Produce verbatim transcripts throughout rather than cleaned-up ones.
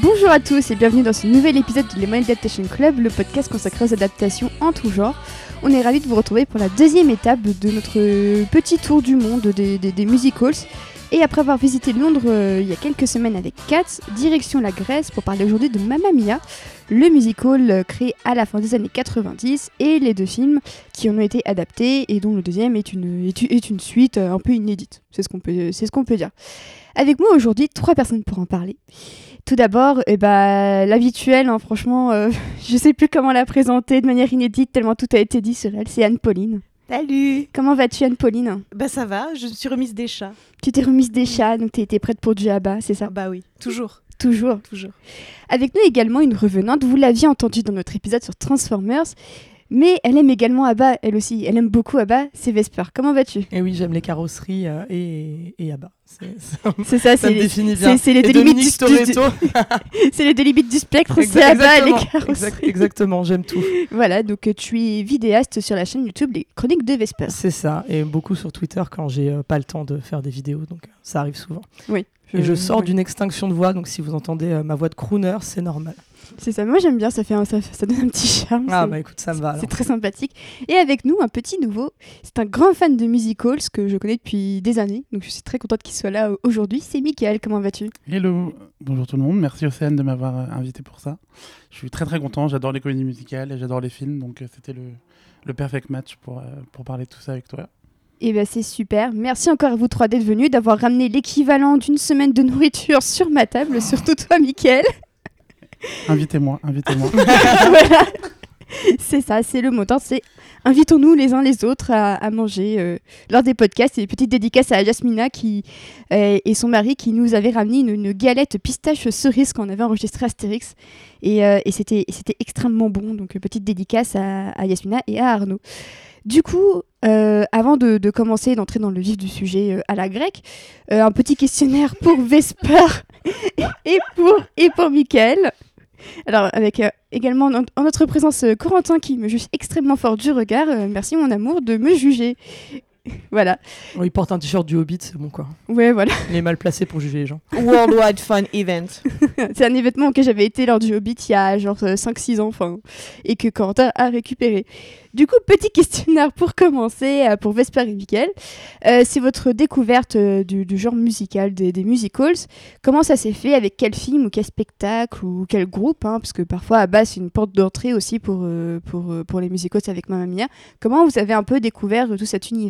Bonjour à tous et bienvenue dans ce nouvel épisode de Lemon Adaptation Club, le podcast consacré aux adaptations en tout genre. On est ravis de vous retrouver pour la deuxième étape de notre petit tour du monde des, des, des musicals. Et après avoir visité Londres euh, il y a quelques semaines avec Cats, direction la Grèce pour parler aujourd'hui de Mamma Mia, le musical euh, créé à la fin des années quatre-vingt-dix, et les deux films qui en ont été adaptés et dont le deuxième est une, est, est une suite euh, un peu inédite. C'est ce qu'on peut, c'est ce qu'on peut dire. Avec moi aujourd'hui, trois personnes pour en parler. Tout d'abord, eh ben, l'habituelle, hein, franchement, euh, je sais plus comment la présenter de manière inédite tellement tout a été dit sur elle, c'est Anne-Pauline. Salut. Comment vas-tu, Anne-Pauline ? Bah ça va, je me suis remise des chats. Tu t'es remise des chats, donc tu étais prête pour du Abba, c'est ça ? Ah bah oui, toujours. Toujours. Toujours. Avec nous également une revenante, vous l'aviez entendu dans notre épisode sur Transformers, mais elle aime également Abba, elle aussi, elle aime beaucoup Abba, c'est Vesper. Comment vas-tu ? Et oui, j'aime les carrosseries euh, et, et Abba. C'est, ça, c'est ça, ça c'est me les, définit bien. C'est, c'est les deux limites du, du, c'est les deux limites du spectre, Exact, c'est Abba et les carrosseries. Exact, exactement, j'aime tout. Voilà, donc tu es vidéaste sur la chaîne YouTube Les Chroniques de Vesper. C'est ça, et beaucoup sur Twitter quand j'ai euh, pas le temps de faire des vidéos, donc euh, ça arrive souvent. Oui. Je, et je sors oui. d'une extinction de voix, donc si vous entendez euh, ma voix de crooner, c'est normal. C'est ça, moi j'aime bien, ça, fait un, ça, ça donne un petit charme. Ah c'est, bah écoute, ça me va alors. C'est très sympathique. Et avec nous, un petit nouveau, c'est un grand fan de musicals que je connais depuis des années, donc je suis très contente qu'il soit là aujourd'hui. C'est Mickaël, comment vas-tu ? Hello, bonjour tout le monde, merci Océane de m'avoir euh, invité pour ça. Je suis très très content, j'adore les comédies musicales et j'adore les films, donc euh, c'était le, le perfect match pour, euh, pour parler de tout ça avec toi. Et ben c'est super. Merci encore à vous trois d'être venus, d'avoir ramené l'équivalent d'une semaine de nourriture sur ma table, surtout toi, Mickaël. Invitez-moi, invitez-moi. Voilà, c'est ça, c'est le montant, c'est invitons-nous les uns les autres à, à manger euh, lors des podcasts. Et une petite dédicace à Yasmina qui, euh, et son mari qui nous avaient ramené une, une galette pistache cerise qu'on avait enregistrée à Astérix. Et, euh, et, c'était, et c'était extrêmement bon, donc petite dédicace à, à Yasmina et à Arnaud. Du coup, euh, avant de, de commencer, d'entrer dans le vif du sujet euh, à la grecque, euh, un petit questionnaire pour Vesper et pour, et pour Mickaël. Alors, avec euh, également en, en notre présence euh, Corentin qui me juge extrêmement fort du regard. Euh, merci, mon amour, de me juger. Voilà. Oh, il porte un t-shirt du Hobbit, c'est bon quoi. Ouais, voilà. Il est mal placé pour juger les gens. Worldwide Fun Event. C'est un événement auquel j'avais été lors du Hobbit il y a genre euh, cinq six ans, enfin, et que Corentin a récupéré. Du coup, petit questionnaire pour commencer, euh, pour Vesper et Mickaël. Euh, c'est votre découverte euh, du, du genre musical, des, des musicals. Comment ça s'est fait ? Avec quel film ou quel spectacle ou quel groupe, hein, parce que parfois, à base, c'est une porte d'entrée aussi pour, euh, pour, euh, pour les musicals avec Mamma Mia. Comment vous avez un peu découvert euh, tout cet univers ?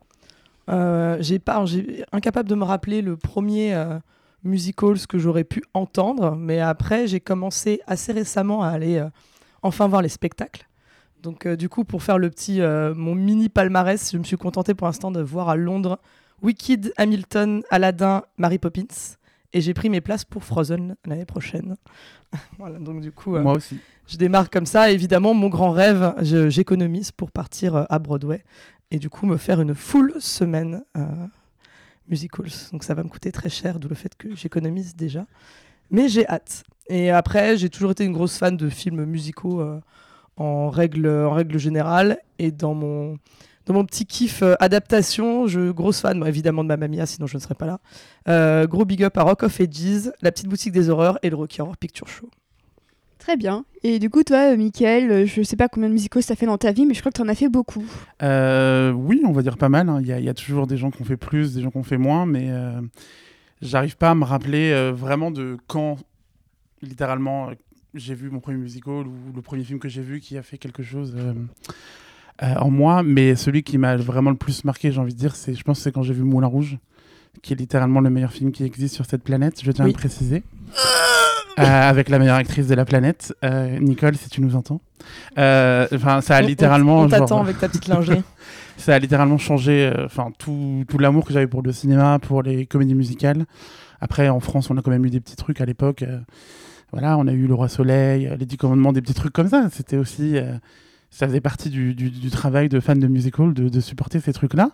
Euh, j'ai pas, j'ai incapable de me rappeler le premier euh, musical que j'aurais pu entendre, mais après j'ai commencé assez récemment à aller euh, enfin voir les spectacles. Donc euh, du coup, pour faire le petit euh, mon mini palmarès, je me suis contentée pour l'instant de voir à Londres Wicked, Hamilton, Aladdin, Mary Poppins, et j'ai pris mes places pour Frozen l'année prochaine. Voilà, donc du coup, euh, moi aussi. Je démarre comme ça. Évidemment, mon grand rêve, je, j'économise pour partir euh, à Broadway. Et du coup, me faire une full semaine euh, musicals. Donc ça va me coûter très cher, d'où le fait que j'économise déjà. Mais j'ai hâte. Et après, j'ai toujours été une grosse fan de films musicaux euh, en, règle, en règle générale. Et dans mon, dans mon petit kiff euh, adaptation, je grosse fan, bon, évidemment, de Mamma Mia, sinon je ne serais pas là. Euh, gros big up à Rock of Ages, La Petite Boutique des Horreurs et le Rocky Horror Picture Show. Très bien. Et du coup, toi, Mickaël, je sais pas combien de musicals ça fait dans ta vie, mais je crois que tu en as fait beaucoup. Euh, oui, on va dire pas mal. Il hein. y, y a toujours des gens qui ont fait plus, des gens qui ont fait moins, mais euh, j'arrive pas à me rappeler euh, vraiment de quand, littéralement, euh, j'ai vu mon premier musical ou le premier film que j'ai vu qui a fait quelque chose euh, euh, en moi. Mais celui qui m'a vraiment le plus marqué, j'ai envie de dire, c'est, je pense que c'est quand j'ai vu Moulin Rouge, qui est littéralement le meilleur film qui existe sur cette planète. Je tiens oui. à le préciser. Euh, avec la meilleure actrice de la planète, euh, Nicole, si tu nous entends. Enfin, euh, ça a on, littéralement. On, on t'attend genre, avec ta petite lingerie. Ça a littéralement changé. Enfin, euh, tout, tout l'amour que j'avais pour le cinéma, pour les comédies musicales. Après, en France, on a quand même eu des petits trucs à l'époque. Euh, voilà, on a eu Le Roi Soleil, Les Dix Commandements, des petits trucs comme ça. C'était aussi, euh, ça faisait partie du, du, du travail de fan de musical de, de supporter ces trucs-là.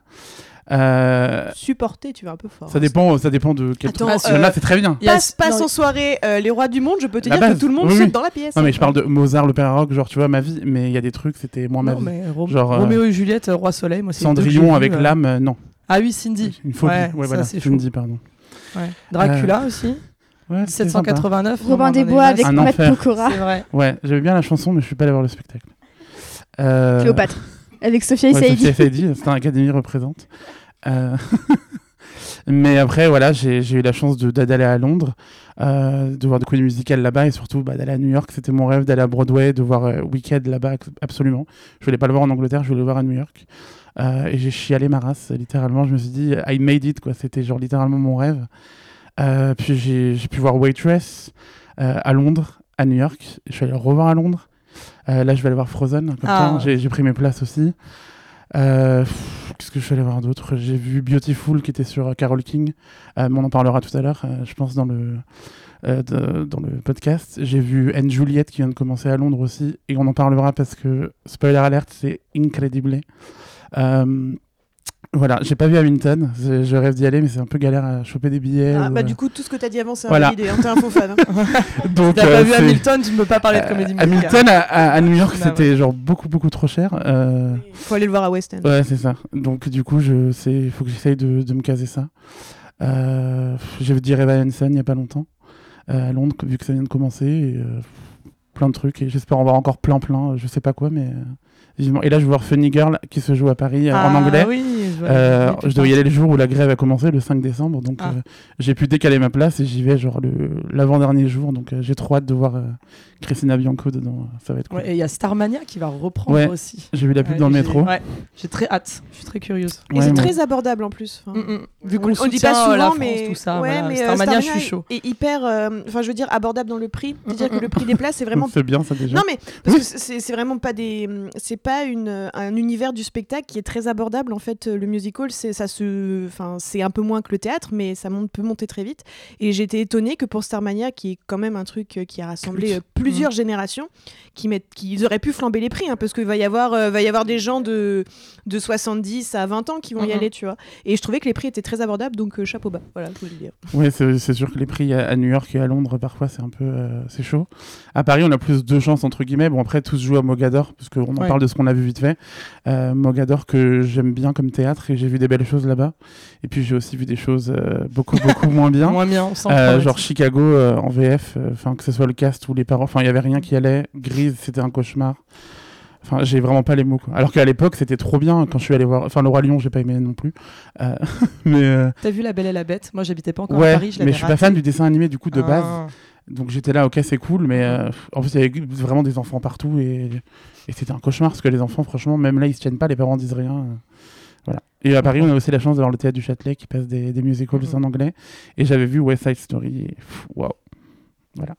Euh, Supporter, tu vas un peu fort. Ça dépend, ça dépend de quel Attends, truc. Euh, là, c'est très bien. Passe, passe en soirée euh, Les Rois du Monde, je peux te la dire base. que tout le monde oui, saute oui. dans la pièce. Non, mais je parle de Mozart, l'opéra rock, genre, tu vois, ma vie. Mais il y a des trucs, c'était moins ma non, vie. Mais Rom- genre, Roméo et Juliette, Roi Soleil, moi c'est Cendrillon avec euh... l'âme, euh, non. Ah oui, Cindy. Une folie. Ouais, ouais, ça, voilà. c'est Cindy, pardon. Ouais. Dracula euh... aussi. Ouais, dix-sept cent quatre-vingt-neuf. Robin des Bois avec Un Matt enfer. Pokora. C'est vrai. Ouais, j'aimais bien la chanson, mais je suis pas allé voir le spectacle. Euh... Cléopâtre. Avec Sophia et Ouais, Saïdi. Sophia Saïdi, c'est un Académie représente. Euh... mais après, voilà, j'ai, j'ai eu la chance de, d'aller à Londres, euh, de voir des comédies musicales là-bas et surtout bah, d'aller à New York. C'était mon rêve d'aller à Broadway, de voir euh, Wicked là-bas, absolument. Je voulais pas le voir en Angleterre, je voulais le voir à New York. Euh, et j'ai chialé ma race, littéralement. Je me suis dit, I made it, quoi. C'était genre littéralement mon rêve. Euh, puis j'ai, j'ai pu voir Waitress euh, à Londres, à New York. Je suis allé le revoir à Londres. Euh, là, je vais aller voir Frozen. Comme Ah. ça, j'ai, j'ai pris mes places aussi. Euh, pff, qu'est-ce que je suis allé voir d'autre ? J'ai vu Beautiful qui était sur Carole King. Euh, mais on en parlera tout à l'heure, euh, je pense, dans le, euh, de, dans le podcast. J'ai vu Anne Juliet qui vient de commencer à Londres aussi. Et on en parlera parce que, spoiler alert, c'est incredible. Euh, voilà, j'ai pas vu Hamilton, je, je rêve d'y aller, mais c'est un peu galère à choper des billets. Ah, ou, bah euh, du coup, tout ce que t'as dit avant, c'est Voilà. invalidé. Hein, t'es un faux fan. Hein. Donc, T'as euh, pas vu c'est- Hamilton, tu ne peux pas parler de comédie Euh, musicale. Hamilton à, à- à New York, Bah c'était genre beaucoup beaucoup trop cher. Euh, Faut aller le voir à West End. ouais, c'est ça. Donc du coup, je sais, il faut que j'essaye de, de me caser ça. Euh, j'ai vu Dear Evan Hansen il y a pas longtemps euh, à Londres, vu que ça vient de commencer. Et, euh, plein de trucs et j'espère en voir encore plein plein. Je sais pas quoi, mais euh, vivement. Et là, je vais voir Funny Girl qui se joue à Paris euh, en Ah anglais. oui, je vois- Euh, oui, je dois y aller le jour où la grève a commencé, le cinq décembre, donc Ah. euh, j'ai pu décaler ma place et j'y vais genre le, l'avant-dernier jour, donc euh, j'ai trop hâte de voir euh, Christina Bianco dedans, ça va être cool. Ouais, et il y a Starmania qui va reprendre Ouais. aussi. J'ai vu la pub Ouais, dans le j'ai- métro. Ouais, j'ai très hâte, je suis très curieuse. Et Ouais, c'est moi- très abordable en plus. Enfin, Mm, mm. Vu on, qu'on on dit soutient, pas euh, souvent, la France, mais tout ça, ouais, voilà. mais euh, Starmania, je suis chaud. est hyper, euh, enfin, je veux dire, abordable dans le prix. C'est-à-dire Mm, que le prix des places, c'est vraiment. C'est bien ça déjà. Non mais parce Oui. que c'est, c'est vraiment pas des, c'est pas une, un univers du spectacle qui est très abordable en fait. Le musical, c'est ça se, enfin, c'est un peu moins que le théâtre, mais ça monte, peut monter très vite. Et j'étais étonnée que pour Starmania, qui est quand même un truc euh, qui a rassemblé Culte. euh, plusieurs générations, qui mettent, qu'ils auraient pu flamber les prix, hein, parce qu'il va y avoir, euh, va y avoir des gens de, de soixante-dix à vingt ans qui vont y Mhm. aller, tu vois. Et je trouvais que les prix étaient très abordables, donc euh, chapeau bas. Voilà, je voulais le dire. Ouais, c'est, c'est sûr que les prix à, à New York et à Londres, parfois, c'est un peu euh, c'est chaud. À Paris, on a plus de chance, entre guillemets. Bon, après, tout se joue à Mogador, parce qu'on en Ouais. parle de ce qu'on a vu vite fait. Euh, Mogador, que j'aime bien comme théâtre, et j'ai vu des belles choses là-bas. Et puis, j'ai aussi vu des choses euh, beaucoup, beaucoup moins bien. Moins bien, sans Euh, problème. genre Chicago euh, en V F, enfin que ce soit le cast ou les parents, enfin il y avait rien qui allait. Grise, c'était un cauchemar. Enfin, j'ai vraiment pas les mots, quoi. Alors qu'à l'époque, c'était trop bien quand je suis allé voir. Enfin, Le Roi Lion, j'ai pas aimé non plus. Euh, mais euh, T'as vu La Belle et la Bête? Moi, j'habitais pas encore ouais, à Paris, je l'avais mais je suis pas raté. fan du dessin animé du coup de base. Ah. Donc j'étais là, ok, c'est cool, mais euh, en plus il y avait vraiment des enfants partout et, et c'était un cauchemar parce que les enfants, franchement, même là, ils se tiennent pas, les parents disent rien. euh, voilà. Et à Paris, on a aussi la chance d'avoir le théâtre du Châtelet qui passe des, des musicals Mhm. en anglais. Et j'avais vu West Side Story. Et pff, waouh. Voilà.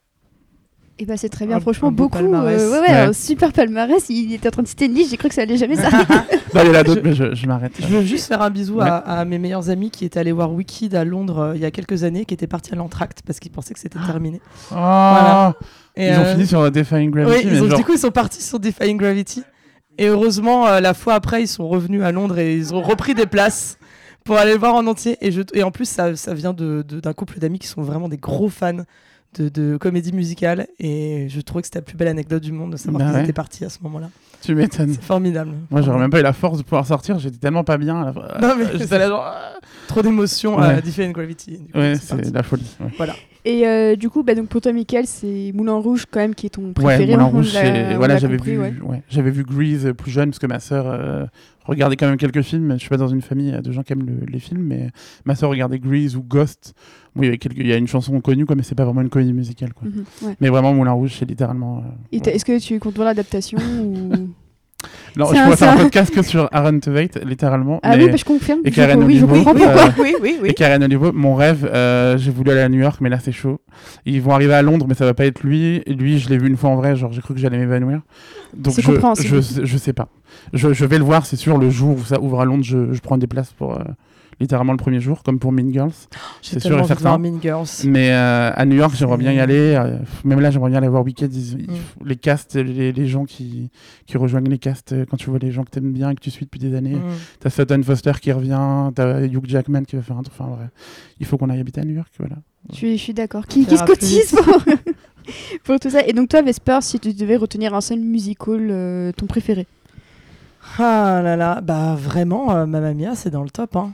Et bah c'est très bien, Un- franchement, un beau beaucoup. palmarès. euh, ouais, ouais, Ouais. un super palmarès. Il était en train de citer une liste, j'ai cru que ça allait jamais s'arrêter. Non, il y en a d'autres, mais je, je m'arrête. Je veux juste faire un bisou Ouais. à, à mes meilleurs amis qui étaient allés voir Wicked à Londres euh, il y a quelques années, qui étaient partis à l'entracte parce qu'ils pensaient que c'était terminé. Oh, Voilà. Et, ils ont euh, fini sur Defying oui, Gravity. mais ils ont- genre- du coup, ils sont partis sur Defying Gravity. Et heureusement, euh, la fois après, ils sont revenus à Londres et ils ont repris des places pour aller le voir en entier. Et, je, et en plus, ça, ça vient de, de- d'un couple d'amis qui sont vraiment des gros fans de, de comédie musicale. Et je trouvais que c'était la plus belle anecdote du monde de savoir Bah qu'ils ouais. étaient partis à ce moment-là. Tu m'étonnes. C'est formidable. Moi, j'aurais même pas eu la force de pouvoir sortir. J'étais tellement pas bien. à la fin. Non, mais J'étais là, genre. ah. Trop d'émotions Ouais. à Defying Gravity. Du coup, Ouais, c'est parti. c'est la folie. Ouais. Voilà. Et euh, du coup, bah, donc pour toi, Mickaël, c'est Moulin Rouge quand même qui est ton Ouais, préféré. Moulin on Rouge, l'a- c'est- on voilà, l'a j'avais compris, vu, ouais. ouais, j'avais vu Grease euh, plus jeune parce que ma sœur euh, regardait quand même quelques films. Je suis pas dans une famille euh, de gens qui aiment le- les films, mais ma sœur regardait Grease ou Ghost. Oui, il y avait quelques- il y a une chanson connue, quoi, mais c'est pas vraiment une comédie musicale, quoi. Mhm, ouais. Mais vraiment, Moulin Rouge, c'est littéralement. euh, Et t'as- ouais. est-ce que tu comptes voir l'adaptation ou... Non, c'est je un- pourrais c'est faire un un- podcast que sur Aaron Tveit, littéralement. Ah mais... oui, bah, je confirme. et Je- Karen oui, je Olivo, comprends euh, pourquoi. Oui, oui, oui. Et Karen Olivo, mon rêve, euh, j'ai voulu aller à New York, mais là c'est chaud. Ils vont arriver à Londres, mais ça va pas être lui. Et lui, je l'ai vu une fois en vrai, genre j'ai cru que j'allais m'évanouir. Donc C'est je, compréhensible. je, je sais pas. Je, je vais le voir, c'est sûr, le jour où ça ouvre à Londres, je, je prends des places pour euh, littéralement le premier jour, comme pour Mean Girls. J'ai C'est sûr tellement et envie de certain. voir Mean Girls. Mais euh, à New York, j'aimerais C'est- bien y aller. euh, même là, j'aimerais bien aller voir Wicked. Ils- ils- Mm. Les castes, les, les gens qui, qui rejoignent les castes, euh, quand tu vois les gens que t'aimes bien et que tu suis depuis des années. Mm. T'as Sutton Foster qui revient, t'as Hugh Jackman qui va faire un truc. Enfin, vrai. Il faut qu'on aille habiter à New York, voilà. Je suis, je suis d'accord. Qui, Ça qui se ira plus cotise pour... pour tout ça. Et donc toi, Vesper, si tu devais retenir un seul musical, euh, ton préféré? Ah là là, bah vraiment, euh, Mamma Mia, c'est dans le top. Hein.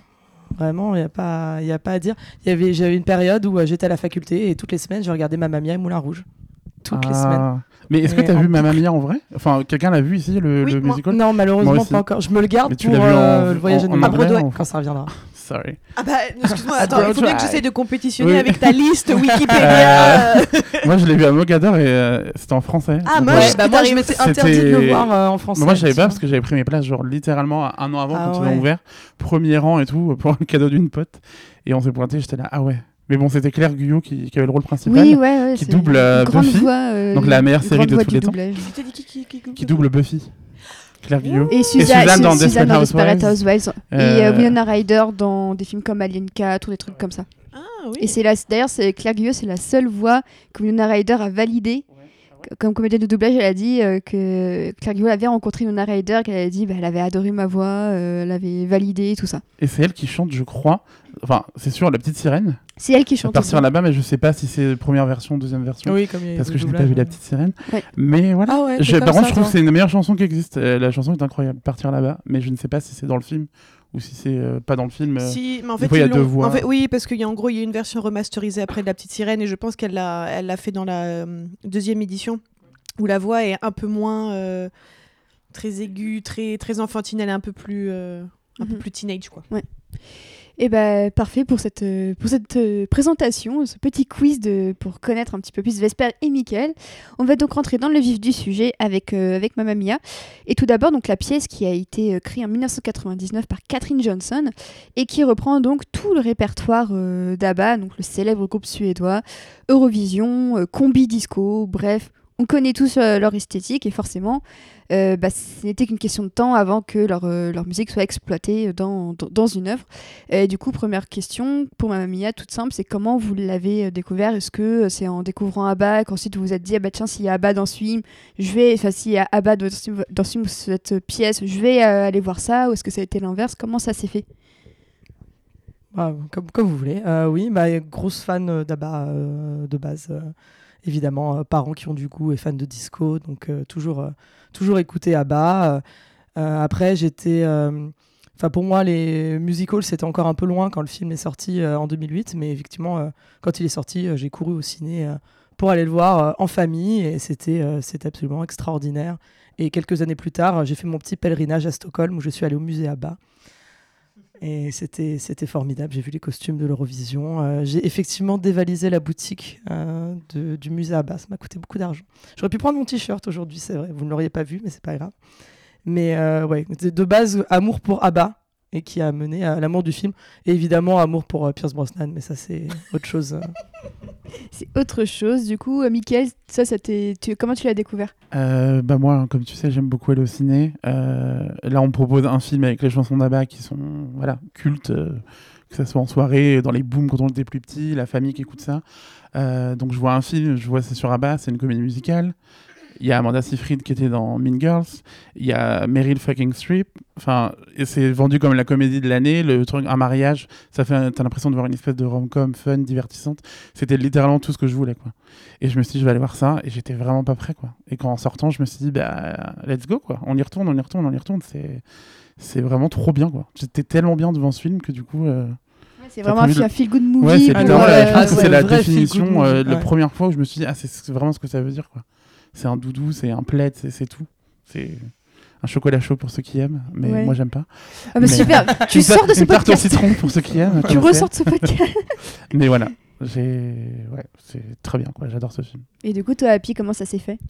Vraiment, il n'y a, pas- y a pas à dire. Y avait, j'avais une période où euh, j'étais à la faculté et toutes les semaines, je regardais Mamma Mia et Moulin Rouge. Toutes Ah. les semaines. Mais est-ce que Et tu as en vu Mamma boucle. Mia en vrai? Enfin, quelqu'un l'a vu ici, le, Oui, le moi. musical? Non, malheureusement, Moi aussi. pas encore. Je me le garde Mais tu pour l'as vu en- euh, le voyage en- à en anglais, Broadway ou- quand ça reviendra. Sorry. Ah bah, excuse-moi, À attends, il faut bien que Broadway. j'essaie de compétitionner Oui. avec ta liste Wikipédia. euh. Moi, je l'ai vu à Mogador et euh, c'était en français. Ah, Donc, moche. euh, Ouais, bah moi, je Putain, m'étais c'était- interdit de le voir euh, en français. Mais moi, je savais pas tu parce que j'avais pris mes places, genre littéralement un an avant Ah quand ils ouais. ont ouvert. Premier rang et tout, pour le cadeau d'une pote. Et on s'est pointé, j'étais là, ah ouais. Mais bon, c'était Claire Guyot qui, qui avait le rôle principal. Oui, ouais, ouais. qui c'est double, une euh, grande Buffy, voix, euh, donc la meilleure une série grande de voix tous du les temps. doublage. Tu t'es dit qui, qui, qui, Qui double Buffy. Claire Guyot. Et Suza- Suzanne dans Su- Desperate Suzanne dans Desperate Housewives. Housewives. Et Euh, euh, Winona Ryder dans des films comme Alien quatre ou des trucs comme ça. Ah oui. Et c'est la, d'ailleurs, c'est Claire Guyot, c'est la seule voix que Winona Ryder a validée. Comme comédienne de doublage, elle a dit euh, que Claire Guyot avait rencontré Winona Ryder, qu'elle avait dit bah, elle avait adoré ma voix, euh, elle avait validé tout ça. Et c'est elle qui chante, je crois. Enfin, c'est sûr, la petite sirène. C'est elle qui À chante. partir aussi. là-bas, mais je sais pas si c'est première version, deuxième version. Oui, comme il y a Parce eu que le je n'ai pas doublage, vu la ouais. petite sirène. Ouais. Mais voilà. Ah ouais, t'es Je, comme par contre, ça, je trouve toi. que c'est une des meilleures chansons qui existe. Euh, la chanson est incroyable, Partir là-bas. Mais je ne sais pas si c'est dans le film ou si c'est euh, pas dans le film. euh. Si, mais en des fait, fois, il y a ils deux l'ont- voix. en fait, oui, parce qu'il y a en gros, il y a une version remasterisée après de La Petite Sirène, et je pense qu'elle l'a, elle l'a fait dans la euh, deuxième édition, où la voix est un peu moins euh, très aiguë, très très enfantine, elle est un peu plus euh, un peu Mhm. plus teenage, quoi. Et ben parfait pour cette, euh, pour cette euh, présentation, ce petit quiz de, pour connaître un petit peu plus Vesper et Mickaël. On va donc rentrer dans le vif du sujet avec, euh, avec Mamma Mia. Et tout d'abord, donc, la pièce qui a été euh, créée en dix-neuf cent quatre-vingt-dix-neuf par Catherine Johnson et qui reprend donc tout le répertoire euh, d'ABBA, donc le célèbre groupe suédois, Eurovision, euh, Combi Disco, bref. On connaît tous euh, leur esthétique et forcément, euh, bah, ce n'était qu'une question de temps avant que leur, euh, leur musique soit exploitée dans, dans, dans une œuvre. Et du coup, première question pour Mamma Mia, toute simple, c'est comment vous l'avez euh, découvert? Est-ce que euh, c'est en découvrant ABBA qu'ensuite vous vous êtes dit, ah bah tiens, s'il y a ABBA dans ce film, je vais, enfin s'il y a ABBA dans, ce- dans ce film ou cette pièce, je vais euh, aller voir ça, ou est-ce que ça a été l'inverse? Comment ça s'est fait? Ah, comme, comme vous voulez. Euh, oui, bah, grosse fan euh, d'ABBA euh, de base. euh, évidemment, euh, parents qui ont du goût et fans de disco, donc euh, toujours, euh, toujours écouter ABBA. Euh, euh, après, j'étais... euh, Enfin, pour moi, les musicals, c'était encore un peu loin quand le film est sorti euh, en deux mille huit, mais effectivement, euh, quand il est sorti, euh, j'ai couru au ciné euh, pour aller le voir euh, en famille, et c'était, euh, c'était absolument extraordinaire. Et quelques années plus tard, euh, j'ai fait mon petit pèlerinage à Stockholm, où je suis allée au musée ABBA. Et c'était, c'était formidable. J'ai vu les costumes de l'Eurovision. Euh, j'ai effectivement dévalisé la boutique euh, de, du musée ABBA. Ça m'a coûté beaucoup d'argent. J'aurais pu prendre mon t-shirt aujourd'hui, c'est vrai. Vous ne l'auriez pas vu, mais c'est pas grave. Mais euh, ouais, de de base, amour pour ABBA, et qui a mené à l'amour du film. Et évidemment, amour pour euh, Pierce Brosnan, mais ça, c'est autre chose. euh. C'est autre chose. Du coup, euh, Mickaël, ça, ça t'est- tu, comment tu l'as découvert? Euh, bah moi, hein, comme tu sais, j'aime beaucoup aller au ciné. Euh, là, on me propose un film avec les chansons d'ABBA qui sont voilà, cultes, euh, que ça soit en soirée, dans les booms quand on était plus petit, la famille qui écoute ça. Euh, donc je vois un film, je vois c'est sur ABBA, c'est une comédie musicale. Il y a Amanda Seyfried qui était dans Mean Girls. Il y a Meryl fucking Streep. Enfin, et c'est vendu comme la comédie de l'année. Le truc, un mariage, ça fait, t'as l'impression de voir une espèce de rom-com fun, divertissante. C'était littéralement tout ce que je voulais, quoi. Et je me suis dit, je vais aller voir ça. Et j'étais vraiment pas prêt, quoi. Et quand en sortant, je me suis dit, bah, let's go, quoi. On y retourne, on y retourne, on y retourne. C'est, c'est vraiment trop bien, quoi. J'étais tellement bien devant ce film que du coup. Euh... C'est T'as vraiment un, prévu fi- le- un feel-good movie. Ouais, c'est pour, littéralement, euh, je pense ah, que c'est c'est la le vrai feel-good définition. movie, euh, La ouais. première fois où je me suis dit, ah, c'est c'est vraiment ce que ça veut dire, quoi. C'est un doudou, c'est un plaid, c'est c'est tout. C'est un chocolat chaud pour ceux qui aiment, mais Ouais. moi j'aime pas. Ah bah Mais- super, tu Une sors tarte- de ce une tarte au podcast. citron pour ceux qui aiment. Tu comme ressors de ce podcast. c'est. Mais voilà, j'ai, ouais, c'est très bien, quoi. J'adore ce film. Et du coup, toi, Happy, comment ça s'est fait?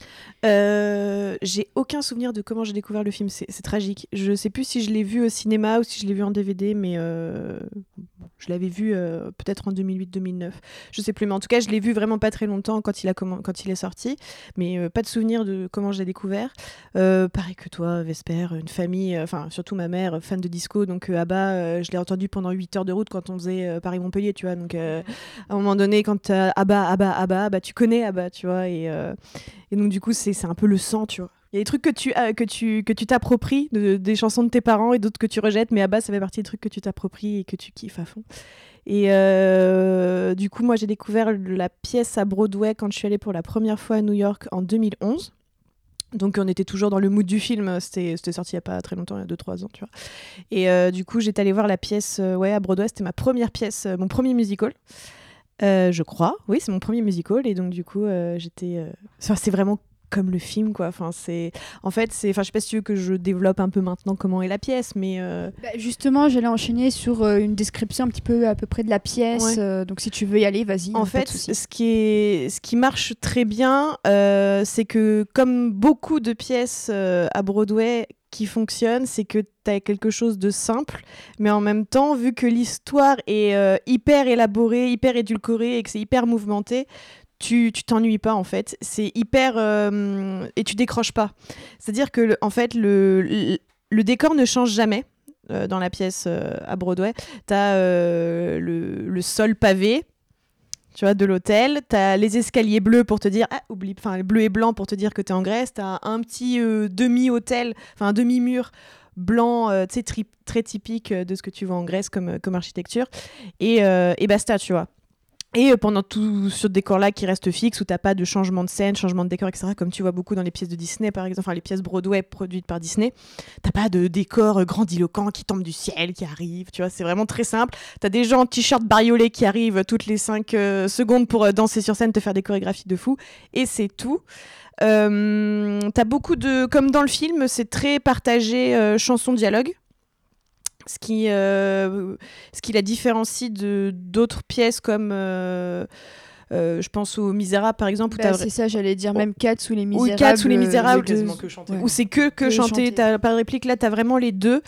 Euh, j'ai aucun souvenir de comment j'ai découvert le film, c'est c'est tragique. Je sais plus si je l'ai vu au cinéma ou si je l'ai vu en D V D, mais euh, je l'avais vu euh, peut-être en deux mille huit deux mille neuf. Je sais plus, mais en tout cas, je l'ai vu vraiment pas très longtemps quand il, a commen- quand il est sorti, mais euh, pas de souvenir de comment je l'ai découvert. Euh, pareil que toi, Vesper, une famille, enfin surtout ma mère, fan de disco, donc euh, ABBA, euh, je l'ai entendu pendant huit heures de route quand on faisait euh, Paris-Montpellier, tu vois, donc euh, à un moment donné, quand t'as ABBA, ABBA, ABBA, bah, tu connais ABBA, tu vois, et, euh, et donc du coup, c'est c'est un peu le sang, tu vois. Il y a des trucs que tu euh, que tu que tu t'appropries, de- des chansons de tes parents et d'autres que tu rejettes, mais ABBA, ça fait partie des trucs que tu t'appropries et que tu kiffes à fond. Et euh, du coup, moi, j'ai découvert la pièce à Broadway quand je suis allée pour la première fois à New York en deux mille onze. Donc on était toujours dans le mood du film, c'était, c'était sorti il n'y a pas très longtemps, il y a deux trois ans, tu vois. Et euh, du coup, j'étais allée voir la pièce euh, ouais, à Broadway, c'était ma première pièce, euh, mon premier musical, euh, je crois. Oui, c'est mon premier musical, et donc du coup, euh, j'étais... Euh... Enfin, c'est vraiment comme le film, quoi. Enfin, c'est... En fait, c'est... Enfin, je sais pas si tu veux que je développe un peu maintenant comment est la pièce, mais... Euh... Bah, justement, j'allais enchaîner sur euh, une description un petit peu à peu près de la pièce, Ouais. euh, donc si tu veux y aller, vas-y. En hein, fait, pas de souci. ce qui, est, ce qui marche très bien, euh, c'est que comme beaucoup de pièces euh, à Broadway qui fonctionnent, c'est que tu as quelque chose de simple, mais en même temps, vu que l'histoire est euh, hyper élaborée, hyper édulcorée et que c'est hyper mouvementé, tu, tu t'ennuies pas en fait. C'est hyper... Euh, et tu décroches pas. C'est-à-dire que, le, en fait, le, le, le décor ne change jamais. Euh, dans la pièce euh, à Broadway, tu as euh, le, le sol pavé, tu vois, de l'hôtel, t'as les escaliers bleus pour te dire, ah, oublie, enfin, bleu et blanc pour te dire que t'es en Grèce, t'as un petit euh, demi-hôtel, enfin, un demi-mur blanc, euh, tu sais, tri- très typique de ce que tu vois en Grèce comme, comme architecture, et, euh, et basta, tu vois. Et euh, pendant tout ce décor-là qui reste fixe, où t'as pas de changement de scène, changement de décor, et cetera, comme tu vois beaucoup dans les pièces de Disney, par exemple, enfin, les pièces Broadway produites par Disney, t'as pas de décor grandiloquent qui tombe du ciel, qui arrive, tu vois, c'est vraiment très simple. T'as des gens en t-shirt bariolé qui arrivent toutes les cinq euh, secondes pour euh, danser sur scène, te faire des chorégraphies de fou, et c'est tout. Euh, t'as beaucoup de... Comme dans le film, c'est très partagé euh, chanson-dialogue. Ce qui, euh, ce qui la différencie de, d'autres pièces comme, euh, euh, je pense aux Misérables par exemple. Où Bah, t'as... c'est ça, j'allais dire, même Cats ou Les Ou Misérables. Cats ou Les euh, Misérables, les deux- quasiment que chanter. ouais. où c'est que, que, Que chanter, chanter. t'as pas de réplique, là t'as vraiment les deux.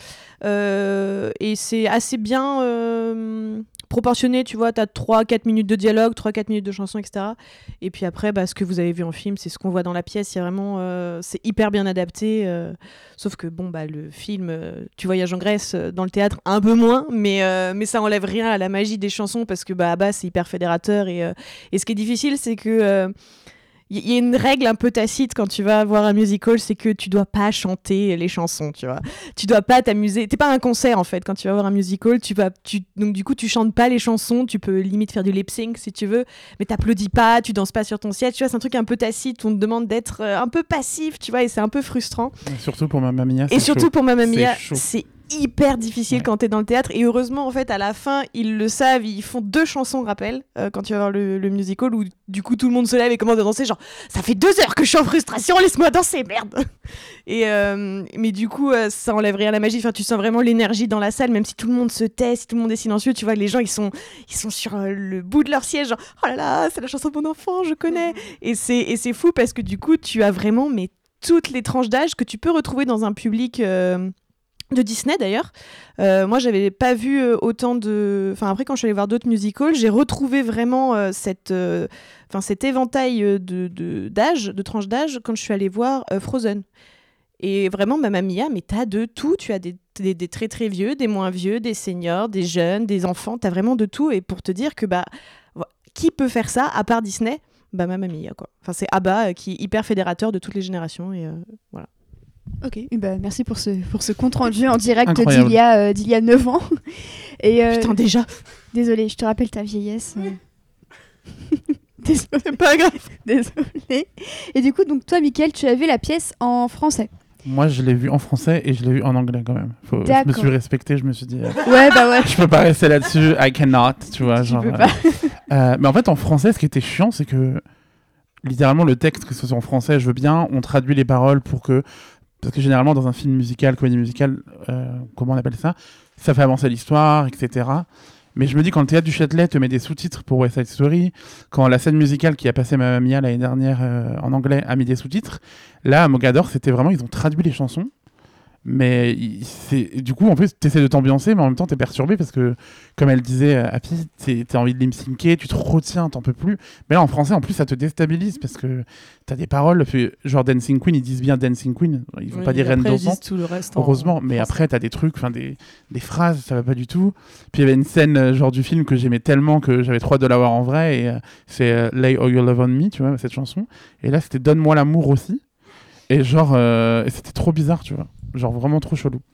Euh, et c'est assez bien euh, proportionné, tu vois, t'as trois quatre minutes de dialogue, trois quatre minutes de chanson, et cetera. Et puis après, bah, ce que vous avez vu en film, c'est ce qu'on voit dans la pièce, il y a vraiment, euh, c'est hyper bien adapté. Euh, sauf que bon, bah, le film, euh, Tu voyages en Grèce, euh, dans le théâtre, un peu moins, mais, euh, mais ça enlève rien à la magie des chansons parce que bah, à bas, c'est hyper fédérateur. Et, euh, et ce qui est difficile, c'est que... Euh, il y a une règle un peu tacite quand tu vas voir un musical, c'est que tu dois pas chanter les chansons, tu vois. Tu dois pas t'amuser. T'es pas un concert en fait. Quand tu vas voir un musical, tu vas, tu, donc du coup tu chantes pas les chansons. Tu peux limite faire du lip sync si tu veux, mais t'applaudis pas, tu danses pas sur ton siège. Tu vois, c'est un truc un peu tacite. On te demande d'être euh, un peu passif, tu vois, et c'est un peu frustrant. Et surtout pour Mamma Mia. Et surtout chaud. pour Mamma Mia, C'est chaud. c'est hyper difficile Ouais. quand t'es dans le théâtre. Et heureusement, en fait, à la fin, ils le savent, ils font deux chansons rappel euh, quand tu vas voir le, le musical où du coup tout le monde se lève et commence à danser. Genre, ça fait deux heures que je suis en frustration, laisse-moi danser, merde. Et euh, mais du coup, euh, ça enlève rien à la magie. Enfin, tu sens vraiment l'énergie dans la salle, même si tout le monde se tait, si tout le monde est silencieux. Tu vois, les gens, ils sont, ils sont sur euh, le bout de leur siège. Genre, oh là là, c'est la chanson de mon enfant, je connais. Et c'est, et c'est fou parce que du coup, tu as vraiment mais toutes les tranches d'âge que tu peux retrouver dans un public. Euh, de Disney d'ailleurs. Euh, moi, j'avais pas vu euh, autant de... Enfin, après, quand je suis allée voir d'autres musicals, j'ai retrouvé vraiment euh, cette, euh, cet éventail euh, de, de, d'âge, de tranches d'âge, quand je suis allée voir euh, Frozen. Et vraiment, Mamma Mia, mais t'as de tout. Tu as des, des, des très très vieux, des moins vieux, des seniors, des jeunes, des enfants. T'as vraiment de tout. Et pour te dire que, bah, qui peut faire ça à part Disney ? Bah, Mamma Mia, quoi. Enfin, c'est ABBA euh, qui est hyper fédérateur de toutes les générations. Et euh, voilà. Ok, et ben, merci pour ce, pour ce compte rendu en direct Incroyable. d'il y a, euh, d'il y a neuf ans. Et, euh, Putain, déjà. Désolée, je te rappelle ta vieillesse. euh. Désolée. C'est pas grave. Désolée. Et du coup, donc toi, Mickaël, tu as vu la pièce en français. Moi, je l'ai vu en français et je l'ai vu en anglais quand même. Faut, je me D'accord. suis respecté, je me suis dit, euh, Ouais, bah ouais. je peux pas rester là-dessus, I cannot, tu vois. Tu genre, peux euh, pas. euh, mais en fait, en français, ce qui était chiant, c'est que littéralement, le texte, que ce soit en français, je veux bien, on traduit les paroles pour que. Parce que généralement, dans un film musical, comédie musicale, euh, comment on appelle ça, ça fait avancer l'histoire, et cetera. Mais je me dis, quand le théâtre du Châtelet te met des sous-titres pour West Side Story, quand la scène musicale qui a passé Mamma Mia l'année dernière euh, en anglais a mis des sous-titres, là, à Mogador, c'était vraiment, ils ont traduit les chansons. Mais il- c'est, du coup, en plus, tu essaies de t'ambiancer, mais en même temps, tu es perturbé parce que, comme elle disait, euh, Happy, tu as envie de lip-syncer, tu te retiens, t'en peux plus. Mais là, en français, en plus, ça te déstabilise parce que tu as des paroles, puis, genre Dancing Queen, ils disent bien Dancing Queen, ils vont Oui, pas dire et Reine après, ils disent dansante. tout le reste en- Heureusement, en mais français. après, t'as des trucs, enfin des, des phrases, ça va pas du tout. Puis il y avait une scène, euh, genre du film, que j'aimais tellement que j'avais trop hâte de la voir en vrai, et euh, c'est euh, Lay All Your Love on Me, tu vois, cette chanson. Et là, c'était Donne-moi l'amour aussi. Et genre, euh, et c'était trop bizarre, tu vois. Genre vraiment trop chelou.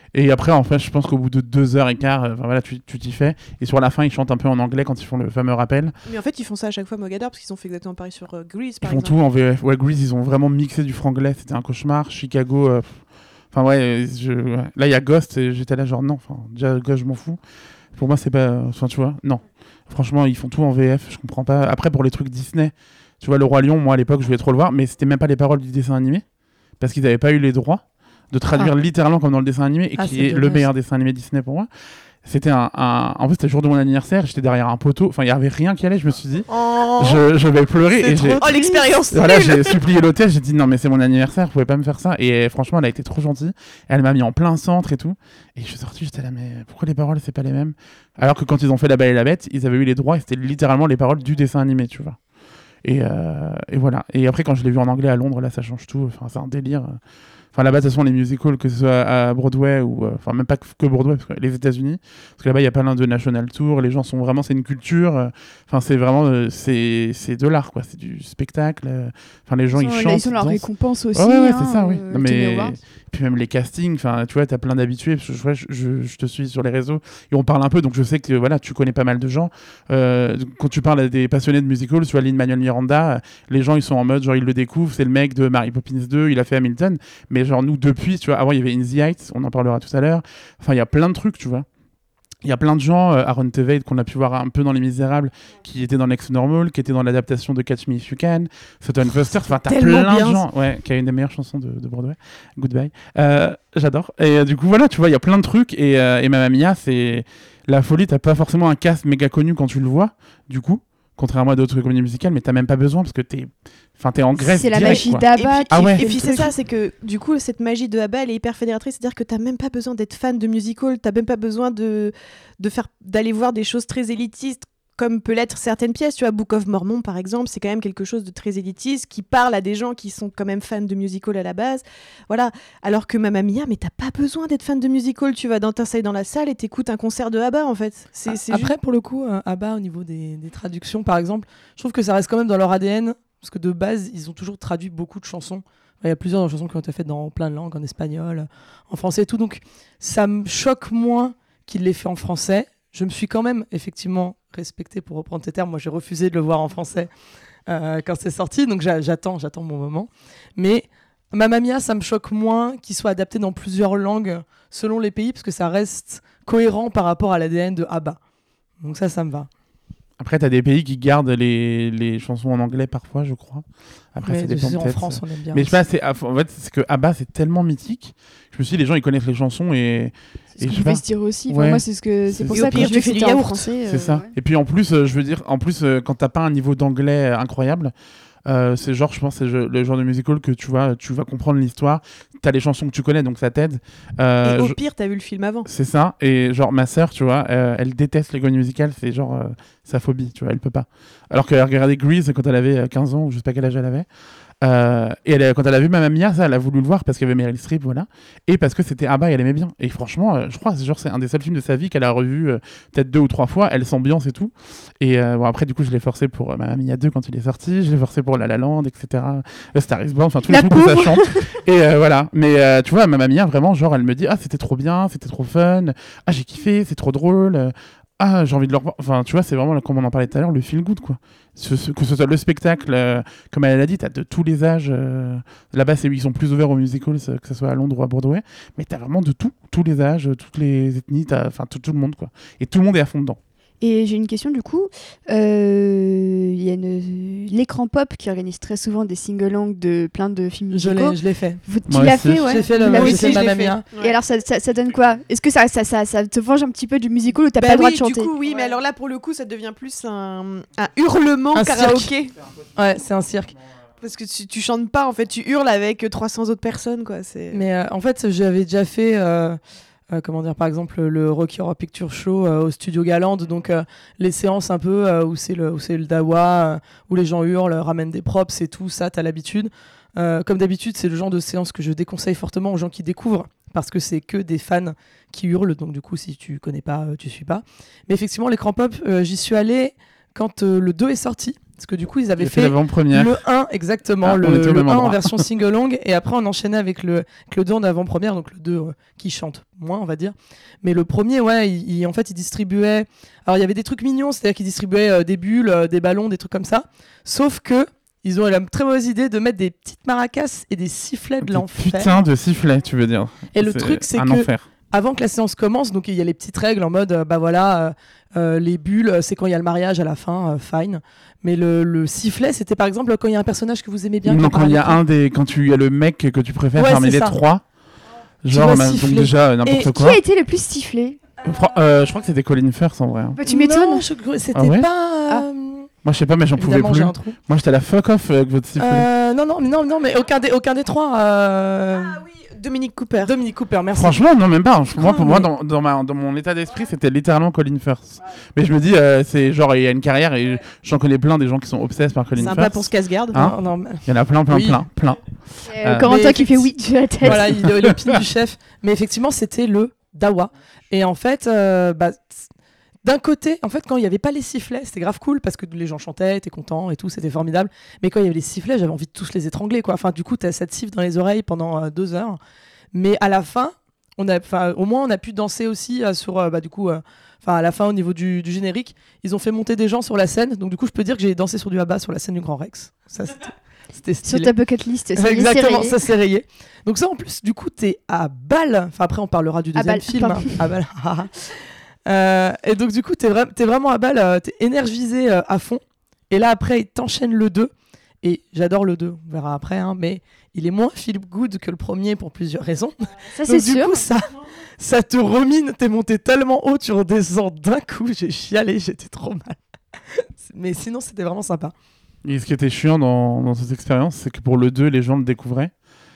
Et après, en fait, je pense qu'au bout de deux heures et quart, euh, voilà, tu, tu t'y fais. Et sur la fin, ils chantent un peu en anglais quand ils font le fameux rappel. Mais en fait, ils font ça à chaque fois, Mogador, parce qu'ils ont fait exactement pareil sur euh, Grease, Ils par font exemple. tout en V F. Ouais, Grease, ils ont vraiment mixé du franglais. C'était un cauchemar. Chicago. euh, Enfin, ouais, je... ouais. Là, il y a Ghost. Et j'étais là, genre, non. Enfin, déjà, Ghost, je m'en fous. Pour moi, c'est pas. Enfin, tu vois, non. Franchement, ils font tout en V F. Je comprends pas. Après, pour les trucs Disney, tu vois, Le Roi Lion, moi, à l'époque, je voulais trop le voir. Mais c'était même pas les paroles du dessin animé. Parce qu'ils n'avaient pas eu les droits de traduire Ah. littéralement comme dans le dessin animé. Et Ah, qui c'est est le dommage. meilleur dessin animé Disney pour moi. C'était un, un... En fait, c'était le jour de mon anniversaire. J'étais derrière un poteau. Enfin, il n'y avait rien qui allait. Je me suis dit, Oh, je, je vais pleurer. c'est Et trop j'ai. Oh, l'expérience Voilà, nulle. j'ai supplié l'hôtel, j'ai dit non mais c'est mon anniversaire, vous pouvez pas me faire ça. Et euh, franchement, elle a été trop gentille. Elle m'a mis en plein centre et tout. Et je suis sorti, j'étais là mais pourquoi les paroles c'est pas les mêmes? Alors que quand ils ont fait La Belle et la Bête, ils avaient eu les droits et c'était littéralement les paroles du dessin animé, tu vois. Et, euh, et voilà. Et après quand je l'ai vu en anglais à Londres, là ça change tout. Enfin c'est un délire. Enfin là-bas de toute façon les musicals, que ce soit à Broadway ou euh, enfin même pas que Broadway, parce que les États-Unis, parce que là-bas il y a plein de National Tour, les gens sont vraiment, c'est une culture. euh, Enfin c'est vraiment euh, c'est c'est de l'art quoi, c'est du spectacle. euh, Enfin les gens ils, Ils ont, chantent. ils ont leur dansent. récompense aussi. Ouais, ouais, ouais, hein, c'est ça, oui. euh, Non, Tony mais- Awards. Puis même les castings, enfin tu vois, t'as plein d'habitués. Parce que je, vois, je, je, je te suis sur les réseaux et on parle un peu, donc je sais que voilà, tu connais pas mal de gens. Euh, quand tu parles à des passionnés de musicals, tu vois Lin-Manuel Miranda, euh, les gens ils sont en mode genre ils le découvrent, c'est le mec de Mary Poppins deux, il a fait Hamilton. Mais genre nous depuis, tu vois, avant il y avait In the Heights, on en parlera tout à l'heure. Enfin il y a plein de trucs, tu vois. Il y a plein de gens, euh, Aaron Tveit, qu'on a pu voir un peu dans Les Misérables, qui était dans Next Normal, qui était dans l'adaptation de Catch Me If You Can, Sutton Foster, enfin t'as Tellement plein bien. de gens, ouais, qui a une des meilleures chansons de, de Broadway, Goodbye. Euh, j'adore. Et euh, du coup voilà, tu vois, il y a plein de trucs, et, euh, et Mamma Mia, c'est la folie, t'as pas forcément un cast méga connu quand tu le vois, du coup, contrairement à d'autres comédies musicales, mais t'as même pas besoin, parce que t'es, enfin, t'es en Grèce C'est la direct, magie quoi. d'Abba. Et puis- qui Ah ouais. fait Et le puis c'est truc. ça, c'est que du coup cette magie de ABBA elle est hyper fédératrice, c'est-à-dire que t'as même pas besoin d'être fan de musical, t'as même pas besoin de, de faire d'aller voir des choses très élitistes comme peut l'être certaines pièces, tu vois, Book of Mormon par exemple, c'est quand même quelque chose de très élitiste qui parle à des gens qui sont quand même fans de musical à la base, voilà. Alors que Mamma Mia, mais t'as pas besoin d'être fan de musical, tu vas dans t'installes dans la salle et t'écoutes un concert de ABBA en fait. C'est, c'est Après, juste- pour le coup, euh, ABBA, au niveau des, des traductions, par exemple, je trouve que ça reste quand même dans leur A D N, parce que de base, ils ont toujours traduit beaucoup de chansons. Il y a plusieurs chansons qui ont été faites dans plein de langues, en espagnol, en français et tout. Donc, ça me choque moins qu'il l'ait fait en français. Je me suis quand même, effectivement, respectée, pour reprendre tes termes. Moi, j'ai refusé de le voir en français euh, quand c'est sorti, donc j'a- j'attends, j'attends mon moment. Mais Mamma Mia, ça me choque moins qu'il soit adapté dans plusieurs langues selon les pays, parce que ça reste cohérent par rapport à l'A D N de ABBA. Donc ça, ça me va. Après, t'as des pays qui gardent les, les chansons en anglais parfois, je crois. Après, Mais ça je dépend sais, en peut-être. France, on aime bien. Mais je sais aussi. pas, c'est, en fait, c'est que ABBA, c'est tellement mythique. Je me suis dit, les gens, ils connaissent les chansons et. C'est ce Et qu'on je sais pouvait pas. se dire aussi. Ouais. Enfin, moi, c'est ce que C'est c'est pour ça. ça Et au que pire, je tu vais fais fêter des en yaourts. français. C'est euh, ça. ouais. Et puis en plus, euh, je veux dire, en plus, euh, quand t'as pas un niveau d'anglais euh, incroyable, euh, c'est genre, je pense, c'est je- le genre de musical que tu vois, tu vas comprendre l'histoire. T'as les chansons que tu connais, donc ça t'aide. Euh, Et au je- pire, t'as vu le film avant. C'est ça. Et genre, ma sœur, tu vois, euh, elle déteste les comédies musicales. C'est genre euh, sa phobie, tu vois, elle peut pas. Alors qu'elle regardait Grease quand elle avait euh, quinze ans, ou je sais pas quel âge elle avait. Euh, et elle, quand elle a vu Mamma Mia, ça, elle a voulu le voir parce qu'il y avait Meryl Streep, voilà. Et parce que c'était ABBA et elle aimait bien. Et franchement, euh, je crois, c'est genre, c'est un des seuls films de sa vie qu'elle a revu euh, peut-être deux ou trois fois. Elle s'ambiance et tout. Et euh, bon, après, du coup, je l'ai forcé pour euh, Mamma Mia deux quand il est sorti. Je l'ai forcé pour La La Land, et cetera. Euh, Star is Born, enfin, tous les La trucs où ça pauvre. chante. Et euh, voilà. Mais euh, tu vois, Mamma Mia, vraiment, genre, elle me dit, ah, c'était trop bien, c'était trop fun. Ah, j'ai kiffé, c'est trop drôle. euh, Ah, j'ai envie de le revoir. Enfin, tu vois, c'est vraiment, comme on en parlait tout à l'heure, le feel good, quoi. Ce- ce- que ce soit le spectacle, euh, comme elle l'a dit, t'as de tous les âges. euh, Là-bas, c'est, ils sont plus ouverts aux musicals, euh, que ce soit à Londres ou à Broadway. Mais t'as vraiment de tout, tous les âges, euh, toutes les ethnies, t'as- enfin, tout, tout le monde, quoi. Et tout le monde est à fond dedans. Et j'ai une question du coup. Euh, Il y a une- l'écran pop qui organise très souvent des sing-along de plein de films Je musicaux. l'ai, je l'ai fait. Vous, tu Moi l'as aussi. fait, ouais. J'ai fait Vous le l'avez j'ai aussi, fait je l'ai Mamma fait. Mia. Ouais. Et alors ça, ça, ça donne quoi? Est-ce que ça, ça, ça, ça te venge un petit peu du musical ou t'as Bah pas le droit oui, de chanter? du coup, oui, mais Ouais. alors là, pour le coup, ça devient plus un, un hurlement Un karaoké. Ouais, c'est un cirque. Parce que tu, tu chantes pas, en fait, tu hurles avec trois cents autres personnes, quoi. C'est... Mais euh, en fait, j'avais déjà fait, euh, euh, comment dire, par exemple, le Rocky Horror Picture Show euh, au Studio Galande. Donc, euh, les séances un peu euh, où c'est le, où c'est le dawa, euh, où les gens hurlent, ramènent des props et tout, ça, t'as l'habitude. Euh, comme d'habitude, c'est le genre de séance que je déconseille fortement aux gens qui découvrent, parce que c'est que des fans qui hurlent. Donc, du coup, si tu connais pas, euh, tu suis pas. Mais effectivement, l'écran pop, euh, j'y suis allée quand euh, le deux est sorti. Parce que du coup, ils avaient J'ai fait, fait l'avant-première. le un, exactement, Ah, on le, était au le même un en endroit. version sing-along, et après on enchaînait avec le, avec le deux en avant-première, donc le deux euh, qui chante moins, on va dire. Mais le premier, ouais, il, il- en fait, il distribuait... Alors, il y avait des trucs mignons, c'est-à-dire qu'il distribuait euh, des bulles, euh, des ballons, des trucs comme ça. Sauf que ils ont eu la très mauvaise idée de mettre des petites maracas et des sifflets de Des l'enfer. Putain de sifflet, tu veux dire. Et le truc, c'est un que- enfer. Avant que la séance commence, donc il y a les petites règles en mode, euh, bah voilà, euh, euh, les bulles, c'est quand il y a le mariage à la fin, euh, fine. Mais le, le sifflet, c'était par exemple quand il y a un personnage que vous aimez bien. qui Non, quand apparaît il y a à l'écran. un des, quand tu y a le mec que tu préfères Ouais, parmi c'est les ça. trois. Tu Genre, vas même- donc siffler. déjà euh, n'importe Et Qui quoi. a été le plus sifflé? Fran- euh, je crois que c'était Colin Firth en vrai. hein. Bah, tu m'étonnes. Non, je- c'était Ah ouais pas. euh, Moi, je sais pas, mais j'en pouvais Évidemment, plus. j'ai un trou. Moi, j'étais à la fuck off avec votre sifflet. Euh, non, non, mais non, non, mais aucun des, aucun des trois. euh, Ah oui, Dominique Cooper. Dominique Cooper, merci. Franchement, non, même pas. Moi, pour mais- moi, dans, dans, ma, dans mon état d'esprit, c'était littéralement Colin Firth. Mais je me dis, euh, c'est genre, il y a une carrière et j'en connais plein des gens qui sont obsessés par Colin Sympa Firth. pour ce casse-garde. Hein Non, non, mais- Il y en a plein, plein, Oui. plein, plein. Euh, Euh, Corentin mais qui fait oui de la tête. Voilà, il est le pin du chef. Mais effectivement, c'était le Dawa. Et en fait, euh, bah, d'un côté, en fait, quand il n'y avait pas les sifflets, c'était grave cool parce que les gens chantaient, étaient contents et tout, c'était formidable. Mais quand il y avait les sifflets, j'avais envie de tous les étrangler, quoi. Enfin, du coup, t'as cette siffle dans les oreilles pendant euh, deux heures. Mais à la fin, on a, enfin, au moins, on a pu danser aussi euh, sur, euh, bah, du coup, euh, enfin, à la fin, au niveau du, du générique, ils ont fait monter des gens sur la scène. Donc, du coup, je peux dire que j'ai dansé sur du ABBA sur la scène du Grand Rex. Ça, c'était, c'était Sur stylé. ta bucket list, ça y est, c'est Exactement, rayé. ça s'est rayé. Donc ça en plus, du coup, t'es à balle. Enfin après, on parlera du À deuxième balle, film. pardon. hein. À balle. Euh, et donc du coup, t'es, vra- t'es vraiment à balle, euh, t'es énergisé euh, à fond. Et là après, il t'enchaîne le deux. Et j'adore le deux, on verra après. hein, mais il est moins feel good que le premier pour plusieurs raisons. Ça, Donc c'est du sûr. coup, ça, ça te remine. T'es monté tellement haut, tu redescends d'un coup. J'ai chialé, j'étais trop mal. Mais sinon, c'était vraiment sympa. Et ce qui était chiant dans, dans cette expérience, c'est que pour le deux, les gens le découvraient.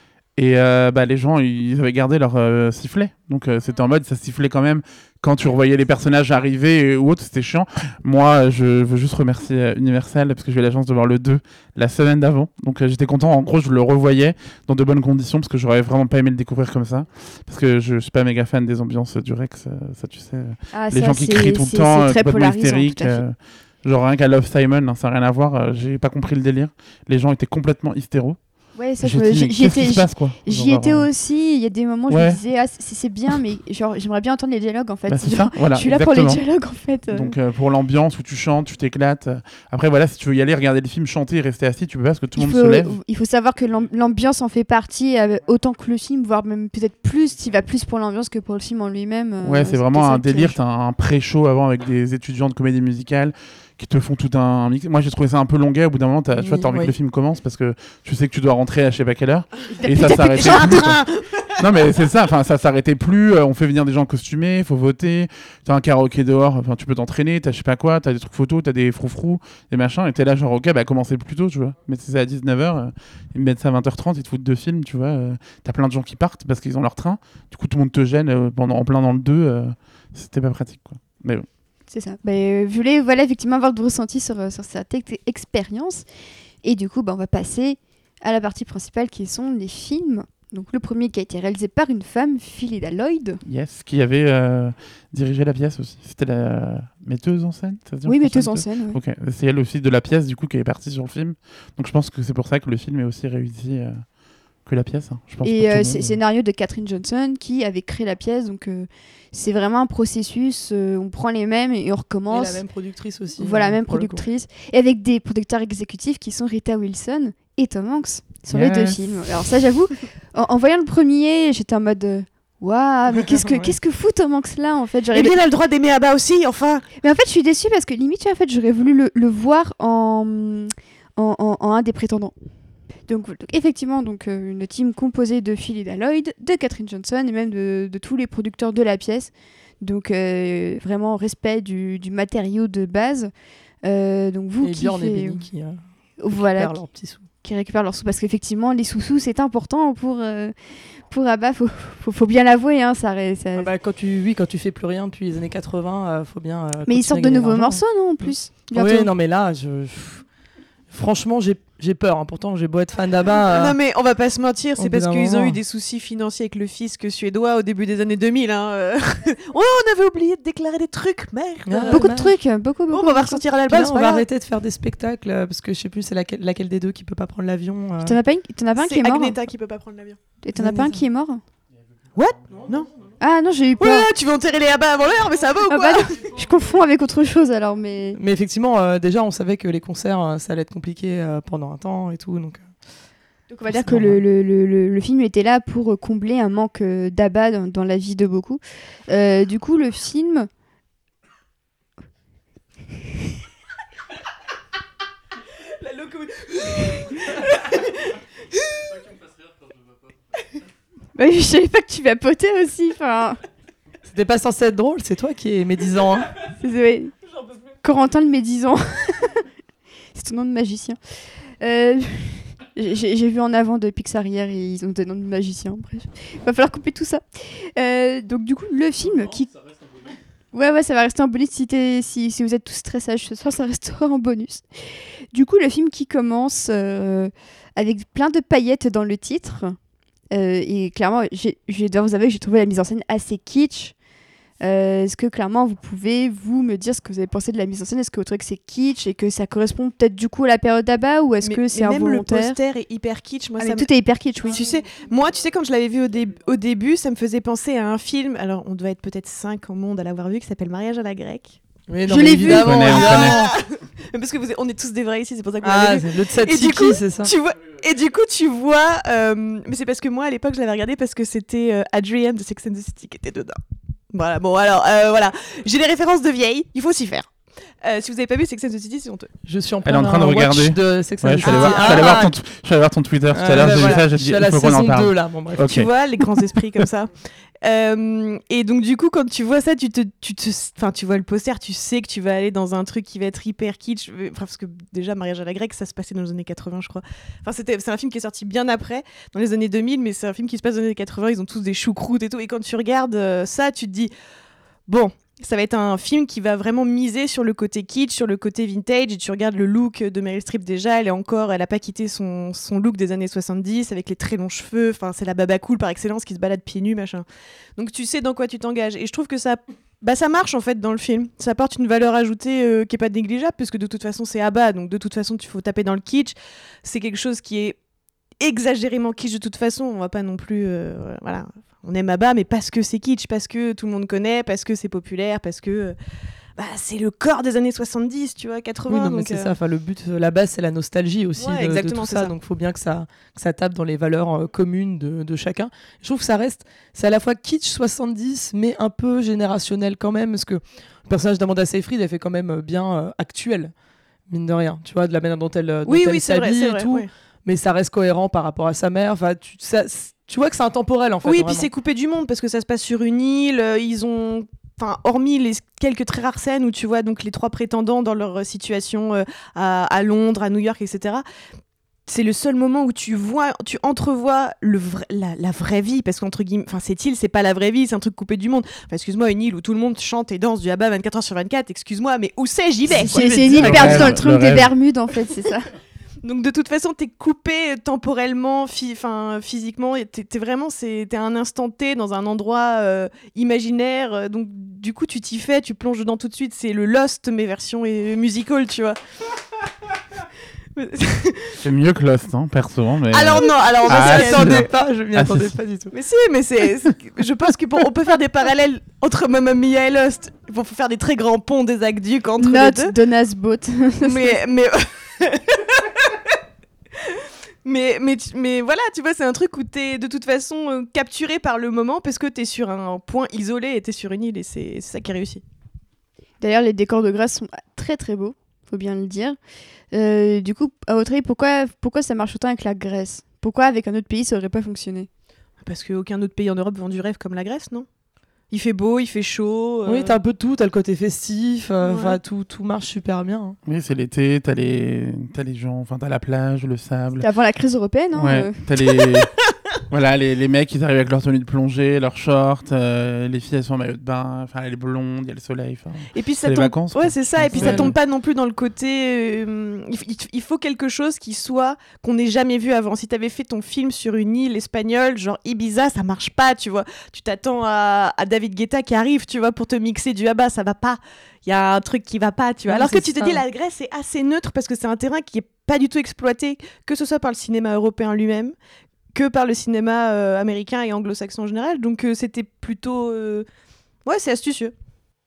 Et euh, bah, les gens, ils avaient gardé leur euh, sifflet. Donc euh, c'était en mode, ça sifflait quand même quand tu revoyais les personnages arriver et, ou autre, c'était chiant. Moi, je veux juste remercier euh, Universal parce que j'ai eu la chance de voir le deux la semaine d'avant. Donc euh, j'étais content. En gros, je le revoyais dans de bonnes conditions parce que j'aurais vraiment pas aimé le découvrir comme ça. Parce que je, je suis pas méga fan des ambiances du Rex, euh, ça tu sais. Ah, les ça, gens qui c'est- crient tout le c'est- temps, c'est euh, très complètement polarisant, hystériques. tout à fait. euh, genre rien qu'à Love Simon, hein, ça n'a rien à voir. euh, j'ai pas compris le délire. Les gens étaient complètement hystéros. Ouais, ça, je J'ai me- dit, j'y mais j'y qu'est-ce qui étais, se passe, quoi j'y Genre, étais euh, aussi. Il y a des moments où je Ouais. me disais, ah, c'est c'est bien, mais genre, j'aimerais bien entendre les dialogues en fait. bah, c'est Genre, ça, voilà, je suis là pour les exactement. dialogues en fait. euh. Donc euh, pour l'ambiance où tu chantes, tu t'éclates. euh, Après voilà, si tu veux y aller, regarder le film, chanter et rester assis, tu peux pas parce que tout le il, monde faut, se lève. il faut savoir que l'am- l'ambiance en fait partie euh, autant que le film, voire même peut-être plus. Tu vas plus pour l'ambiance que pour le film en lui-même. euh, Ouais, c'est c'était vraiment ça un qui est délire. chouette. T'as un pré-show avant avec des étudiants de comédie musicale qui te font tout un mix. Moi j'ai trouvé ça un peu longuet. Au bout d'un moment, t'as, tu vois, Oui, t'as envie oui. que le film commence parce que tu sais que tu dois rentrer à je sais pas quelle heure. T'as Et pu- ça t'as pu- s'arrêtait J'ai un plus. train. Non mais c'est ça, enfin ça s'arrêtait plus, euh, on fait venir des gens costumés, faut voter, t'as un karaoké dehors, enfin tu peux t'entraîner, t'as je sais pas quoi, t'as des trucs photos, t'as des froufrous, des machins, et t'es là genre ok bah commencez plus tôt tu vois, mais si c'est à dix-neuf heures, euh, ils me mettent ça à vingt heures trente, ils te foutent deux films tu vois, euh, t'as plein de gens qui partent parce qu'ils ont leur train, du coup tout le monde te gêne euh, pendant, en plein dans le deux, euh, c'était pas pratique quoi. Mais bon. C'est ça. Bah, euh, je voulais voilà, effectivement avoir de ressenti sur, euh, sur cette ex- expérience. Et du coup, bah, on va passer à la partie principale qui sont les films. Donc le premier qui a été réalisé par une femme, Phyllida Lloyd. Yes, qui avait euh, dirigé la pièce aussi, c'était la metteuse en scène ça se dit en Oui, français, metteuse en scène. ouais. Ok, c'est elle aussi de la pièce du coup qui est partie sur le film, donc je pense que c'est pour ça que le film est aussi réussi euh, que la pièce. hein. Je pense pour Et tout le euh, monde. c'est scénario de Catherine Johnson qui avait créé la pièce. Donc euh, c'est vraiment un processus. euh, on prend les mêmes et on Et recommence. la même productrice aussi. Voilà, euh, même pour le coup. productrice. Et avec des producteurs exécutifs qui sont Rita Wilson et Tom Hanks sur les deux Yes. films. Alors ça, j'avoue, en, en voyant le premier, j'étais en mode... euh, Waouh, mais qu'est-ce que, Ouais. qu'est-ce que fout Tom Hanks là en fait? J'aurais- Et bien, elle a le droit d'aimer Abba aussi, enfin. Mais en fait, je suis déçue parce que limite, tu vois, en fait, j'aurais voulu le, le voir en, en, en- en un des prétendants. Donc, donc, effectivement, donc, euh, une team composée de Phyllida Lloyd, de Catherine Johnson et même de, de tous les producteurs de la pièce. Donc euh, vraiment respect du, du matériau de base. Euh, donc vous Et qui Björn et fait- Benny qui euh, voilà, récupèrent qui, leurs petits sous. qui récupèrent leurs sous parce qu'effectivement les sous-sous c'est important pour euh, pour Abba, faut, faut faut bien l'avouer hein, ça, ré- ça- Ah bah, quand tu, oui, quand tu fais plus rien depuis les années quatre-vingts, euh, faut bien. euh, mais ils continuer sortent à de gagner nouveaux l'argent. morceaux non en plus bientôt. Oui, non, mais là, je. franchement, j'ai, j'ai peur. Hein. Pourtant, j'ai beau être fan d'Abba. Euh... Non, mais on va pas se mentir, c'est Au parce bout d'un qu'ils ont moment. eu des soucis financiers avec le fisc suédois au début des années deux mille. Hein. euh. oh, on avait oublié de déclarer des trucs, merde. Ah, Beaucoup de dommage. trucs, beaucoup, beaucoup. Bon, on va ressortir à Puis l'album, là, c'est on pas va grave. arrêter de faire des spectacles euh, parce que je sais plus c'est laquelle, laquelle des deux qui peut pas prendre l'avion. euh. T'en as pas, une- t'en as pas un qui C'est est mort Agnetha qui peut pas prendre l'avion. Et t'en as pas un qui est mort What Non. Ah non, j'ai eu peur. Ouais, tu veux enterrer les abats avant l'heure, mais ça va ou Ah quoi bah non, je confonds avec autre chose alors, mais... Mais effectivement, euh, déjà, on savait que les concerts, euh, ça allait être compliqué euh, pendant un temps et tout. Donc, euh, Donc on va dire que le, le, le, le, le film était là pour combler un manque euh, d'Abba dans, dans la vie de beaucoup. Euh, du coup, le film... La locomotive. Bah, je savais pas que tu vapotais aussi, enfin... c'était pas censé être drôle, c'est toi qui es médisant. Hein. C'est ouais. Corentin le médisant. C'est ton nom de magicien. Euh, j'ai, j'ai vu en avant de Pixar hier et ils ont des noms de magiciens. Bref, va falloir couper tout ça. Euh, donc du coup, le film qui... Ouais, ouais, ça va rester en bonus si, t'es, si, si vous êtes tous très sages ce soir, ça restera en bonus. Du coup, le film qui commence euh, avec plein de paillettes dans le titre. Euh, et clairement, j'ai, je dois vous avouer que j'ai trouvé la mise en scène assez kitsch. Euh, est-ce que clairement vous pouvez vous me dire ce que vous avez pensé de la mise en scène? Est-ce que vous trouvez que c'est kitsch et que ça correspond peut-être du coup à la période d'Abba ou est-ce Mais- que c'est mais même involontaire? le poster est hyper kitsch. Moi, Ah, ça mais me- tout est hyper kitsch, oui. Tu sais, moi, tu sais, quand je l'avais vu au, dé- au début, ça me faisait penser à un film. Alors, on doit être peut-être cinq au monde à l'avoir vu, qui s'appelle Mariage à la grecque. Mais Je l'ai vu. évidemment, On connaît, on évidemment. Parce que vous, on est tous des vrais ici, c'est pour ça que vous Ah, l'avez vu. c'est le tzatziki, Et du coup, c'est ça. Tu vois, et du coup, tu vois, euh, mais c'est parce que moi, à l'époque, je l'avais regardé parce que c'était euh, Adrian de Sex and the City qui était dedans. Voilà, bon, alors, euh, voilà. J'ai les références de vieilles, il faut s'y faire. Euh, si vous avez pas vu Sex and the City, c'est honteux. Je suis en Elle est en plein train de watch regarder. de Sex and Ouais, the je suis allé City. voir, je suis allé Ah, voir ton, t- je suis allé voir ton Twitter tout à l'heure, ouais, j'ai vu voilà. ça, j'ai Je dit, suis à il la faut qu'on en saison parle. deux là, bon bref. Ok. Tu vois, les grands esprits comme ça. Euh, et donc, du coup, quand tu vois ça, tu te, tu te, enfin, tu vois le poster, tu sais que tu vas aller dans un truc qui va être hyper kitsch. Enfin, parce que déjà, Mariage à la grecque, ça se passait dans les années quatre-vingts, je crois. Enfin, c'était, c'est un film qui est sorti bien après, dans les années deux mille, mais c'est un film qui se passe dans les années quatre-vingts. Ils ont tous des choucroutes et tout. Et quand tu regardes euh, ça, tu te dis, bon, ça va être un film qui va vraiment miser sur le côté kitsch, sur le côté vintage. Et tu regardes le look de Meryl Streep déjà, elle est encore, elle a pas quitté son, son look des années soixante-dix avec les très longs cheveux. Enfin, c'est la baba cool par excellence qui se balade pieds nus, machin. Donc tu sais dans quoi tu t'engages. Et je trouve que ça, bah, ça marche en fait dans le film. Ça apporte une valeur ajoutée euh, qui est pas négligeable, puisque de toute façon c'est Abba, donc de toute façon tu faut taper dans le kitsch. C'est quelque chose qui est exagérément kitsch de toute façon. On va pas non plus, euh, voilà. On aime Abba, mais parce que c'est kitsch, parce que tout le monde connaît, parce que c'est populaire, parce que euh, bah, c'est le corps des années soixante-dix, tu vois, quatre-vingts. Oui, non, mais donc, c'est euh, ça. Enfin, le but, euh, la base, c'est la nostalgie aussi Ouais, de- de, exactement, tout c'est ça. ça. Donc, il faut bien que ça, que ça tape dans les valeurs euh, communes de, de chacun. Je trouve que ça reste, c'est à la fois kitsch soixante-dix, mais un peu générationnel quand même, parce que le personnage d'Amanda Seyfried, elle fait quand même euh, bien euh, actuel, mine de rien. Tu vois, de la manière dont elle, euh, dont Oui, elle oui, c'est vrai, s'habille c'est et vrai. tout. ouais. Mais ça reste cohérent par rapport à sa mère. Enfin, tu, ça, tu vois que c'est intemporel en fait. Oui, et vraiment. puis c'est coupé du monde parce que ça se passe sur une île. euh, Ils ont, enfin, hormis les quelques très rares scènes où tu vois donc les trois prétendants dans leur euh, situation euh, à, à Londres, à New York, et cetera. C'est le seul moment où tu vois, tu entrevois le vrai, la, la vraie vie, parce qu'entre guillemets, enfin cette île, c'est pas la vraie vie, c'est un truc coupé du monde. Enfin, excuse-moi, une île où tout le monde chante et danse du Abba vingt-quatre heures sur vingt-quatre. Excuse-moi, mais où c'est, j'y vais. C'est, quoi. c'est, c'est une Le île perdue rêve, dans le le trunk des rêve. Bermudes en fait, c'est ça. Donc de toute façon, t'es coupé temporellement, fi- enfin physiquement. et T'es, t'es vraiment, c'est, t'es à un instant T dans un endroit euh, imaginaire. euh, Donc du coup, tu t'y fais, tu plonges dedans tout de suite. C'est le Lost, mais version euh, musical, tu vois. C'est mieux que Lost, hein, perso. Mais... alors non, alors on va Ah, se si, calmer. non. m'y attendais pas, je m'y Ah, attendais si. pas du tout. Mais si, mais c'est, c'est- je pense que pour, on peut faire des parallèles entre Mamma Mia et Lost. Il faut faire des très grands ponts des aqueducs entre les deux. Not Donna's Boat. mais mais mais mais tu- mais voilà, tu vois, c'est un truc où t'es de toute façon euh, capturé par le moment parce que t'es sur un point isolé et t'es sur une île et c'est c'est ça qui est réussi. D'ailleurs, les décors de Grèce sont très très beaux, faut bien le dire. Euh, du coup, à votre avis, pourquoi, pourquoi ça marche autant avec la Grèce? Pourquoi avec un autre pays ça aurait pas fonctionné? Parce qu'aucun autre pays en Europe vend du rêve comme la Grèce, non? Il fait beau, il fait chaud. euh, Oui, t'as un peu de tout, t'as le côté festif, euh, Ouais. enfin tout, tout marche super bien. hein. Oui, c'est l'été, t'as les... t'as les gens, enfin t'as la plage, le sable. C'était avant la crise européenne, hein, Ouais, euh. t'as les... Voilà, les, les mecs, ils arrivent avec leur tenue de plongée, leurs shorts, euh, les filles, elles sont en maillot de bain, enfin, elle est blonde, il y a le soleil. Et puis ça les tombe... vacances. Ouais, quoi. c'est ça. Et puis Ouais. ça tombe pas non plus dans le côté. euh, il, il faut quelque chose qui soit qu'on n'ait jamais vu avant. Si t'avais fait ton film sur une île espagnole, genre Ibiza, ça marche pas, tu vois. Tu t'attends à, à David Guetta qui arrive, tu vois, pour te mixer du ABBA, ça va pas. Il y a un truc qui va pas, tu vois. Ouais, Alors que c'est tu te ça. dis la Grèce est assez neutre parce que c'est un terrain qui est pas du tout exploité, que ce soit par le cinéma européen lui-même, que par le cinéma euh, américain et anglo-saxon en général. Donc euh, c'était plutôt... euh, Ouais, c'est astucieux.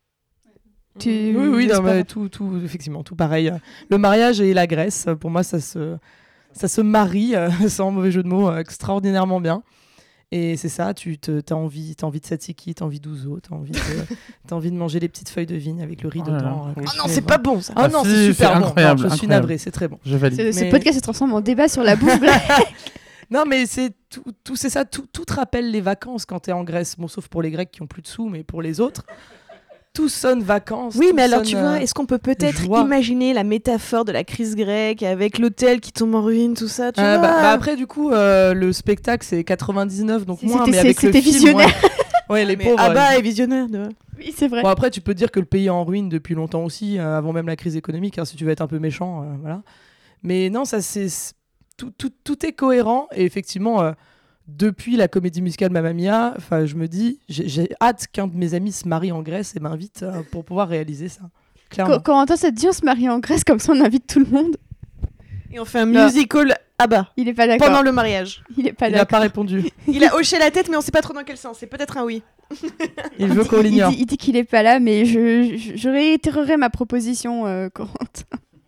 Tu- Oui, oui, non, j'espère. mais tout, tout, effectivement, tout pareil. Le mariage et la Grèce, pour moi, ça se, ça se marie, euh, sans mauvais jeu de mots, euh, extraordinairement bien. Et c'est ça, tu te, t'as envie, t'as envie de tzatziki, t'as envie d'ouzo, t'as envie de, t'as envie de manger les petites feuilles de vigne avec le riz Oh là dedans. là. euh, Oh que Oh tu non, mets c'est dans- pas bon ça. Ah Ah non, si, c'est c'est super bon. incroyable, Non, je suis incroyable. navré, c'est très bon. Je valide. Ce, ce Mais- podcast se transforme en débat sur la bouffe grecque. Non, mais c'est tout, tout c'est ça, tout, tout te rappelle les vacances quand t'es en Grèce. Bon, sauf pour les Grecs qui ont plus de sous, mais pour les autres, tout sonne vacances. Oui, tout mais alors sonne, tu vois, euh, est-ce qu'on peut peut-être joie. imaginer la métaphore de la crise grecque avec l'hôtel qui tombe en ruine, tout ça, tu euh, vois bah, bah après, du coup, euh, le spectacle c'est quatre-vingt-dix-neuf, donc C'était- moins, mais c'est- avec le c'était film, visionnaire. Ouais, ouais, les Mais pauvres. ah euh, bah, est visionnaire. de- Oui, c'est vrai. Bon, après, tu peux te dire que le pays est en ruine depuis longtemps aussi, euh, avant même la crise économique, hein, si tu veux être un peu méchant. euh, voilà. Mais non, ça, c'est, c'est- tout, tout, tout est cohérent. Et effectivement, euh, depuis la comédie musicale Mamma Mia, je me dis, j'ai, j'ai hâte qu'un de mes amis se marie en Grèce et m'invite euh, pour pouvoir réaliser ça. Clairement. Quand, quand on entend cette dit on se marie en Grèce, comme ça on invite tout le monde. Et on fait un Non. musical à bas Il est pas d'accord. pendant le mariage. Il est pas Il n'a d'accord. pas répondu. Il a hoché la tête, mais on sait pas trop dans quel sens. C'est peut-être un oui. Il veut qu'on il, l'ignore. dit, il dit qu'il est pas là, mais je, je, je réitérerai ma proposition, euh, Corentin.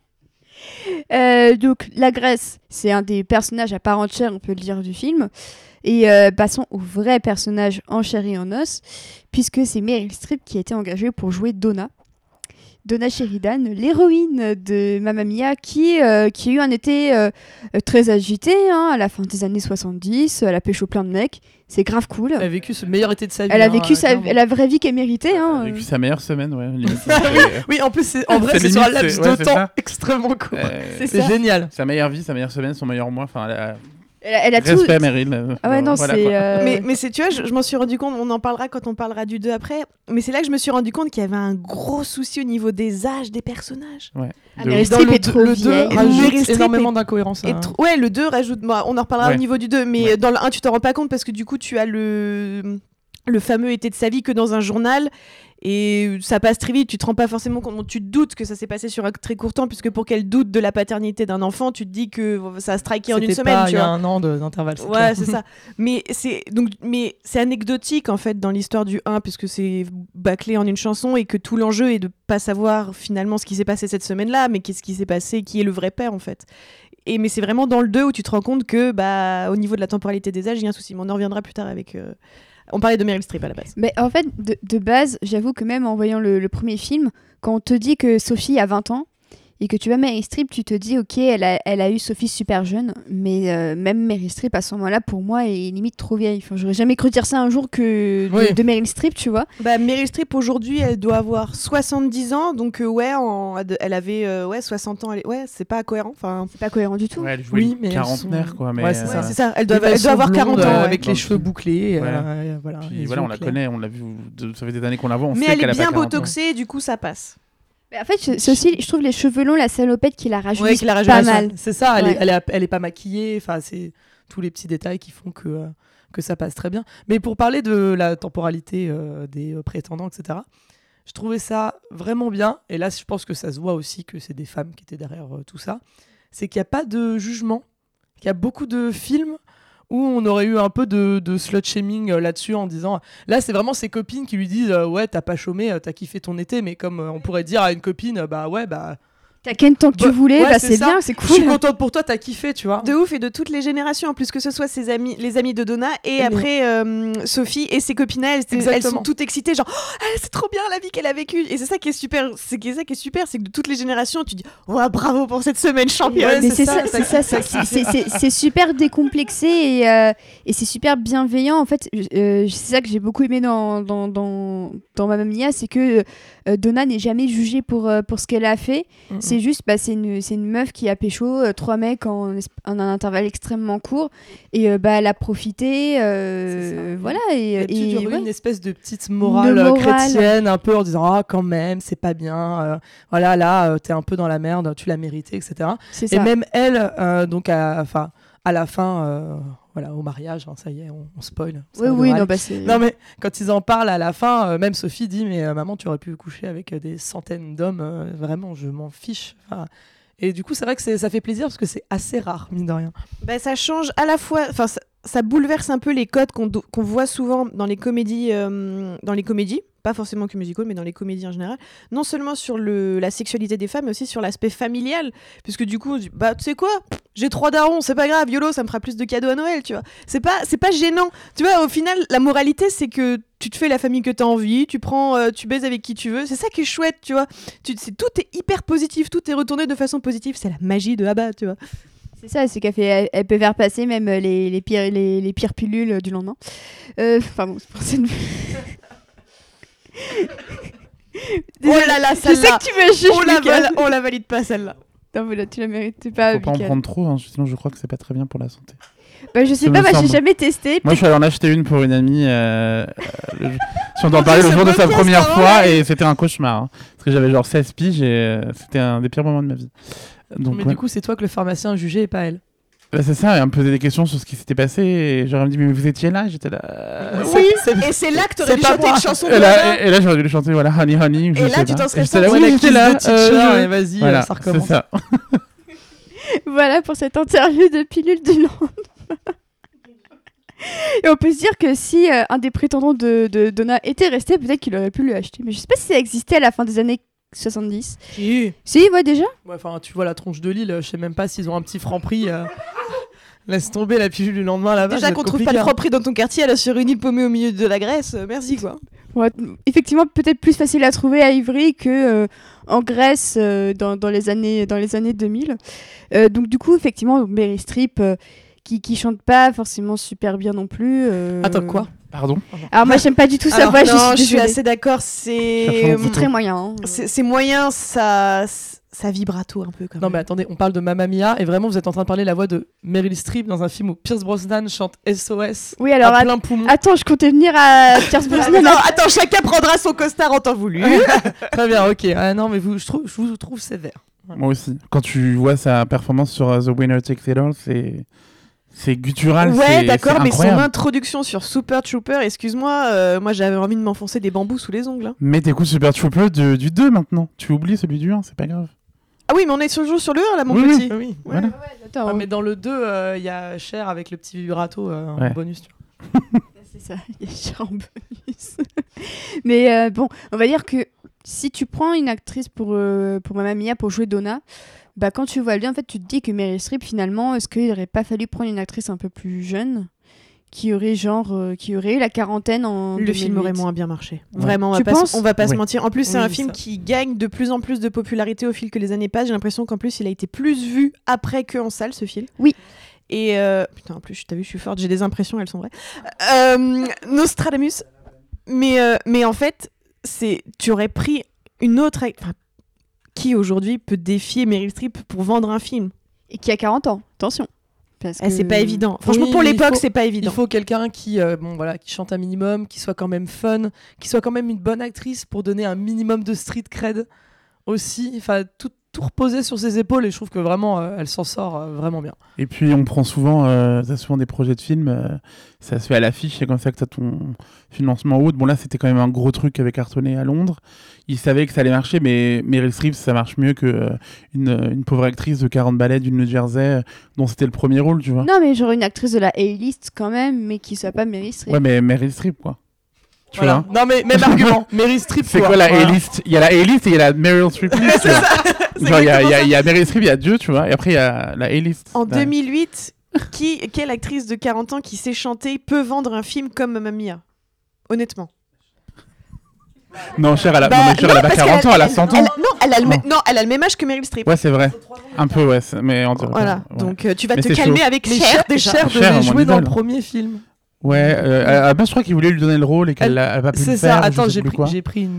Euh, donc, la Grèce, c'est un des personnages à part entière, on peut le dire, du film. Et euh, passons au vrai personnage en chair et en os, puisque c'est Meryl Streep qui a été engagée pour jouer Donna. Donna Sheridan, l'héroïne de Mamma Mia, qui, euh, qui a eu un été euh, euh, très agité, hein, à la fin des années soixante-dix. Elle a pécho plein de mecs. C'est grave cool. Elle a vécu ce meilleur été de sa vie. Elle a hein, vécu sa, clairement. la vraie vie qu'elle méritait. Hein. J'ai vécu sa meilleure semaine, ouais. limite. Oui, en plus, c'est, en vrai, C'est c'est sur un limite, laps c'est- de ouais, c'est temps ça. extrêmement court. Euh, C'est C'est ça. génial. Sa meilleure vie, sa meilleure semaine, son meilleur mois. Enfin, elle a- Elle a, elle a tout. respect à Meryl. euh, Ah ouais, non, voilà, c'est. quoi. euh, Mais, mais c'est, tu vois, je, je m'en suis rendu compte, on en parlera quand on parlera du deux après, mais c'est là que je me suis rendu compte qu'il y avait un gros souci au niveau des âges des personnages. Ouais. Ah, De Meryl ouf. Dans Streep le est deux- trop le deux vieille. Meryl rajoute Streep énormément est- d'incohérences. Et hein. tr- ouais, le deux rajoute, bon, on en reparlera Ouais. au niveau du deux, mais Ouais. dans le un, tu t'en rends pas compte parce que du coup, tu as le, le fameux été de sa vie que dans un journal. Et ça passe très vite, tu te rends pas forcément compte, tu te doutes que ça s'est passé sur un très court temps, puisque pour qu'elle doute de la paternité d'un enfant, tu te dis que ça a striké en une C'était semaine. pas tu il y a vois. un an de- d'intervalle. c'est Ouais, clair. c'est ça. Mais c'est donc, mais c'est anecdotique en fait dans l'histoire du un, puisque c'est bâclé en une chanson et que tout l'enjeu est de pas savoir finalement ce qui s'est passé cette semaine-là, mais qu'est-ce qui s'est passé, qui est le vrai père en fait. Et mais c'est vraiment dans le deux où tu te rends compte que bah au niveau de la temporalité des âges, il y a un souci. Mais on en reviendra plus tard avec. euh, On parlait de Meryl Streep à la base. Mais en fait, de, de base, j'avoue que même en voyant le, le premier film, quand on te dit que Sophie a vingt ans et que tu vois Meryl Streep, tu te dis, ok, elle a, elle a eu Sophie super jeune, mais euh, même Meryl Streep à ce moment-là, pour moi, est limite trop vieille. Enfin, j'aurais jamais cru dire ça un jour que de, Oui. de Meryl Streep, tu vois. Bah, Meryl Streep aujourd'hui, elle doit avoir soixante-dix ans, donc euh, ouais, en- elle avait euh, ouais, soixante ans. Elle est- Ouais, c'est pas cohérent. Enfin, C'est pas cohérent du tout. Ouais, elle jouait Oui, une mais elles quarantenaire, sont- quoi. Mais, Ouais, c'est ouais, ça. c'est ça. Elle doit, Et elle elles doit sont avoir quarante blondes, ans. euh, ouais. avec les Dans cheveux le- bouclés. Ouais. euh, voilà, Puis les voilà, yeux on la clairs. connaît, on l'a vu. de- Ça fait des années qu'on la voit. On Mais sait elle est qu'elle a bien pas quarante ans. botoxée, du coup, ça passe. Mais en fait, c'est c'est aussi, je trouve les cheveux longs, la salopette qui la rajeunit Ouais, qui la pas rajeunit, mal. C'est ça, elle, Ouais. est, elle, est, elle est pas maquillée. Enfin, c'est tous les petits détails qui font que, euh, que ça passe très bien. Mais pour parler de la temporalité euh, des euh, prétendants, et cetera, je trouvais ça vraiment bien. Et là, je pense que ça se voit aussi que c'est des femmes qui étaient derrière euh, tout ça. C'est qu'il n'y a pas de jugement. Il y a beaucoup de films où on aurait eu un peu de, de slut-shaming euh, là-dessus en disant... Là, c'est vraiment ses copines qui lui disent euh, ouais, t'as pas chômé, euh, t'as kiffé ton été. Mais comme euh, on pourrait dire à une copine, euh, bah ouais, bah... T'as qu'un temps que tu Bah, voulais, ouais, bah c'est c'est ça. bien, c'est Je suis cool. contente pour toi, t'as kiffé, tu vois. De ouf, et de toutes les générations, en plus que ce soit ses amis, les amis de Donna, et Et après euh, Sophie et ses copines, elles, elles sont Exactement. toutes excitées, genre oh, c'est trop bien la vie qu'elle a vécue. Et c'est ça qui est super, c'est qui est ça qui est super, c'est que de toutes les générations, tu dis ouais, bravo pour cette semaine championne. Ouais, Mais c'est c'est ça, ça, c'est ça- ça, ça- c'est- c'est- c'est c'est super décomplexé et, euh, et c'est super bienveillant. En fait, euh, c'est ça que j'ai beaucoup aimé dans, dans, dans, dans Mamma Mia, c'est que euh, Donna n'est jamais jugée pour, euh, pour ce qu'elle a fait. Mhm. c'est juste, bah, c'est une, c'est une meuf qui a pécho euh, trois mecs en, es- en un intervalle extrêmement court et euh, bah, elle a profité, euh, voilà. Et, Il y a et, toujours eu ouais. une espèce de petite morale, De euh, morale. chrétienne, un peu en disant ah quand même c'est pas bien, euh, voilà là euh, t'es un peu dans la merde, tu l'as mérité, et cetera. C'est Et ça. même elle, euh, donc à, enfin à la fin, euh, voilà au mariage, hein, ça y est, on, on spoil. ça Oui, va oui, devoir non, aller. bah, c'est. Non mais quand ils en parlent à la fin, euh, même Sophie dit mais euh, maman tu aurais pu coucher avec euh, des centaines d'hommes, euh, vraiment je m'en fiche. Enfin, et du coup c'est vrai que c'est- ça fait plaisir parce que c'est assez rare mine de rien. Bah, ça change à la fois, enfin ça, ça bouleverse un peu les codes qu'on do- qu'on voit souvent dans les comédies, euh, dans les comédies, pas forcément que musical, mais dans les comédies en général. Non seulement sur le, la sexualité des femmes, mais aussi sur l'aspect familial, puisque du coup, on se dit, bah tu sais quoi, j'ai trois darons, c'est pas grave, YOLO, ça me fera plus de cadeaux à Noël, tu vois. C'est pas, c'est pas gênant, tu vois. Au final, la moralité, c'est que tu te fais la famille que t'as envie, tu prends, euh, tu baises avec qui tu veux. C'est ça qui est chouette, tu vois. Tu, c'est, tout est hyper positif, tout est retourné de façon positive. C'est la magie de Abba, tu vois. C'est ça, c'est qu'elle fait, elle, elle peut faire passer même les, les, pires, les, les pires pilules du lendemain. Euh, Enfin bon, c'est pour cette... Oh là là, Je sais celle-là, que tu me juges, on la, Mickaël. val- on la valide pas celle-là. Non, voilà, tu la mérites pas, Faut pas en Mickaël. prendre trop, hein, sinon je crois que c'est pas très bien pour la santé. Bah, je sais Ça pas, me bah, j'ai semble. jamais testé. Moi, je suis allé en acheter une pour une amie. Euh, euh, le- si on doit en Oh, parler le ce jour de sa podcast, première hein, fois, ouais. et c'était un cauchemar. Hein, parce que j'avais genre seize piges et euh, c'était un des pires moments de ma vie. Donc, mais ouais. du coup c'est toi que le pharmacien jugeait et pas elle. Bah, c'est ça, elle me posait des questions sur ce qui s'était passé. Et j'aurais me dit, mais vous étiez là? J'étais là. euh, Oui, et c'est là que t'aurais c'est dû pas chanter moi. une chanson de Et là, Abba. et, et là, j'aurais dû lui chanter, voilà, Honey Honey. je Et là, sais tu pas. t'en serais Et j'étais là, sorti. oui, Ouais, j'étais kiss là. the euh, teacher, je- et vas-y, Voilà, euh, ça c'est recommence. ça. Voilà pour cette interview de pilule du lendemain. Et on peut se dire que si euh, un des prétendants de, de Donna était resté, peut-être qu'il aurait pu le acheter. Mais je sais pas si ça existait à la fin des années soixante-dix. Si. Si, ouais, déjà. Ouais, enfin, tu vois la tronche de Lille, je sais même pas s'ils ont un petit franc prix. euh, Laisse tomber la pilule du lendemain là-bas. Déjà ça va qu'on être trouve pas de compliqué, franc prix dans ton quartier, là sur une île paumée au milieu de la Grèce, euh, merci quoi. Ouais, effectivement, peut-être plus facile à trouver à Ivry que euh, en Grèce euh, dans, dans, les années, dans les années deux mille. Euh, donc, du coup, effectivement, Meryl Streep euh, qui, qui chante pas forcément super bien non plus. euh, hein. Attends, quoi Pardon. Alors, moi, j'aime pas du tout sa Alors, voix. non, je je suis suis désolée. assez d'accord, Ça c'est change C'est très moyen. hein. c'est c'est moyen, ça ça vibrato un peu quand même. Non mais attendez, on parle de Mamma Mia et vraiment vous êtes en train de parler la voix de Meryl Streep dans un film où Pierce Brosnan chante S O S Oui, alors, à att- plein poumon. attends, je comptais venir à Pierce Brosnan. Non, attends, chacun prendra son costard en temps voulu. Très bien, ok. Ah non mais vous, je trouve, je vous trouve sévère. Moi aussi. Quand tu vois sa performance sur uh, The Winner Takes It All, c'est. C'est guttural. Ouais, c'est- d'accord, c'est mais son incroyable. introduction sur Super Trooper, excuse-moi, euh, moi j'avais envie de m'enfoncer des bambous sous les ongles. hein. Mais t'écoutes Super Trooper de- du deux maintenant. Tu oublies celui du un, c'est pas grave. Ah oui, mais on est toujours sur le un là, mon Oui, oui. petit. Oui. Voilà. Attends, Ah, mais dans le deux, il y a Cher avec le petit vibrato euh, en Ouais. bonus. Tu vois. c'est ça, il y a cher en bonus. Mais euh, bon, on va dire que si tu prends une actrice pour, euh, pour Mamma Mia pour jouer Donna, bah quand tu vois bien, en fait, tu te dis que Meryl Streep, finalement, est-ce qu'il n'aurait pas fallu prendre une actrice un peu plus jeune qui aurait genre euh, qui aurait eu la quarantaine en Le film aurait deux mille huit. moins bien marché. Ouais. Vraiment, on va Tu pas, penses se- on va pas se Oui. mentir. En plus, c'est Oui, un film ça. qui gagne de plus en plus de popularité au fil que les années passent. J'ai l'impression qu'en plus, il a été plus vu après que en salle, ce film. Oui. Et euh, putain, en plus, t'as vu, je suis forte, j'ai des impressions, elles sont vraies. Euh, Nostradamus. Mais, euh, mais en fait, c'est, tu aurais pris une autre. ac- Enfin, qui aujourd'hui peut défier Meryl Streep pour vendre un film? Et qui a quarante ans, attention. Parce Eh, que... c'est pas évident. Franchement, Oui, pour mais il l'époque, faut- c'est pas Il évident. faut quelqu'un qui, euh, bon voilà, qui chante un minimum, qui soit quand même fun, qui soit quand même une bonne actrice pour donner un minimum de street cred aussi. Enfin, tout, tout reposer sur ses épaules et je trouve que vraiment, euh, elle s'en sort euh, vraiment bien. Et puis on prend souvent, euh, t'as souvent des projets de films, euh, ça se fait à l'affiche, c'est comme ça que t'as ton financement haut. Bon là c'était quand même un gros truc avec Artoné à Londres. Ils savaient que ça allait marcher, mais Meryl Streep ça marche mieux que euh, une, une pauvre actrice de quarante ballets du New Jersey euh, dont c'était le premier rôle, tu vois. Non, mais genre une actrice de la A-list quand même, mais qui soit pas Meryl Streep. Ouais, mais Meryl Streep quoi. Tu Voilà. vois. Non mais même argument. Meryl Streep. C'est quoi la Voilà. A-list? Il y a la A-list et il y a la Meryl Streep list. tu vois. Genre, il y, a- il y a- il y a Meryl Streep, il y a Dieu, tu vois, et après il y a la A-list. En Là. deux mille huit, qui, quelle actrice de quarante ans qui sait chanter peut vendre un film comme Mamma Mia? Honnêtement. Non, Cher, elle a, Bah, non, mais Cher, elle a pas parce quarante qu'elle- ans, elle a cent ans. elle- non, elle a le, Non. mê- non, elle a le même âge que Meryl Streep. Ouais, c'est vrai. Un peu, ouais, c'est- mais on dirait Voilà, pas, ouais. donc euh, tu vas Mais te c'est calmer chaud. avec Mais Cher Cher, déjà. Cher Cher, devait mon jouer dans le idole. premier film. Ouais, euh, à la base, je crois qu'il voulait lui donner le rôle et qu'elle Elle- a, a pas pu C'est le faire. ça. ou je Attends, sais j'ai plus pris, quoi. j'ai pris une note.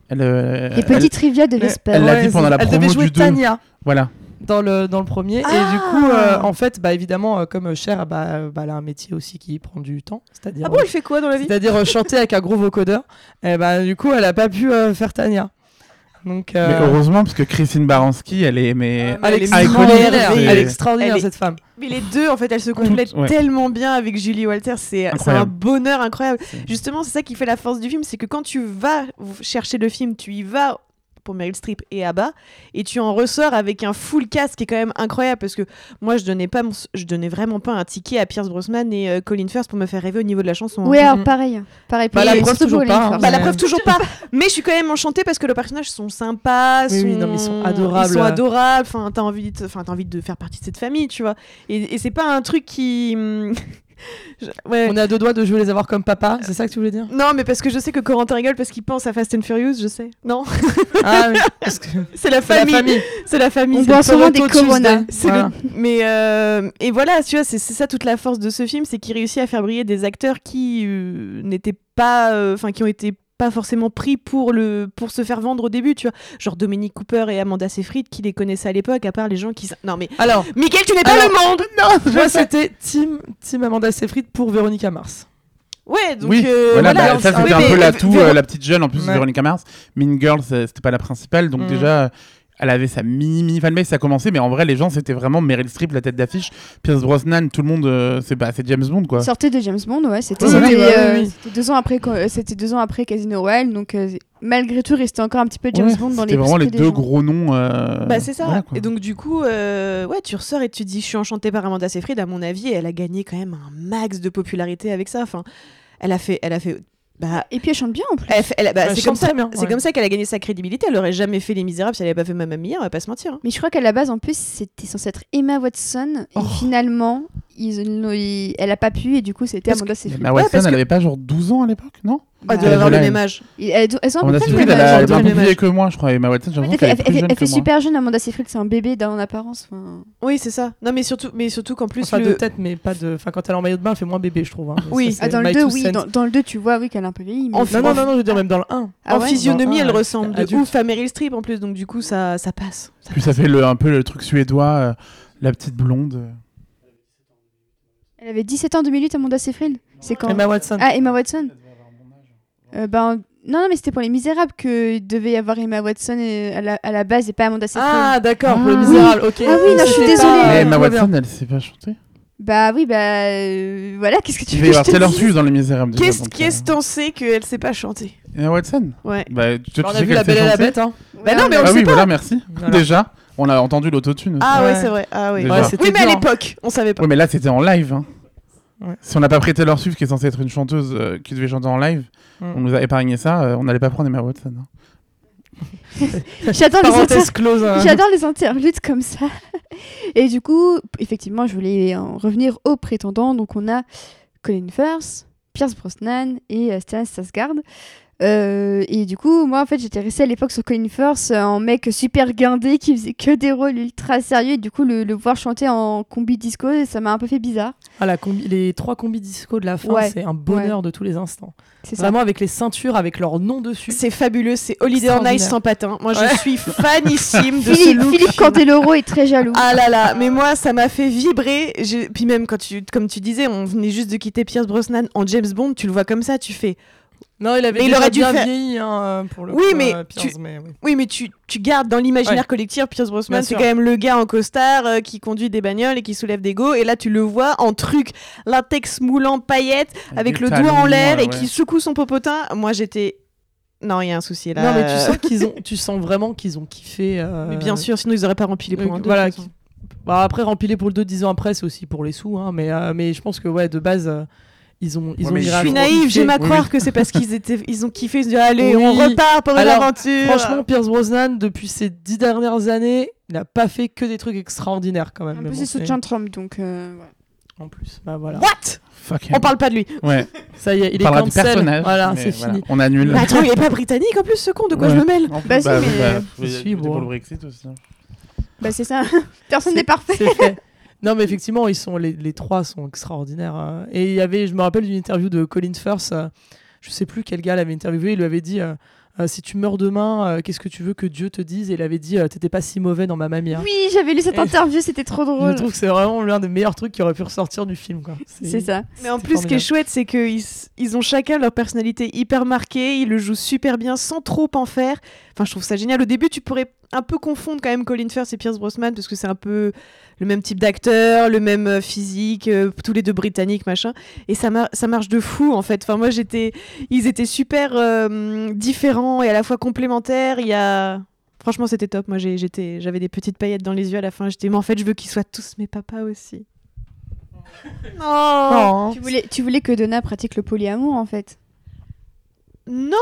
Elle, euh, Les petites trivia de Vesper. elle l'a dit pendant la elle promo devait jouer du deux. Tania Voilà. dans le, dans le premier. Ah et du coup, euh, en fait, bah, évidemment, euh, comme Cher, bah, bah, elle a un métier aussi qui prend du temps. C'est-à-dire, Ah bon, elle fait quoi dans la vie? c'est-à-dire euh, chanter avec un gros vocodeur. Et bah, du coup, elle a pas pu euh, faire Tania. Donc, euh, Mais heureusement, parce que Christine Baranski, elle est mais Ah, elle est elle est extraordinaire, merveilleuse. elle est extraordinaire Elle est- cette femme. Mais les deux, en fait, elles se complètent Ouais. tellement bien avec Julie Walters. C'est c'est un Incroyable. bonheur incroyable. C'est- Justement, c'est ça qui fait la force du film, c'est que quand tu vas chercher le film, tu y vas pour Meryl Streep et Abba, et tu en ressors avec un full cast qui est quand même incroyable, parce que moi, je donnais pas, mon- je donnais vraiment pas un ticket à Pierce Brosnan et euh, Colin Firth pour me faire rêver au niveau de la chanson. Oui, hein. alors Mhm. pareil. Pareil, Bah, pareil, la preuve, surtout toujours Colin pas, hein. Firth. Bah, la Ouais. preuve, toujours pas. Mais je suis quand même enchantée parce que les personnages sont sympas, Oui, sont... oui, non, mais ils sont adorables. Ils sont adorables. Enfin, t'as envie, de... enfin, t'as envie de faire partie de cette famille, tu vois. Et, et c'est pas un truc qui. hum, je- Ouais. On est à deux doigts de je veux les avoir comme papa, c'est ça que tu voulais dire? Non, mais parce que je sais que Corentin rigole parce qu'il pense à Fast and Furious, je sais. Non, Ah oui, parce que c'est la c'est la famille. famille. C'est la famille. On c'est boit le souvent des Toronto Corona. Tuesday. C'est Voilà. le- Mais euh, et voilà, tu vois, c'est c'est ça toute la force de ce film, c'est qu'il réussit à faire briller des acteurs qui euh, n'étaient pas, enfin, qui ont été pas forcément pris pour le pour se faire vendre au début, tu vois, genre Dominique Cooper et Amanda Seyfried qui les connaissaient à l'époque, à part les gens qui s- non mais Alors, Mickaël, tu n'es pas Alors- le monde. Non. moi c'était team, team Amanda Seyfried pour Véronica Mars. Ouais, donc oui, euh, voilà, voilà. bah, ça Oui, c'était mais un peu Vé- l'atout, Véro- euh, la petite jeune en plus de Ouais. Veronica Mars. Mean Girls, euh, c'était pas la principale, donc Mm. déjà elle avait sa mini mini fanbase, ça a commencé, mais en vrai les gens c'était vraiment Meryl Streep la tête d'affiche, Pierce Brosnan, tout le monde, euh, c'est bah, c'est James Bond quoi. Sortait de James Bond, ouais. C'était Oui, c'était, oui, bah, oui, euh, oui. c'était deux ans après, co- euh, c'était deux ans après Casino Royale, donc euh, malgré tout, restait encore un petit peu James Ouais, Bond dans les c'était vraiment les esprits des deux gens. gros noms. euh, Bah c'est ça. voilà, quoi. Et donc du coup, euh, ouais, tu ressors et tu te dis, je suis enchantée par Amanda Seyfried. À mon avis, elle a gagné quand même un max de popularité avec ça. Enfin, elle a fait, elle a fait, bah, Et puis elle chante bien en plus. elle fait- elle a- bah, Elle c'est chante comme ça, très bien, c'est ouais. comme ça qu'elle a gagné sa crédibilité. Elle aurait jamais fait Les Misérables si elle avait pas fait Mamma Mia, on va pas se mentir. hein. Mais je crois qu'à la base, en plus, c'était censé être Emma Watson. Et Oh. finalement, ils, l'ont- ils- elle a pas pu. Et du coup, c'était Parce Amanda Mais Seyfried. Emma Ouais, Watson, parce elle que- avait pas genre douze ans à l'époque, non Elle Bah, doit avoir le elle- même âge. Et elles, elles ont à peu Amanda près le Seyfried, même elle, a- âge. elle est Elles ont un le peu même plus vieille âge. que moi, je crois. Emma Watson, j'ai Elle l'impression fait, qu'elle est elle plus fait- jeune elle fait que moi. super jeune, Amanda Seyfried, c'est un bébé dans l'apparence. Enfin... Oui, c'est ça. Non, mais surtout, mais surtout qu'en plus Enfin, le... de tête, mais pas de. Enfin, quand elle est en maillot de bain, elle fait moins bébé, je trouve. hein. Mais Oui. ça, c'est Ah, dans le my deux, two oui. cents. Dans, dans le deux, tu vois, oui, qu'elle a un peu vieilli. Mais... En- Non, non, non, non, je veux dire, même dans le un. Ah en ouais physionomie, Dans un, elle ouais, ressemble de adulte. ouf à Meryl Streep en plus, donc du coup, ça, ça passe. Ça Puis ça fait le, un peu le truc suédois, euh, la petite blonde. euh. Elle avait dix-sept ans en deux mille huit, Amanda Seyfried. C'est quand Emma Watson. Ah, Emma Watson. Euh, ben, non, non, mais c'était pour Les Misérables que devait y avoir Emma Watson et- à, la, à la base et pas Amanda Seyfried. Ah, d'accord, pour le Ah. Misérable, ok. Ah oui, non, je suis C'était désolée. pas- Mais Emma tout va bien. Watson, elle sait pas chanter. Bah oui, bah euh, voilà, qu'est-ce que tu Il veux va y que je avoir te Taylor dise Swift dans Les Misérables. déjà, Qu'est-ce donc, qu'est-ce euh, t'en sais qu'elle sait pas chanter? Emma Watson Ouais. Bah, tu, tu On a sais vu qu'elle La sait Belle et la chanter. Bête, hein. Bah non, mais on Ah le oui, sait pas. voilà, merci. Voilà. Déjà, on a entendu l'autotune. aussi. Ah ouais, Ouais. c'est vrai. Ah oui. Déjà. Ouais, c'était Oui, mais à dur, hein. l'époque, on savait pas. Ouais, mais là, c'était en live. Hein. Ouais. Si on n'a pas pris Taylor Swift, qui est censée être une chanteuse euh, qui devait chanter en live, Mm. on nous a épargné ça, euh, on n'allait pas prendre Emma Watson. hein. J'adore les, inter... Parenthèse close. hein. J'adore les interludes comme ça. Et du coup, effectivement, je voulais en revenir aux prétendants. Donc on a Colin Firth, Pierce Brosnan et euh, Stellan Skarsgård. Euh, et du coup, moi, en fait, j'étais restée à l'époque sur Colin Firth euh, en mec super guindé qui faisait que des rôles ultra sérieux. Et du coup, le, le voir chanter en combi disco, ça m'a un peu fait bizarre. Ah, la combi- les trois combis disco de la fin, Ouais. c'est un bonheur de tous les instants. C'est ça. Vraiment avec les ceintures, avec leur nom dessus. C'est fabuleux, c'est Holiday on Ice Extraordinaire. sans patin. Moi, je Ouais. suis fanissime de ce Philippe, look. Philippe Candeloro est très jaloux. Ah là là, mais moi ça m'a fait vibrer. J'ai- Puis même quand tu, comme tu disais, on venait juste de quitter Pierce Brosnan en James Bond, tu le vois comme ça, tu fais. Non, il avait Mais il déjà aurait dû bien faire- vieilli hein, pour le Oui, coup, mais euh, Pierce, tu- mais oui. Oui, mais tu, tu gardes dans l'imaginaire Ouais. collectif, Pierce Brosnan, Bien c'est sûr. quand même le gars en costard euh, qui conduit des bagnoles et qui soulève des go. Et là, tu le vois en truc latex moulant, paillettes, avec Des le talons, doigt en l'air euh, et ouais. qui secoue son popotin. Moi, j'étais. Non, il y a un souci là. Non, mais tu sens qu'ils ont, tu sens vraiment qu'ils ont kiffé. euh, Mais bien sûr, sinon ils auraient pas rempli les euh, points. voilà. qui- Bah, après, remplir pour le deux, dix ans après, c'est aussi pour les sous. Hein, mais, euh, mais je pense que ouais, de base, euh, ils ont, ils Ouais, ont mais je Je grave suis suis naïve, kiffé. j'aime à Oui, croire oui. que c'est parce qu'ils étaient, ils ont kiffé, ils se disent allez, Oui. on repart pour une Alors, aventure. Franchement, Pierce Brosnan, depuis ces dix dernières années, il n'a pas fait que des trucs extraordinaires quand même. Un mais peu bon, c'est sous c'est- John Trump, donc euh, ouais. En plus, bah voilà. What? Fuck On parle pas de lui. Ouais, Ça y est, il on est parlera du cancel. personnage. Voilà, mais c'est voilà, fini. On annule. Mais attends, il est pas britannique en plus, ce con, de quoi Ouais. je me mêle? En plus, Bah si, oui, mais- bah, Je oui, suis, c'était bon. pour le Brexit aussi. hein. Bah c'est ça. Personne C'est- n'est parfait. C'est fait. Non, mais effectivement, ils sont, les, les trois sont extraordinaires. hein. Et il y avait, je me rappelle d'une interview de Colin Firth, euh, je sais plus quel gars l'avait interviewé, il lui avait dit euh, euh, si tu meurs demain, euh, qu'est-ce que tu veux que Dieu te dise? Et il avait dit, euh, t'étais pas si mauvais dans Mamma Mia. Oui, j'avais lu cette Et interview, c'était trop drôle. Je trouve que c'est vraiment l'un des meilleurs trucs qui aurait pu ressortir du film, quoi. C'est ça. Mais en C'était plus, ce qui est formidable. chouette, c'est qu'ils ils ont chacun leur personnalité hyper marquée, ils le jouent super bien sans trop en faire. Enfin, je trouve ça génial. Au début, tu pourrais un peu confondre quand même Colin Firth et Pierce Brosnan parce que c'est un peu le même type d'acteur, le même euh, physique, euh, tous les deux britanniques, machin. Et ça, mar- ça marche de fou, en fait. Enfin, moi, j'étais... Ils étaient super euh, différents et à la fois complémentaires. Il y a... Franchement, c'était top. Moi, j'ai, j'étais... j'avais des petites paillettes dans les yeux à la fin. J'étais, mais en fait, je veux qu'ils soient tous mes papas aussi. Non. Tu voulais, tu voulais que Donna pratique le polyamour, en fait. Non,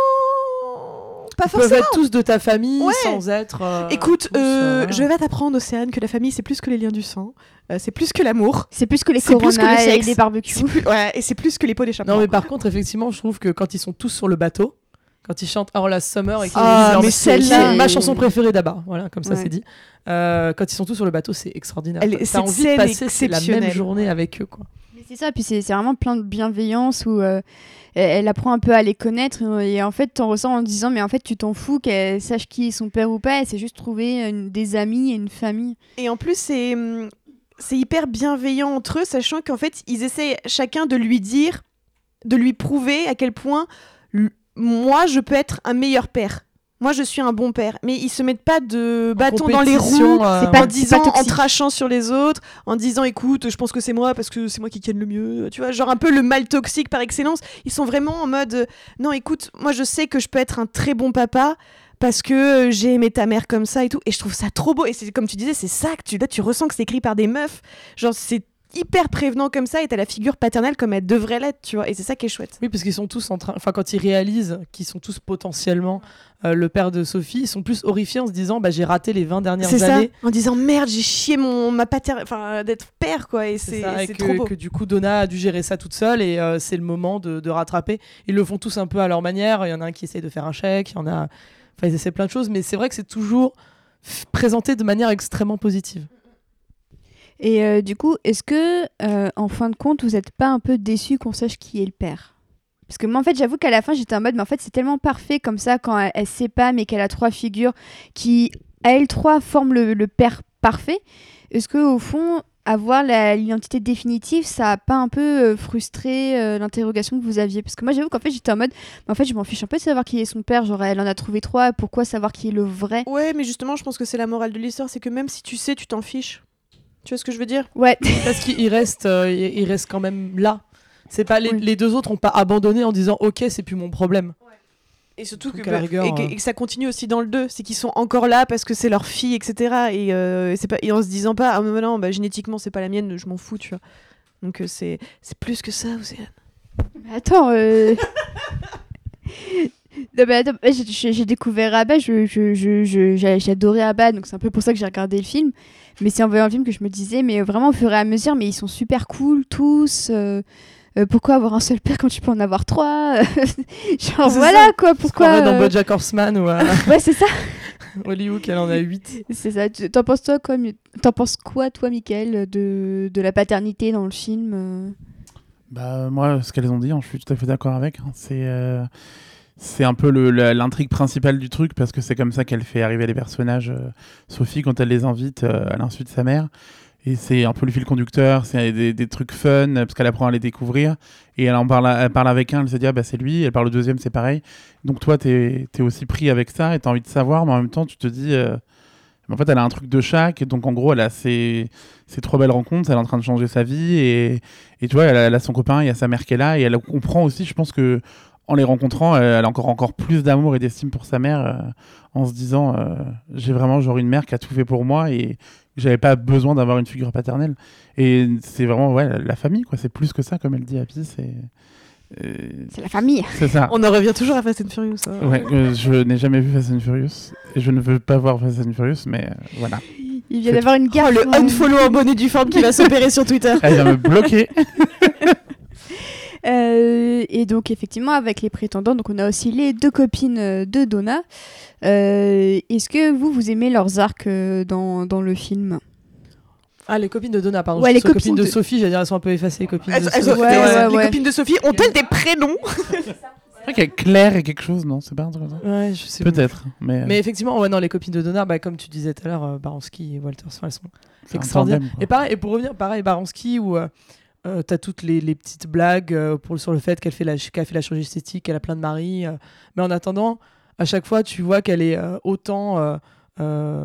pas Ils peuvent forcément. être tous de ta famille Ouais. sans être. euh, Écoute, tous, euh, euh, voilà. je vais t'apprendre, Océane, que la famille, c'est plus que les liens du sang. Euh, c'est plus que l'amour. C'est plus que les C'est plus coronas que le et sexe. les barbecues. C'est plus- ouais, et c'est plus que les pots d'échappement. Non, mais par contre, effectivement, je trouve que quand ils sont tous sur le bateau, quand ils chantent Our Last Summer et qu'ils Ah, leur- mais c'est- celle-là- c'est ma chanson préférée d'Abba, voilà, comme ça Ouais. c'est dit. Euh, quand ils sont tous sur le bateau, c'est extraordinaire. Elle est- T'as cette envie de scène est passer c'est la même exceptionnelle. journée avec eux, quoi. Mais c'est ça, puis c'est c'est vraiment plein de bienveillance où euh, elle, elle apprend un peu à les connaître euh, et en fait t'en ressens en disant mais en fait tu t'en fous qu'elle sache qui est son père ou pas, elle s'est juste trouver une- des amis et une famille. Et en plus, c'est, hum, c'est hyper bienveillant entre eux, sachant qu'en fait, ils essaient chacun de lui dire, de lui prouver à quel point l- moi, je peux être un meilleur père. Moi, je suis un bon père. Mais ils se mettent pas de bâton dans les compétition, roues, euh, c'est en pas- c'est disant, pas en toxique. trachant sur les autres, en disant, écoute, je pense que c'est moi parce que c'est moi qui ken le mieux. Tu vois, genre un peu le mal toxique par excellence. Ils sont vraiment en mode, euh, non, écoute, moi, je sais que je peux être un très bon papa parce que euh, j'ai aimé ta mère comme ça et tout. Et je trouve ça trop beau. Et c'est comme tu disais, c'est ça que tu, là, tu ressens que c'est écrit par des meufs. Genre, c'est hyper prévenant comme ça et t'as la figure paternelle comme elle devrait l'être, tu vois. Et c'est ça qui est chouette. Oui, parce qu'ils sont tous en train. Enfin, quand ils réalisent qu'ils sont tous potentiellement euh, le père de Sophie, ils sont plus horrifiés en se disant bah, j'ai raté les vingt dernières C'est ça, années. en disant merde, j'ai chié mon, ma paternelle, enfin d'être père, quoi. Et C'est c'est, ça, et c'est que, trop beau. que du coup Donna a dû gérer ça toute seule et euh, c'est le moment de, de rattraper. Ils le font tous un peu à leur manière. Il y en a un qui essaye de faire un chèque, il y en a. Enfin, ils essaient plein de choses, mais c'est vrai que c'est toujours f- présenté de manière extrêmement positive. Et euh, du coup, est-ce que euh, en fin de compte vous n'êtes pas un peu déçu qu'on sache qui est le père? Parce que moi en fait j'avoue qu'à la fin j'étais en mode mais en fait c'est tellement parfait comme ça quand elle, elle sait pas mais qu'elle a trois figures qui à elles trois forment le, le père parfait. Est-ce que au fond avoir la- l'identité définitive ça a pas un peu euh, frustré euh, l'interrogation que vous aviez? Parce que moi j'avoue qu'en fait j'étais en mode mais en fait je m'en fiche un peu de savoir qui est son père, genre elle en a trouvé trois, pourquoi savoir qui est le vrai? Ouais, mais justement, je pense que c'est la morale de l'histoire, c'est que même si tu sais, tu t'en fiches. Tu vois ce que je veux dire? Ouais. Parce qu'il reste, euh, il il reste quand même là. C'est pas les, Oui. les deux autres ont pas abandonné en disant ok c'est plus mon problème. Et surtout Donc, que, à la bah, rigueur, et, que, euh, et que ça continue aussi dans le deux, c'est qu'ils sont encore là parce que c'est leur fille, et cetera. Et, euh, et c'est pas, et en se disant pas, ah mais non, bah, génétiquement c'est pas la mienne, je m'en fous, tu vois. Donc euh, c'est, c'est plus que ça, Océane. Mais attends, euh... non, mais attends, j'ai, j'ai- j'ai découvert Abba, je, je, je, je- j'ai, j'ai adoré Abba, donc c'est un peu pour ça que j'ai regardé le film. Mais c'est en voyant le film que je me disais, mais vraiment au fur et à mesure, mais ils sont super cool tous. euh, euh, pourquoi avoir un seul père quand tu peux en avoir trois? Genre C'est voilà ça. quoi, Pourquoi pourquoi dans euh, BoJack Horseman ou à Ouais, c'est ça. Hollywood elle en a huit. C'est ça. Tu- T'en penses, toi, quoi, Mi- T'en penses quoi, toi, Mickaël, de, de la paternité dans le film euh Bah, moi, ce qu'elles ont dit, hein, je suis tout à fait d'accord avec. hein. C'est, euh, c'est un peu le- la- l'intrigue principale du truc, parce que c'est comme ça qu'elle fait arriver les personnages. euh, Sophie, quand elle les invite euh, à l'insu de sa mère. Et c'est un peu le fil conducteur, c'est des, des trucs fun, parce qu'elle apprend à les découvrir. Et elle en parle, elle parle avec un, elle se dit, ah bah c'est lui. Elle parle au deuxième, c'est pareil. Donc toi, t'es es aussi pris avec ça, et t'as envie de savoir, mais en même temps, tu te dis... euh, mais en fait, elle a un truc de chaque, et donc en gros, elle a ses, ses trois belles rencontres, elle est en train de changer sa vie, et, et tu vois, elle a, elle a son copain, il y a sa mère qui est là, et elle comprend aussi, je pense que en les rencontrant, elle, elle a encore, encore plus d'amour et d'estime pour sa mère, euh, en se disant, euh, j'ai vraiment genre une mère qui a tout fait pour moi, et j'avais pas besoin d'avoir une figure paternelle. Et c'est vraiment, ouais, la, la famille, quoi, c'est plus que ça, comme elle dit Happy, c'est... euh, C'est la famille. c'est ça. On en revient toujours à Fast and Furious. hein. Ouais, euh, je n'ai jamais vu Fast and Furious, et je ne veux pas voir Fast and Furious, mais euh, voilà. Il vient C'est d'avoir une Oh, gaffe. le hein. unfollow en bonne et due forme qui va s'opérer sur Twitter. Elle vient me bloquer. Euh, et donc effectivement avec les prétendants, donc on a aussi les deux copines euh, de Donna. Euh, est-ce que vous vous aimez leurs arcs euh, dans, dans le film? Ah les copines de Donna pardon. Ouais, je les dis copines, copines de, de- Sophie, j'allais dire elles sont un peu effacées les copines Elles, de elles Sophie. ont- Ouais, les, ouais, les ouais. copines de Sophie ont-elles des prénoms? crois qu'il y a Claire et quelque chose, non? C'est pas un truc comme ça? Ouais, je sais Peut-être. Mais, Mais effectivement, ouais, non, les copines de Donna, bah, comme tu disais tout à l'heure, euh, Baranski et Walters, elles sont c'est un extraordinaires. tandem, quoi. Et pareil, et pour revenir, pareil, Baranski, où euh, euh, t'as toutes les, les petites blagues euh, pour, sur le fait qu'elle fait, la, qu'elle fait la chirurgie esthétique, qu'elle a plein de maris. Euh, mais en attendant, à chaque fois, tu vois qu'elle est euh, autant euh, euh,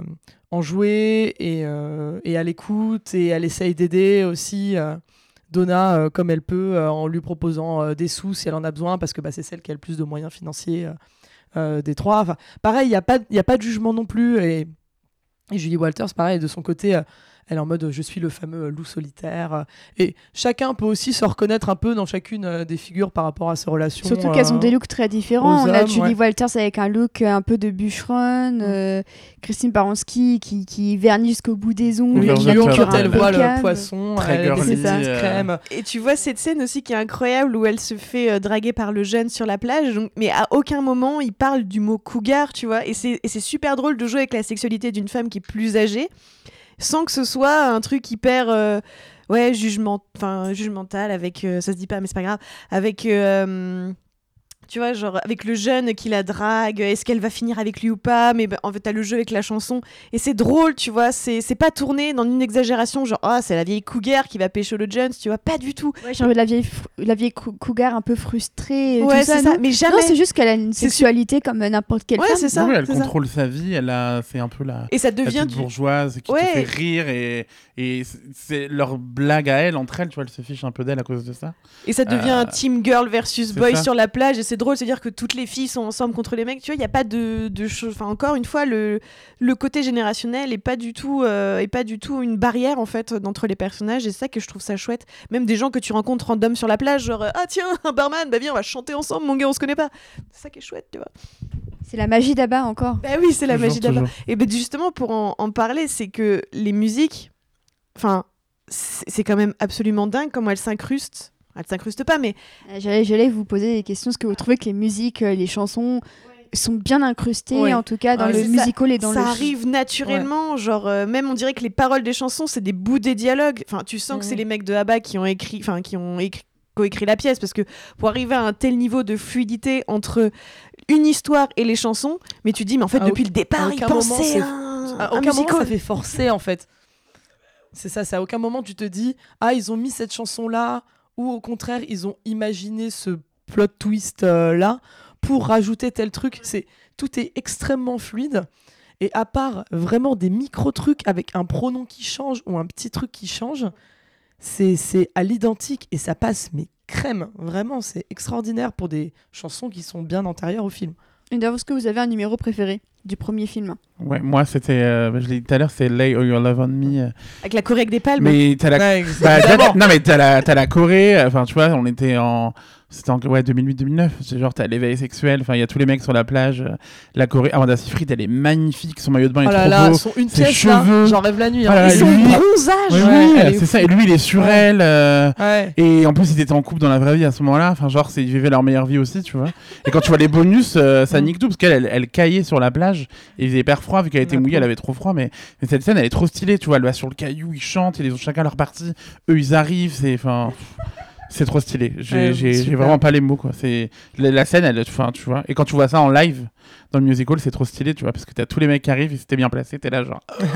enjouée et, euh, et à l'écoute, et elle essaye d'aider aussi euh, Donna euh, comme elle peut, euh, en lui proposant euh, des sous si elle en a besoin, parce que bah, c'est celle qui a le plus de moyens financiers euh, euh, des trois. Enfin, pareil, il n'y a, a pas de jugement non plus. Et, et Julie Walters, pareil, de son côté, euh, elle est en mode euh, je suis le fameux loup solitaire. Euh, et chacun peut aussi se reconnaître un peu dans chacune euh, des figures par rapport à ses relations. Surtout qu'elles ont euh, des looks très différents. aux On a hommes, Julie ouais. Walters avec un look un peu de bûcheronne, euh, Christine Baranski qui, qui vernit jusqu'au bout des ongles, Oui, qui Verge lui, naturelle. quand elle voit le impeccable. poisson, Très elle met girly, ses petites euh, crèmes. Et tu vois cette scène aussi qui est incroyable où elle se fait euh, draguer par le jeune sur la plage, donc, mais à aucun moment il parle du mot cougar, tu vois. Et c'est, et c'est super drôle de jouer avec la sexualité d'une femme qui est plus âgée, sans que ce soit un truc hyper euh, ouais jugement, enfin jugemental avec euh, ça se dit pas mais c'est pas grave, avec euh, tu vois, genre avec le jeune qui la drague, est-ce qu'elle va finir avec lui ou pas? Mais bah, en fait, t'as le jeu avec la chanson et c'est drôle, tu vois. C'est, c'est pas tourné dans une exagération, genre ah, c'est la vieille cougar qui va pécho le Jones, tu vois. Pas du tout. Ouais, genre la vieille, fr- la vieille cou- cougar un peu frustrée. et Ouais, tout ça, c'est ça. non Mais jamais. Non, c'est juste qu'elle a une C'est sexualité comme n'importe quelle Ouais, femme. c'est ça. Oui, elle c'est ça. contrôle sa vie, elle a, c'est un peu la, Et ça la devient petite du. bourgeoise qui Ouais. te fait rire et, et c'est- c'est leur blague à elle, entre elles, tu vois, elle se fiche un peu d'elle à cause de ça. Et ça devient Euh, un team girl versus c'est boy ça. sur la plage. Et c'est drôle, c'est-à-dire que toutes les filles sont ensemble contre les mecs. Tu vois, il n'y a pas de, de choses. Enfin, encore une fois, le, le côté générationnel est pas du tout, euh, est pas du tout une barrière en fait d'entre les personnages. Et c'est ça que je trouve ça chouette. Même des gens que tu rencontres random sur la plage, genre ah tiens un barman, bah viens on va chanter ensemble, mon gars, on se connaît pas. C'est ça qui est chouette, tu vois. C'est la magie d'Abba encore. Bah oui, c'est la Toujours, magie d'Abba. toujours. Et ben justement pour en, en parler, c'est que les musiques, enfin, c'est c'est quand même absolument dingue comment elles s'incrustent. Elles s'incrustent pas, mais Euh, J'allais, j'allais vous poser des questions. Est-ce que vous trouvez que les musiques, euh, les chansons sont bien incrustées, Ouais. en tout cas dans Ouais, le c'est ça. musical et dans ça le arrive naturellement, genre euh, même on dirait que les paroles des chansons c'est des bouts des dialogues. Enfin, tu sens que Mhm. c'est les mecs de ABBA qui ont écrit, enfin qui ont écrit coécrit la pièce parce que pour arriver à un tel niveau de fluidité entre une histoire et les chansons, mais tu dis mais en fait À depuis au- le départ à ils aucun moment, pensaient c'est- à un, À un aucun moment musical. ça fait forcer en fait. C'est ça, c'est à aucun moment tu te dis ah ils ont mis cette chanson là ou au contraire ils ont imaginé ce plot twist euh, là pour rajouter tel truc. C'est tout est extrêmement fluide et à part vraiment des micro trucs avec un pronom qui change ou un petit truc qui change, c'est c'est à l'identique et ça passe mais crème. Vraiment c'est extraordinaire pour des chansons qui sont bien antérieures au film. Et d'ailleurs, est-ce que vous avez un numéro préféré du premier film? Ouais, moi c'était, euh, je l'ai dit tout à l'heure, c'est Lay All Your Love on Me. euh, Avec la choré avec des palmes. Mais t'as la, Ouais, bah, évidemment. t'as- non mais t'as la, t'as la Corée. Enfin tu vois, on était en, c'était en ouais deux mille huit deux mille neuf. C'est genre t'as l'éveil sexuel. Enfin il y a tous les mecs sur la plage. euh, La Corée. Amanda Seyfried, elle est magnifique. Son maillot de bain Oh est là trop là, beau. son une ses pièce là, cheveux. j'en rêve la nuit. Oh là hein. là, Et Et son lui- bronzage. Oui, Ouais, oui, elle est c'est ça. fou. Et lui, il est sur Ouais. elle. euh, Ouais. Et en plus, ils étaient en couple dans la vraie vie à ce moment-là. Enfin, genre, c'est- ils vivaient leur meilleure vie aussi, tu vois. Et quand tu vois les bonus, euh, ça Mm. nique tout parce qu'elle, elle, elle caillait sur la plage. Et il faisait hyper froid vu qu'elle était La mouillée, elle pauvre. avait trop froid. Mais, mais cette scène, elle est trop stylée, tu vois. Elle va sur le caillou, ils chantent, ils ont chacun leur partie. Eux, ils arrivent. C'est, enfin, c'est trop stylé. J'ai, Ouais, j'ai, j'ai super. vraiment pas les mots, quoi. C'est la, la scène, elle, enfin, tu vois. Et quand tu vois ça en live dans le musical, c'est trop stylé, tu vois, parce que t'as tous les mecs qui arrivent, ils étaient bien placés. T'es là, genre.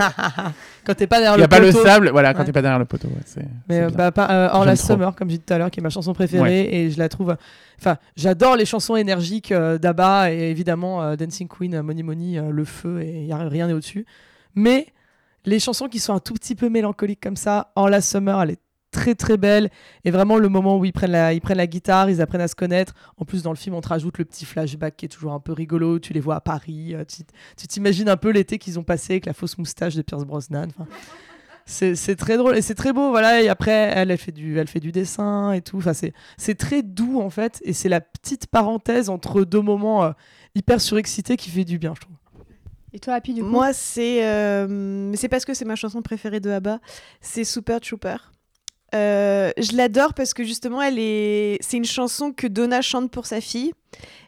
Quand t'es pas derrière Il y le a pas le poteau. sable, voilà. Quand Ouais. t'es pas derrière le poteau, ouais, c'est. Mais c'est euh, bien. bah, pas, euh, All J'aime Last trop. Summer, comme j'ai dit tout à l'heure, qui est ma chanson préférée, et je la trouve. Enfin, j'adore les chansons énergiques euh, d'Abba et évidemment euh, Dancing Queen, euh, Money Money, euh, le feu et y a rien n'est au-dessus. Mais les chansons qui sont un tout petit peu mélancoliques comme ça, All Last Summer, elle est très très belle et vraiment le moment où ils prennent la ils prennent la guitare, ils apprennent à se connaître. En plus dans le film on te rajoute le petit flashback qui est toujours un peu rigolo, tu les vois à Paris, euh, tu tu t'imagines un peu l'été qu'ils ont passé avec la fausse moustache de Pierce Brosnan. Enfin, c'est c'est très drôle et c'est très beau, voilà. Et après elle elle fait du elle fait du dessin et tout. Enfin c'est c'est très doux en fait et c'est la petite parenthèse entre deux moments euh, hyper surexcités qui fait du bien, je trouve. Et toi, Happy, du coup? Moi, c'est euh, mais c'est parce que c'est ma chanson préférée de ABBA. C'est Super Trooper. Euh, je l'adore parce que justement, elle est. C'est une chanson que Donna chante pour sa fille,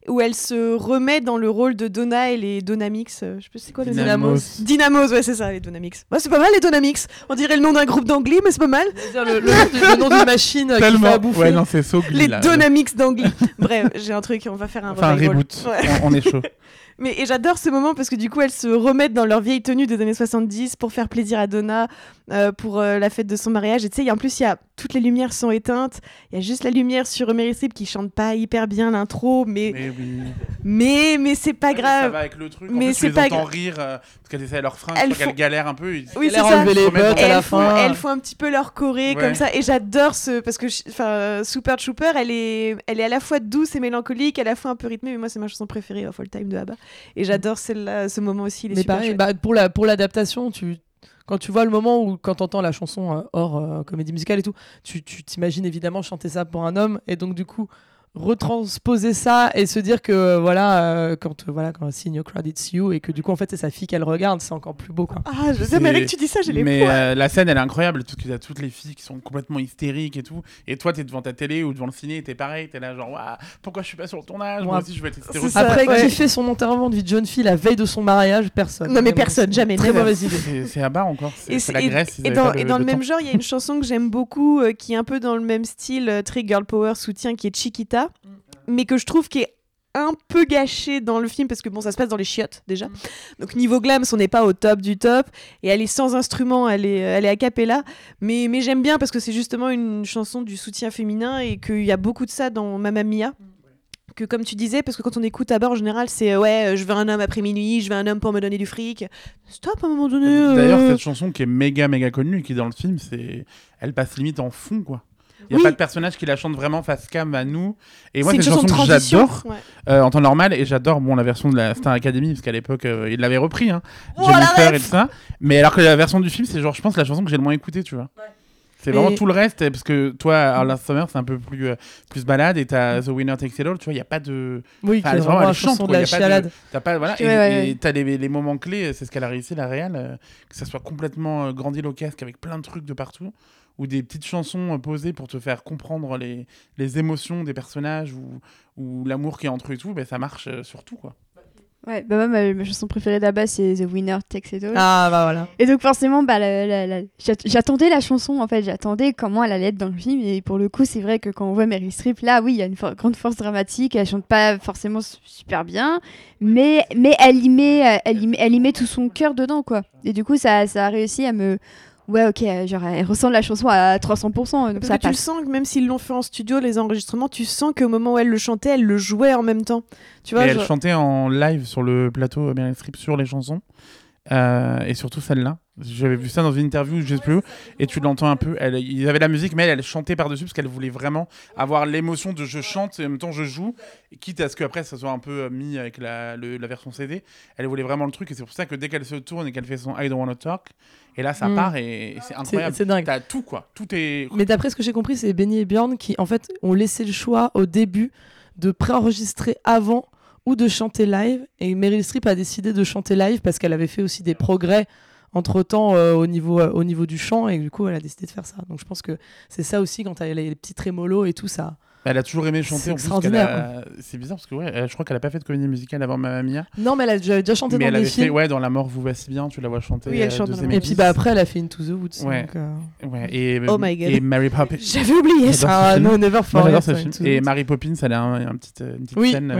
où elle se remet dans le rôle de Donna et les Dynamics. Euh, je sais plus c'est quoi le nom. Dynamos. Dynamos, ouais, c'est ça, les Dynamics. Ouais, c'est pas mal les Dynamics. On dirait le nom d'un groupe d'anglais, mais c'est pas mal. C'est-à-dire le, le, le, le nom d'une machine qui fait à bouffer. Ouais, non, c'est so Les Dynamics d'anglais. Bref, j'ai un truc, on va faire un enfin, un reboot. Ouais. On, on est chaud. Mais et j'adore ce moment parce que du coup elles se remettent dans leur vieille tenue des années soixante-dix pour faire plaisir à Donna euh, pour euh, la fête de son mariage. Et tu sais, en plus il y a toutes les lumières sont éteintes, il y a juste la lumière sur Meryl Streep qui chante pas hyper bien l'intro, mais mais oui. mais, mais c'est pas ouais, grave. Ça va avec le truc. En mais plus, c'est tu les pas entends gra... rire euh, parce qu'elles essaient leur fringue, elles font... qu'elles galèrent un peu. Ils... Oui, c'est ça. enlever les bottes à la font, fin. elles font un petit peu leur choré ouais. comme ça. Et j'adore ce parce que enfin Super Trooper, elle est elle est à la fois douce et mélancolique, à la fois un peu rythmée. Mais moi c'est ma chanson préférée of all time de ABBA. Et j'adore celle-là. Ce moment aussi, il est mais super pareil, chouette. bah, pour la pour l'adaptation, tu quand tu vois le moment où quand t'entends la chanson euh, hors euh, comédie musicale et tout, tu tu t'imagines évidemment chanter ça pour un homme et donc du coup retransposer ça et se dire que euh, voilà euh, quand euh, voilà quand See Your Crowd It's You et que du coup en fait c'est sa fille qu'elle regarde, c'est encore plus beau quoi. Ah, je sais, mais avec tu dis ça, j'ai les mais poils. euh, la scène elle est incroyable parce qu'il y a toutes les filles qui sont complètement hystériques et tout et toi t'es devant ta télé ou devant le ciné et t'es pareil, t'es là genre waouh, pourquoi je suis pas sur le tournage, ouais. Moi aussi je vais être hystérique. Ça, après ouais. qui fait son enterrement de vie de jeune fille la veille de son mariage? Personne. Non mais personne, jamais. Très never. mauvaise idée. C'est, c'est à bas encore, c'est, Et, c'est la et- Grèce. et dans, et dans le, le même genre, il y a une chanson que j'aime beaucoup, euh, qui est un peu dans le même style, euh, très girl power soutien, qui est Chiquita, mais que je trouve qui est un peu gâchée dans le film parce que bon, ça se passe dans les chiottes déjà. Donc niveau glam, on n'est pas au top du top. Et elle est sans instrument, elle est, elle est a cappella. Mais, mais j'aime bien parce que c'est justement une chanson du soutien féminin et qu'il y a beaucoup de ça dans Mamma Mia. Que comme tu disais, parce que quand on écoute à bord en général, c'est euh, ouais, je veux un homme après minuit, je veux un homme pour me donner du fric. Stop à un moment donné. euh... D'ailleurs, cette chanson qui est méga méga connue et qui est dans le film, c'est... elle passe limite en fond quoi. Il n'y a Oui. pas de personnage qui la chante vraiment face cam à nous. Et moi, c'est c'est une une chanson chanson de que transition. j'adore Ouais. euh, en temps normal. Et j'adore bon, la version de la Star Academy, parce qu'à l'époque, euh, il l'avait repris. Hein, Oh, la Jennifer ref et tout ça. Mais alors que la version du film, c'est genre, je pense, la chanson que j'ai le moins écoutée, tu vois. Ouais. C'est Mais... vraiment tout le reste, parce que toi, Last Summer, c'est un peu plus, euh, plus balade. Et t'as The Winner Takes It All, tu vois, il n'y a pas de. Oui, Enfin, qui est vraiment, vraiment elle la chante, chanson quoi, de la y a pas chialade. de- T'as pas, voilà, Ouais, et, ouais, et ouais. t'as les, les moments clés, c'est ce qu'elle a réussi, la réal, euh, que ça soit complètement euh, grandiloquesque avec plein de trucs de partout, ou des petites chansons euh, posées pour te faire comprendre les, les émotions des personnages ou, ou l'amour qui est entre eux et tout, ben, ça marche euh, sur tout quoi. Ouais, bah moi, ma, ma chanson préférée d'Abba, c'est The Winner Takes It All. Ah bah voilà. Et donc forcément, bah, la- la- la- j'att- j'attendais la chanson, en fait, j'attendais comment elle allait être dans le film. Et pour le coup, c'est vrai que quand on voit Meryl Streep, là, oui, il y a une for- grande force dramatique. Elle chante pas forcément su- super bien, mais, mais elle, y met, euh, elle, y met, elle y met tout son cœur dedans, quoi. Et du coup, ça, ça a réussi à me... Ouais, ok, euh, genre, elle ressent la chanson à trois cents pour cent, donc Parce ça que tu le passe. sens que même s'ils l'ont fait en studio, les enregistrements, tu sens qu'au moment où elle le chantait, elle le jouait en même temps. Tu vois, Et elle genre- chantait en live sur le plateau Meryl Streep sur les chansons, euh, et surtout celle-là. J'avais vu ça dans une interview, je sais plus où, et tu l'entends un peu. Elle, ils avaient la musique, mais elle, elle chantait par-dessus parce qu'elle voulait vraiment avoir l'émotion de je chante et en même temps je joue, et quitte à ce qu'après ça soit un peu euh, mis avec la, le- la version C D. Elle voulait vraiment le truc, et c'est pour ça que dès qu'elle se tourne et qu'elle fait son I Don't Wanna Talk, et là ça Mm. part et, et c'est C'est, incroyable. c'est dingue. T'as tout quoi, tout est. Mais d'après ce que j'ai compris, c'est Benny et Björn qui en fait ont laissé le choix au début de préenregistrer avant ou de chanter live. Et Meryl Streep a décidé de chanter live parce qu'elle avait fait aussi des progrès entre-temps euh, au, niveau, euh, au niveau du chant et du coup elle a décidé de faire ça. Donc je pense que c'est ça aussi quand t'as les, les petits trémolos et tout ça. Elle a toujours aimé chanter. C'est en plus, qu'elle extraordinaire, a- C'est bizarre parce que ouais, elle- je crois qu'elle a pas fait de comédie musicale avant Mamma Mia. Non mais elle a déjà, déjà chanté Mais dans elle des avait fait, films. ouais, dans La mort vous va si bien, tu la vois chanter. Oui, elle euh, chante de dans La Et mort. puis bah après elle a fait Into the Woods. Ouais. Donc, euh... Ouais, et, Oh my God. et Mary Poppins. J'avais oublié ça. J'adore ce Ah film. no, never Moi forget. j'adore ce ça, film. Into the Et Woods. Mary Poppins, elle a un, un petit, une petite Oui, scène. oui.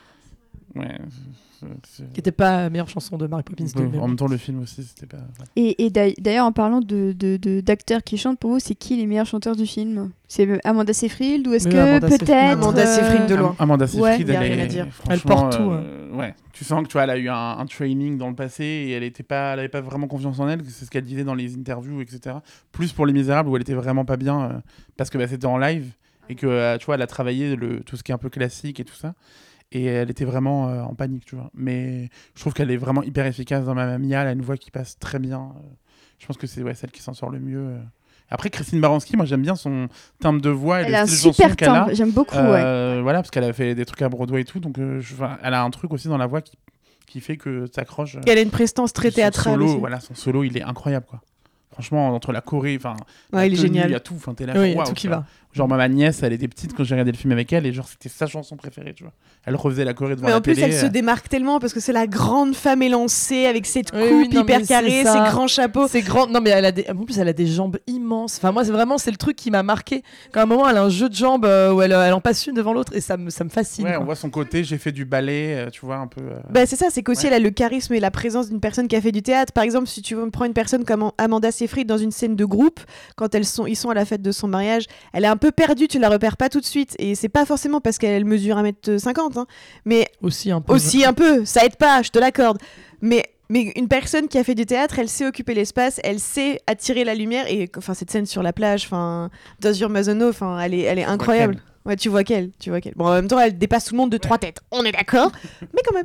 euh, Ouais. c'est- c'est- Qui était pas la meilleure chanson de Mary Poppins. Ouais, de en même temps, le film aussi, c'était pas. Et, et d'ail- d'ailleurs, en parlant de, de, de- d'acteurs qui chantent, pour vous, c'est qui les meilleurs chanteurs du film? C'est Amanda Seyfried ou est-ce Oui, que Amanda Seyfried. peut-être... Amanda Seyfried de euh, loin. Am- Amanda Ouais, Seyfried, y a elle, rien à est- dire. Elle franchement, porte tout, euh, ouais. Tu sens que tu vois, elle a eu un, un training dans le passé et elle était pas, elle avait pas vraiment confiance en elle. C'est ce qu'elle disait dans les interviews, et cetera. Plus pour Les Misérables où elle était vraiment pas bien euh, parce que bah, c'était en live et que euh, tu vois, elle a travaillé le, tout ce qui est un peu classique et tout ça. Et elle était vraiment euh, en panique, tu vois. Mais je trouve qu'elle est vraiment hyper efficace dans Mamma Mia. Elle a une voix qui passe très bien. Euh, je pense que c'est ouais, celle qui s'en sort le mieux. euh. Après, Christine Baranski, moi j'aime bien son timbre de voix et Elle le a un style de chanson super qu'elle a. timbre, j'aime beaucoup, ouais. Euh, Voilà, parce qu'elle a fait des trucs à Broadway et tout. Donc euh, je, enfin, elle a un truc aussi dans la voix qui, qui fait que t'accroches. euh, Elle a une prestance très son théâtrale solo, aussi. voilà, son solo, il est incroyable, quoi. Franchement, entre la choré, enfin, Ouais, la il est tenue, génial. il y a tout. Enfin, t'es là, Oui, il y a waouh, tout qui quoi. va. Genre, ma nièce, elle était petite quand j'ai regardé le film avec elle, et genre, c'était sa chanson préférée, tu vois. Elle refaisait la choré devant Mais la en plus, télé. elle se euh. démarque tellement parce que c'est la grande femme élancée avec cette coupe Oui, oui, non, hyper mais c'est carrée, ça. ses grands chapeaux. C'est grand. Non, mais elle a des. En plus, elle a des jambes immenses. Enfin, moi, c'est vraiment c'est le truc qui m'a marqué. Quand à un moment, elle a un jeu de jambes euh, où elle, elle en passe une devant l'autre et ça me ça me fascine. Ouais, quoi. on voit son côté, j'ai fait du ballet, euh, tu vois, un peu. euh. Bah, c'est ça, c'est qu'aussi Ouais. elle a le charisme et la présence d'une personne qui a fait du théâtre. Par exemple, si tu veux prendre une personne comme Amanda Seyfried dans une scène de groupe, quand elles sont, ils sont à la fête de son mariage, elle est un peu perdue, tu la repères pas tout de suite. Et c'est pas forcément parce qu'elle mesure un mètre cinquante, hein, mais Aussi un peu. aussi un peu, ça aide pas, je te l'accorde. Mais, mais une personne qui a fait du théâtre, elle sait occuper l'espace, elle sait attirer la lumière. Et enfin, cette scène sur la plage, enfin, Does Your Mother Know, enfin, elle est, elle est incroyable. Ouais, tu vois qu'elle, tu vois qu'elle. Bon, en même temps, elle dépasse tout le monde de trois têtes. On est d'accord, mais quand même.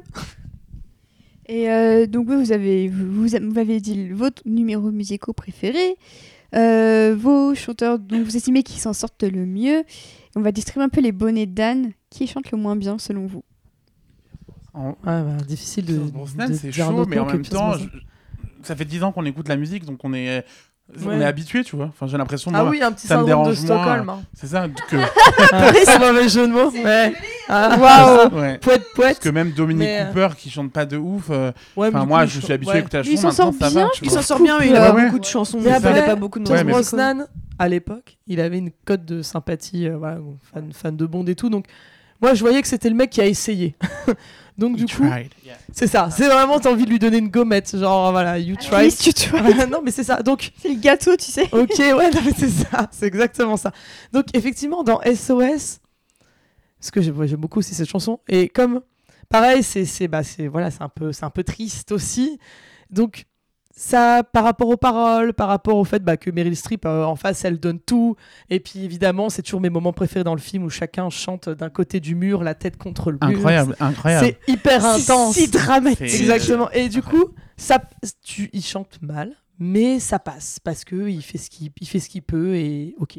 Et euh, donc, oui, vous avez, vous, vous m'avez dit votre numéro musicaux préféré, euh, vos chanteurs dont vous estimez qu'ils s'en sortent le mieux. On va distribuer un peu les bonnets d'âne. Qui chante le moins bien selon vous? En- Ah, bah, difficile de. Pierce Brosnan, de c'est dire un chaud, autre mais nom en que même Pierce temps, Brosnan. je- ça fait dix ans qu'on écoute la musique, donc on est, on Ouais. est habitué, tu vois. Enfin, j'ai l'impression. Ah moi, oui, un petit ça me syndrome de dérange moins. Stockholm. Hein. C'est ça que. Ah, c'est un mauvais jeu de mots. Ouais. Ah, Waouh. ouais. Poète, Parce poète. que même Dominique Mais, euh, Cooper qui chante pas de ouf. euh, Ouais, Enfin, mais moi, du coup, je suis ouais. habitué à écouter la Mais il chanson. s'en Maintenant, sort ça bien, va. je tu Il vois. s'en sort bien, mais il a Ouais, pas ouais. beaucoup de chansons. Mais Il après, a pas beaucoup de Ouais, Pierce mais- Brosnan, à l'époque, il avait une cote de sympathie, euh, voilà, fan, fan de Bond et tout. Donc, moi, je voyais que c'était le mec qui a essayé. Donc, du You coup, tried. Yeah. c'est ça. C'est vraiment, t'as envie de lui donner une gommette. Genre, voilà, you At tried. least you tried. Voilà, non, mais c'est ça. Donc, C'est le gâteau, tu sais. ok, ouais, non, mais c'est ça. C'est exactement ça. Donc, effectivement, dans S O S, parce que j'aime ouais, j'aime beaucoup aussi cette chanson. Et comme, pareil, c'est c'est bah, c'est voilà, c'est un peu c'est un peu triste aussi. Donc ça, par rapport aux paroles, par rapport au fait bah, que Meryl Streep euh, en face, elle donne tout. Et puis évidemment, c'est toujours mes moments préférés dans le film où chacun chante d'un côté du mur, la tête contre le mur. Incroyable, incroyable. C'est hyper intense. C'est si dramatique. C'est- Exactement. Et du coup, ça, tu, il chante mal, mais ça passe parce que il fait ce qu'il, il fait ce qu'il peut et ok.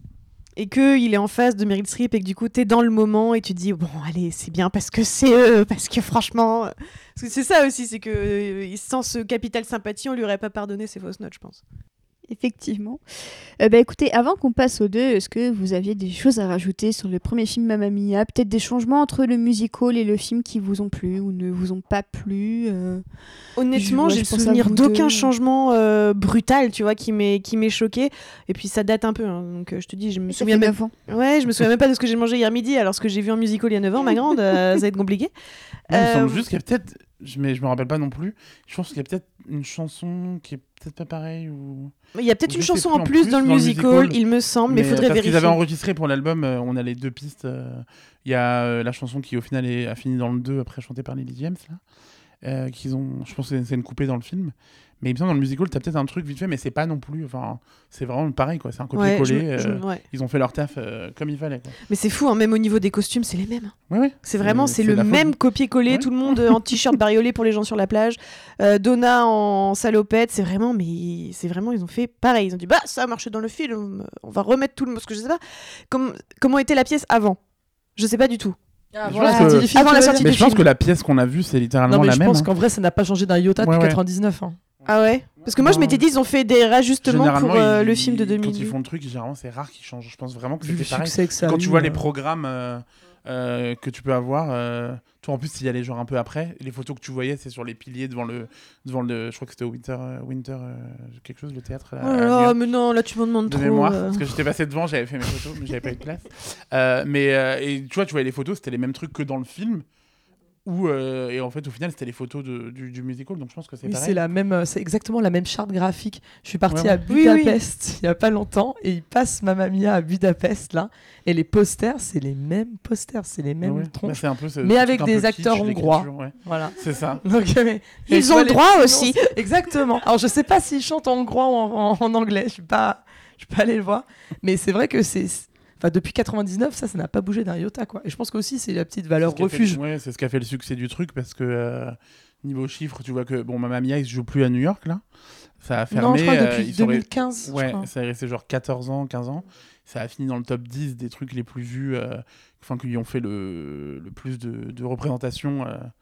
Et qu'il est en face de Meryl Streep et que du coup t'es dans le moment et tu te dis bon allez c'est bien parce que c'est eux, parce que franchement, euh, parce que c'est ça aussi, c'est que euh, sans ce capital sympathie on lui aurait pas pardonné ses fausses notes, je pense. Effectivement. Euh, bah, écoutez, avant qu'on passe aux deux, est-ce que vous aviez des choses à rajouter sur le premier film Mamma Mia? Peut-être des changements entre le musical et le film qui vous ont plu ou ne vous ont pas plu euh... Honnêtement, Je- ouais, j'ai le je pense à souvenir vous d'aucun deux. changement euh, brutal, tu vois, qui m'est qui m'est choqué. Et puis ça date un peu, hein, donc euh, je te dis, je me Ça souviens fait même. neuf ans. Ouais, je me souviens même pas de ce que j'ai mangé hier midi, alors ce que j'ai vu en musical il y a neuf ans, ma grande, euh, ça va être compliqué. Non, il me Euh, semble juste qu'il y a peut-être, je, mais je me rappelle pas non plus. Je pense qu'il y a peut-être une chanson qui est peut-être pas pareille ou. Il y a peut-être Je une sais chanson plus en en plus plus dans le dans le musical, musical. il me semble, mais il faudrait parce qu'ils vérifier. avaient enregistré pour l'album, euh, on a les deux pistes. euh, Il y a euh, la chanson qui au final est, a fini dans le deux après chantée par Lily James là. Euh, qu'ils ont, je pense que c'est une coupée dans le film. Mais il me semble dans le musical, t'as peut-être un truc vite fait, mais c'est pas non plus. Enfin, c'est vraiment pareil quoi. C'est un Ouais, copier-coller. je- je- euh, ouais. Ils ont fait leur taf euh, comme il fallait quoi. Mais c'est fou, hein, même au niveau des costumes, c'est les mêmes. Ouais, ouais. C'est vraiment, c'est le la même folie. copier-coller, Ouais. tout le monde euh, en t-shirt bariolé pour les gens sur la plage, euh, Donna en salopette, c'est vraiment, mais c'est vraiment, ils ont fait pareil, ils ont dit bah ça a marché dans le film, on va remettre tout le, parce que je sais pas comment comment était la pièce avant, je sais pas du tout. Ah, Je voilà, pense la que- sortie du film, avant tu la veux sortie dire Mais du je pense film. que la pièce qu'on a vue, c'est littéralement Non, mais la je même. pense hein. qu'en vrai, ça n'a pas changé d'un iota Ouais, depuis ouais. quatre-vingt-dix-neuf. Hein. Ah ouais, parce que moi je Non. m'étais dit ils ont fait des rajustements pour Généralement, euh, ils- le film de deux Quand mille. ils font le truc, généralement, c'est rare qu'ils changent. Je pense vraiment que Vu le c'était pareil. succès que ça a Quand eu, tu vois les euh, programmes euh, euh, que tu peux avoir, euh, toi en plus il y allait genre un peu après, les photos que tu voyais c'est sur les piliers devant le, devant le, je crois que c'était au Winter, euh, Winter euh, quelque chose, le théâtre. Oh à- à là New là, York, mais non, là tu m'en demandes de trop. mémoire, euh. parce que j'étais passé devant, j'avais fait mes photos, mais j'avais pas eu de place. Euh, mais euh, et tu vois, tu voyais les photos, c'était les mêmes trucs que dans le film. Où, euh, et en fait, au final, c'était les photos de, du, du musical, donc je pense que c'est Oui, pareil. c'est la même, euh, c'est exactement la même charte graphique. Je suis partie Ouais, à ouais. Oui, oui. Budapest il y a pas longtemps et ils passent Mamma Mia à Budapest là et les posters c'est les mêmes posters, c'est les Ouais, mêmes ouais. Bah, tronches. c'est un peu ce- mais ce avec truc un des peu acteurs kitsch, hongrois. l'écriture, ouais. Voilà. C'est ça. Donc, mais- Ils mais ont tu le vois, droit les- aussi. Exactement. Alors je sais pas s'ils chantent en hongrois ou en, en- en anglais, je suis pas, je suis pas allée le voir, mais c'est vrai que c'est, enfin depuis quatre-vingt-dix-neuf ça, ça n'a pas bougé d'un iota quoi. Et je pense qu'aussi c'est la petite valeur C'est ce qui a fait- refuge. ouais, c'est ce qui a fait le succès du truc parce que euh, niveau chiffres, tu vois que bon, Mamma Mia, il se joue plus à New York là. Ça a fermé. Non, je crois euh, depuis ils sont deux mille quinze. re- je Ouais, crois. ça est resté genre quatorze ans, quinze ans. Ça a fini dans le top dix des trucs les plus vus, euh, enfin qui ont fait le, le plus de, de représentations euh,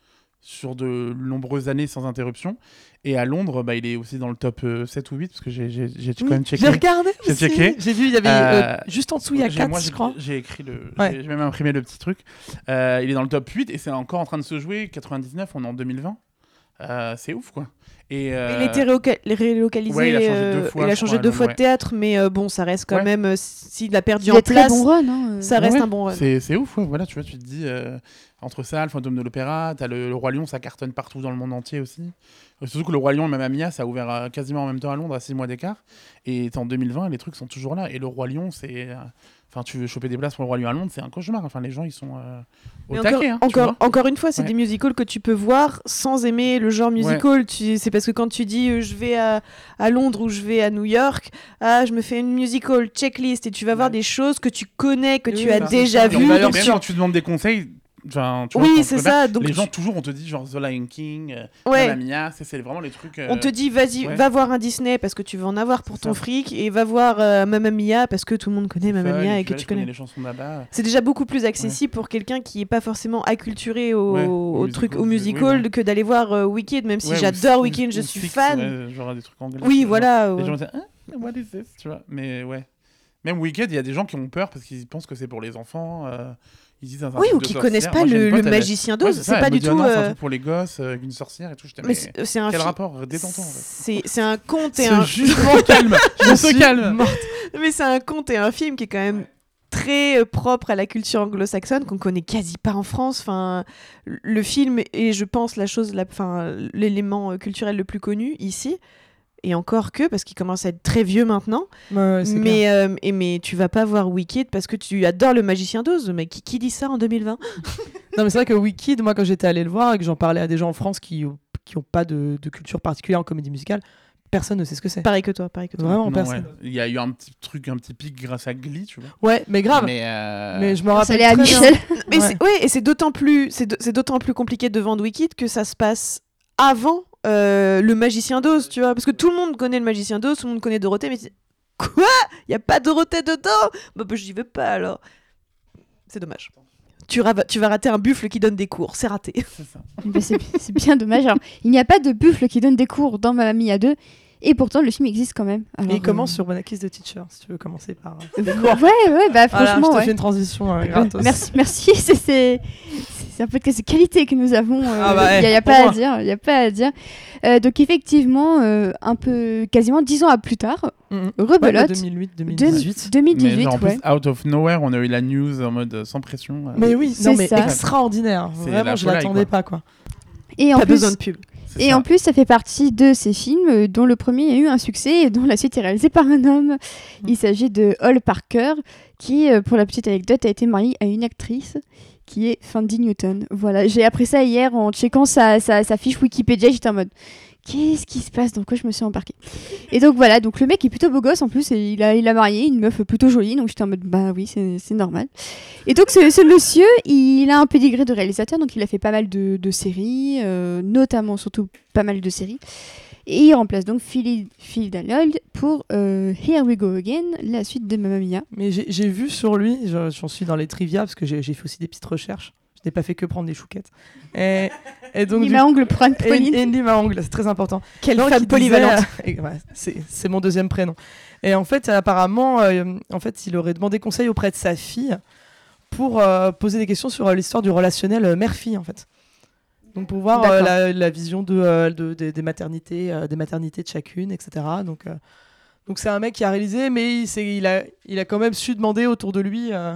sur de nombreuses années sans interruption. Et à Londres, bah, il est aussi dans le top euh, sept ou huit, parce que j'ai, j'ai, j'ai quand même checké. J'ai regardé J'ai aussi. checké. J'ai vu, il y avait Euh, euh, juste en dessous, il y a J'ai- quatre, moi, je j'ai- crois. J'ai écrit le, Ouais. j'ai, j'ai même imprimé le petit truc. Euh, il est dans le top huit et c'est encore en train de se jouer. quatre-vingt-dix-neuf, on est en deux mille vingt. Euh, c'est ouf, quoi. Et, euh, Il a été réoca- relocalisé, ouais, il a changé deux euh, fois, il a je changé crois, deux à fois de Londres, théâtre, mais euh, bon, ça reste quand Ouais. même, euh, s'il a perdu Il en a très place, bon run. Hein, euh. ça reste Ouais, un bon run. C'est, c'est ouf, ouais. Voilà, tu vois, tu te dis, euh, entre ça, le fantôme de l'opéra, t'as le, le Roi Lion, ça cartonne partout dans le monde entier aussi. Euh, surtout que le Roi Lion et Mamma Mia, ça a ouvert euh, quasiment en même temps à Londres, à six mois d'écart. Et t'es en deux mille vingt, les trucs sont toujours là. Et le Roi Lion, c'est. euh, Enfin, tu veux choper des places pour le Roi Lion à Londres, c'est un cauchemar. Enfin, les gens, ils sont euh, au Mais taquet. encore, hein, tu encore, vois. encore une fois, c'est Ouais. des musicals que tu peux voir sans aimer le genre musical. Tu, c'est parce que quand tu dis euh, je vais à, à Londres ou je vais à New York, ah, je me fais une musical checklist et tu vas voir Ouais. des choses que tu connais, que Oui, tu oui, as ça, déjà c'est ça. vues. Et Même d'ailleurs, donc sur- quand tu demandes des conseils, enfin, tu vois, Oui, quand c'est tu ça. regardes, Donc les tu- gens toujours on te dit genre The Lion King, euh, Ouais. Mamma Mia, c'est, c'est vraiment les trucs. euh, On te dit vas-y, ouais. va voir un Disney parce que tu veux en avoir pour C'est ton ça. fric et va voir euh, Mamma Mia parce que tout le monde connaît c'est Mamma fun, Mia et puis que voilà, tu je connais connais. les chansons là-bas. C'est déjà beaucoup plus accessible pour quelqu'un qui est pas forcément acculturé au, Ouais, au au truc, musical, au oui, musical ouais. que d'aller voir euh, Wicked, même si Ouais, ou- j'adore ou- Wicked, je ou suis Six, fan. ouais, genre des trucs anglais. Oui, genre, voilà. Les ouais. gens disent, hein, what is this, tu vois. Mais ouais. Même Wicked, il y a des gens qui ont peur parce qu'ils pensent que c'est pour les enfants. euh, Ils disent, c'est un Oui, truc ou de qui sorcière. connaissent pas Moi, j'ai le, une pote, le elle- magicien Ouais, d'Oz. c'est c'est ça, pas elle du me dit, tout. Ah non, c'est un euh, truc pour les gosses, euh, avec une sorcière et tout. J'étais, Mais mais c'est c'est un quel fi- rapport Détends-toi, en fait. C'est c'est un conte et Ce un. jugement calme. Je se calme. Mais c'est un conte et un film qui est quand même très euh, propre à la culture anglo-saxonne qu'on connaît quasi pas en France. Enfin, le film est, je pense, la chose, la, enfin, l'élément euh, culturel le plus connu ici. Et encore que, parce qu'il commence à être très vieux maintenant. Ouais, c'est clair. mais, euh, et, mais tu vas pas voir Wicked parce que tu adores le magicien d'Oz. Mais qui, qui dit ça en deux mille vingt? Non, mais c'est vrai que Wicked, moi, quand j'étais allé le voir et que j'en parlais à des gens en France qui qui ont pas de, de culture particulière en comédie musicale, personne ne sait ce que c'est. Pareil que toi, pareil que toi. Vraiment Non, personne. ouais. Il y a eu un petit truc, un petit pic grâce à Glee, tu vois. Ouais, mais grave. Mais, Mais, euh, je me Ça rappelle allait à très bien. Michel. Mais Ouais. c'est, ouais, et c'est d'autant plus, c'est, d- c'est d'autant plus compliqué de vendre Wicked que ça se passe avant euh, le magicien d'Oz, tu vois, parce que tout le monde connaît le magicien d'Oz, tout le monde connaît Dorothée, mais c'est- quoi? Il y a pas Dorothée dedans? Bah, bah j'y vais pas alors. C'est dommage. Tu, ra- tu vas rater un buffle qui donne des cours, c'est raté. c'est ça. Bah, c'est c'est bien dommage. Alors, il n'y a pas de buffle qui donne des cours dans Mamma Mia deux, et pourtant le film existe quand même. Alors, Et il commence euh, sur When I Kiss the Teacher, si tu veux commencer par. euh, Ouais, ouais, bah Voilà, franchement. je te ouais. fais une transition euh, Euh, gratos. Merci, merci. C'est, c'est, c'est un podcast de qualité que nous avons. Il Ah bah, n'y a, eh, y a pour pas à moi. dire. Il y a pas à dire. Euh, donc effectivement, euh, un peu, quasiment dix ans à plus tard, Mhm. rebelote. Ouais, bah, deux mille huit, deux mille dix-huit. deux mille Mais dix-huit, genre, en ouais. plus, out of nowhere, on a eu la news en mode euh, sans pression. euh, Mais oui, C'est non mais ça. extraordinaire. C'est Vraiment, la je folie, l'attendais quoi. pas quoi. Et en Pas plus, besoin de pub. c'est Et ça. en plus, ça fait partie de ces films euh, dont le premier a eu un succès et dont la suite est réalisée par un homme. Il s'agit de Hall Parker, qui, euh, pour la petite anecdote, a été marié à une actrice qui est Fandy Newton. Voilà, j'ai appris ça hier en checkant sa, sa, sa fiche Wikipédia. J'étais en mode, qu'est-ce qui se passe? Dans quoi je me suis embarquée? Et donc voilà, donc le mec est plutôt beau gosse en plus, et il a, il a marié une meuf plutôt jolie, donc j'étais en mode, bah oui, c'est c'est normal. Et donc ce, ce monsieur, il a un pédigré de réalisateur, donc il a fait pas mal de, de séries, euh, notamment surtout pas mal de séries. Et il remplace donc Philly, Phil Lloyd pour euh, Here We Go Again, la suite de Mamma Mia. Mais j'ai j'ai vu sur lui, je- j'en suis dans les trivia parce que j'ai j'ai fait aussi des petites recherches. Je n'ai pas fait que prendre des chouquettes. Et, et donc Il du m'a ongle pour Anne et, Pauline. et Andy Maongle, c'est très important. Quelle Donc, femme il disait- polyvalente. et ouais, c'est c'est mon deuxième prénom. Et en fait, apparemment, euh, en fait, il aurait demandé conseil auprès de sa fille pour euh, poser des questions sur euh, l'histoire du relationnel euh, mère-fille, en fait. Donc pour voir euh, D'accord. la, la vision de, euh, de- de- des maternités, euh, des maternités de chacune, et cetera. Donc euh, donc c'est un mec qui a réalisé, mais il, s'est- il a il a quand même su demander autour de lui euh,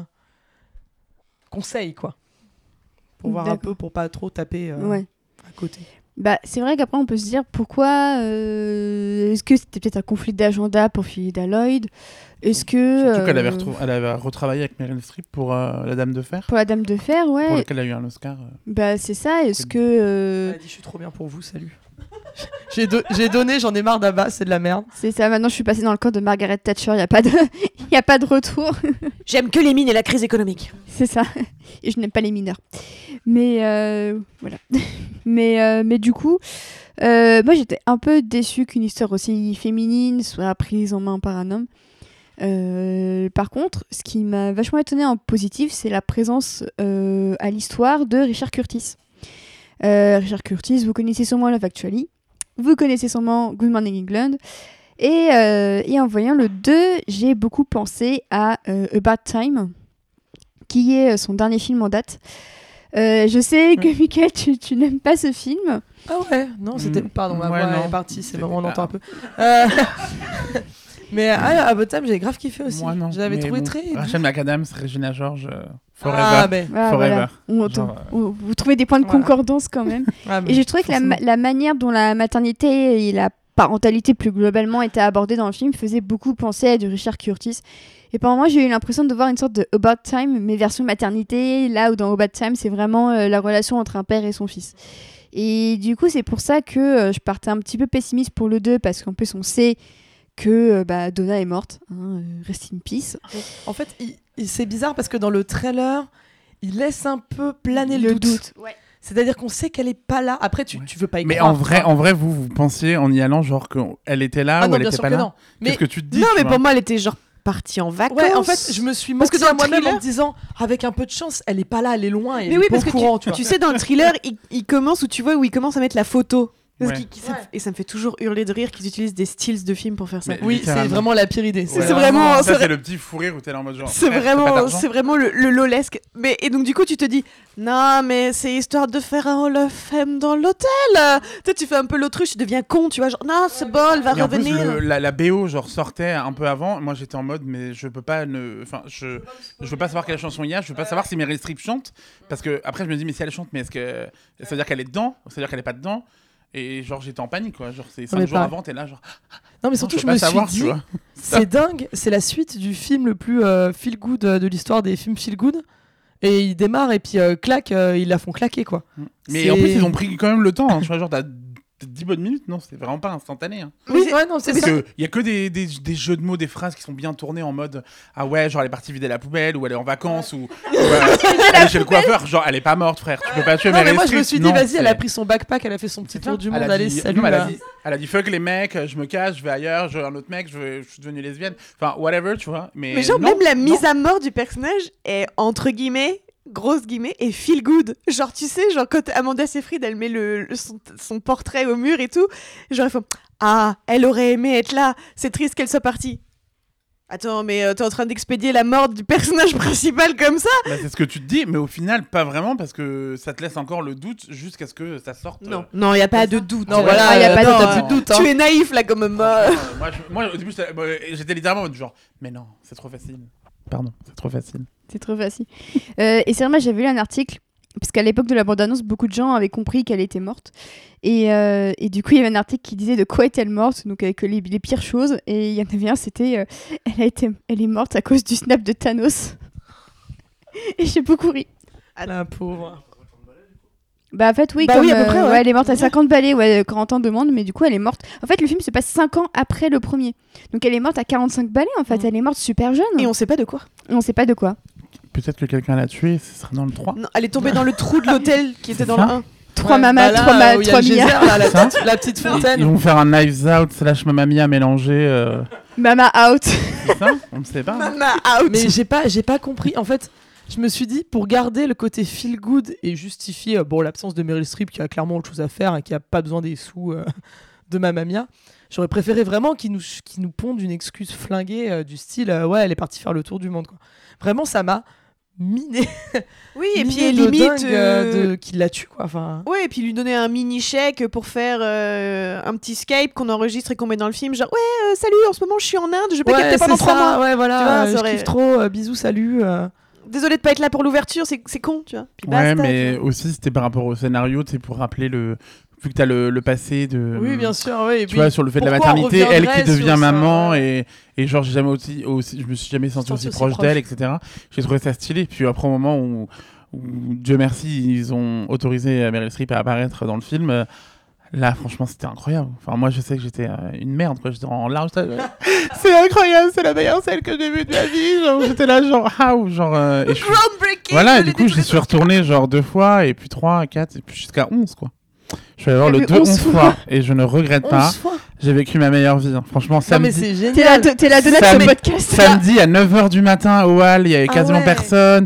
conseil, quoi, pour voir un D'accord. peu, pour pas trop taper euh, Ouais. à côté. Bah, c'est vrai qu'après, on peut se dire pourquoi. euh, Est-ce que c'était peut-être un conflit d'agenda pour Philida Lloyd? Est-ce que. Surtout qu'elle avait, euh, retrou- elle avait retravaillé avec Meryl Streep pour euh, La Dame de Fer, Pour la Dame de Fer, ouais. pour lequel elle a eu un Oscar. euh. Bah, c'est ça. Est-ce que. euh, Elle a dit je suis trop bien pour vous, salut. j'ai, do- j'ai donné, j'en ai marre d'Abba, c'est de la merde. C'est ça. Maintenant, je suis passée dans le camp de Margaret Thatcher. Il n'y a, pas de... y a pas de retour. J'aime que les mines et la crise économique. C'est ça. Et je n'aime pas les mineurs. Mais euh, voilà. mais, euh, mais du coup, euh, moi j'étais un peu déçue qu'une histoire aussi féminine soit prise en main par un homme. Euh, par contre, ce qui m'a vachement étonnée en positif, c'est la présence euh, à l'histoire de Richard Curtis. Euh, Richard Curtis, vous connaissez sûrement Love Actually. Vous connaissez sûrement Good Morning England. Et, euh, et en voyant le deux, j'ai beaucoup pensé à euh, About Time, qui est son dernier film en date. Euh, je sais que, Mickaël, tu, tu n'aimes pas ce film. Ah ouais, non, c'était... Pardon, ma Ouais, voix non. est partie, c'est C'était le moment où on pas- entend un peu. Euh... mais ah, About Time, j'ai grave kiffé aussi. Moi, non. J'avais Mais trouvé bon, très... Rachel McAdams, Regina George, euh, Forever. Ah, ben... Ah, Forever. voilà. On- Genre, on- on- vous trouvez des points de Voilà. concordance quand même. ah, mais Et j'ai trouvé que la, ma- forcément. la manière dont la maternité et la parentalité plus globalement étaient abordées dans le film faisait beaucoup penser à du Richard Curtis. Et pendant moi, j'ai eu l'impression de voir une sorte de About Time, mais version maternité, là où dans About Time, c'est vraiment euh, la relation entre un père et son fils. Et du coup, c'est pour ça que euh, je partais un petit peu pessimiste pour le deux, parce qu'en plus, on sait que euh, bah, Donna est morte. Hein, euh, rest in peace. En fait, il- il- c'est bizarre parce que dans le trailer, il laisse un peu planer le, Le doute. doute. Ouais. C'est-à-dire qu'on sait qu'elle est pas là. Après, tu, Ouais. tu veux pas y Mais croire. en vrai, tu vois. en vrai, vous, vous pensiez en y allant, genre, qu'elle était là Ah ou non, elle bien était sûr pas que là non. Mais Qu'est-ce que tu te dis Non, tu mais vois pour moi, elle était genre partie en vacances. ouais, en fait, je me suis Parce que menti dans à le moi-même thriller- en me disant, avec un peu de chance, elle est pas là, elle est loin, et Mais elle oui, est pas parce au que courant, tu, tu, tu vois. sais, dans le thriller, il, il commence où tu vois où il commence à mettre la photo. Parce Ouais. qu'il- qui- ça me- Ouais. Et ça me fait toujours hurler de rire qu'ils utilisent des styles de films pour faire ça. Mais- Oui, c'est littéralement. vraiment la pire idée. C'est vraiment- Ça, c'est c'est le petit fou rire où t'es là en mode genre. C'est frère, t'as pas vraiment, d'argent c'est vraiment le, le lolesque. Mais, et donc, du coup, tu te dis, non, mais c'est histoire de faire un Hall of Fame dans l'hôtel. Tu sais, tu fais un peu l'autruche, tu deviens con, tu vois, genre, non, c'est bon, elle va Et en plus, revenir. le- la, la B O genre sortait un peu avant. Moi, j'étais en mode, mais je peux pas ne, enfin, je, je veux pas savoir quelle chanson il y a. Je veux pas savoir si Meryl Streep chante, parce que après, je me dis, mais si elle chante, mais est-ce que ça veut dire qu'elle est dedans, ça veut dire qu'elle est pas dedans. Et genre, j'étais en panique, quoi. Genre, c'est cinq mais jours pas- avant, t'es là, genre. Non, mais non, surtout, peux je pas me savoir, suis tu dit, vois. c'est dingue, c'est la suite du film le plus euh, feel good euh, de l'histoire des films feel good. Et il démarre, et puis euh, clac, euh, ils la font claquer, quoi. Mais C'est- en plus, ils ont pris quand même le temps. Hein. Tu vois, genre, t'as dix bonnes minutes. Non, c'est vraiment pas instantané. Hein. Oui, ouais, non, c'est Parce ça. qu'il y a que des, des, des jeux de mots, des phrases qui sont bien tournées en mode ah ouais, genre elle est partie vider la poubelle, ou elle est en vacances, ou, ou, euh, elle est chez le coiffeur. Genre elle est pas morte, frère. Tu peux pas tuer Non, mais Meryl moi, je me Streep. suis dit, Non, vas-y, c'est- elle a pris son backpack, elle a fait son petit C'est tour ça. du Elle monde, a allez, dit- salut. non, mais elle, a là. dit, elle a dit fuck les mecs, je me casse, je vais ailleurs, je veux un autre mec, je, veux- je suis devenue lesbienne. Enfin, whatever, tu vois. Mais, Mais genre, non, même la mise non. à mort du personnage est, entre guillemets, grosse guillemets, et feel good. Genre, tu sais, genre, quand Amanda Seyfried, elle met le, le- son, son portrait au mur et tout, genre, il faut ah, elle aurait aimé être là, c'est triste qu'elle soit partie. Attends, mais euh, t'es en train d'expédier la mort du personnage principal comme ça? Bah, c'est ce que tu te dis, mais au final, pas vraiment, parce que ça te laisse encore le doute jusqu'à ce que ça sorte. Non, euh, non, il y a pas de ça. doute. Non, voilà, Ah, y a euh, pas de- non, t'as plus de doute. hein. Tu es naïf là comme mort. Euh, moi, je- moi, au début, j'étais bah, j'étais littéralement en mode genre, mais non, c'est trop facile. Pardon, c'est trop facile. C'est trop facile. Euh, et c'est vrai, moi, j'avais lu un article, parce qu'à l'époque de la bande-annonce, beaucoup de gens avaient compris qu'elle était morte. Et, euh, et du coup, il y avait un article qui disait de quoi est-elle morte, donc avec les, les pires choses. Et il y en avait un, c'était euh, elle, a été, elle est morte à cause du snap de Thanos. Et j'ai beaucoup ri. La pauvre. Bah, en fait, oui, Bah comme, oui, à peu près, euh, ouais. elle est morte à cinquante balais, ouais, Corentin demande, mais du coup, elle est morte. En fait, le film se passe cinq ans après le premier. Donc, elle est morte à quarante-cinq balais, en fait. Mm. Elle est morte super jeune. Et on sait pas de quoi. On sait pas de quoi. Peut-être que quelqu'un l'a tué, ce sera dans le trois. Non, elle est tombée dans le trou de l'hôtel qui était C'est dans ça le un. Trois Ouais, mamas, bah là, trois, ma- où il y a trois le geyser, milliards. là, la, Ça petite, la petite Ils, fontaine. ils vont faire un Knives Out slash Mamma Mia mélangé. euh, Mama out. C'est ça On ne sait pas. hein. Mama out. Mais j'ai pas, j'ai pas compris. En fait, je me suis dit, pour garder le côté feel good et justifier euh, bon, l'absence de Meryl Streep qui a clairement autre chose à faire et qui a pas besoin des sous euh, de Mamma Mia, j'aurais préféré vraiment qu'ils nous, qu'ils nous pondent une excuse flinguée euh, du style euh, ouais, elle est partie faire le tour du monde. Quoi. Vraiment, ça m'a miné. Oui, et miné puis de limite. dingue, euh, euh, de... qu'il la tue. Quoi. Enfin, Ouais, et puis lui donner un mini chèque pour faire euh, un petit Skype qu'on enregistre et qu'on met dans le film. Genre, ouais, euh, salut, en ce moment je suis en Inde, je vais pas ouais, capter pendant c'est trois ça, mois. ouais, voilà, Tu vois, euh, ça je aurait- kiffe trop, euh, bisous, salut. euh. Désolé de pas être là pour l'ouverture, c'est c'est con, tu vois. Puis Ouais, basta, mais tu vois. aussi c'était par rapport au scénario, tu sais, pour rappeler le. Vu que t'as le, le passé de. Oui, bien sûr, oui. et Tu puis- vois, sur le fait de la pourquoi on maternité, elle qui reviendrait devient sur ça, maman, ouais. et, et genre, j'ai jamais aussi, aussi, je me suis jamais senti Senti aussi aussi proche proche. d'elle, et cetera. J'ai trouvé ça stylé. Puis après, au moment où, où, Dieu merci, ils ont autorisé Meryl Streep à apparaître dans le film, euh, là, franchement, c'était incroyable. Enfin, moi, je sais que j'étais euh, une merde, quoi. J'étais en large. C'est incroyable, c'est la meilleure scène que j'ai vue de ma vie. Genre, j'étais là, genre, how, genre. euh, et je suis- Groundbreaking. Voilà, je et du l'ai coup, dit je tous les suis retourné genre deux fois, et puis trois, quatre, et puis jusqu'à onze, quoi. Je suis allé voir T'as le vu deux onze onze fois. fois, et je ne regrette pas. onze fois. J'ai vécu ma meilleure vie. hein. Franchement, Non, mais samedi, c'est T'es la, génial. t'es la donnette de ce Samedi- podcast. samedi à neuf heures du matin au Hall, il y avait Ah quasiment ouais. personne.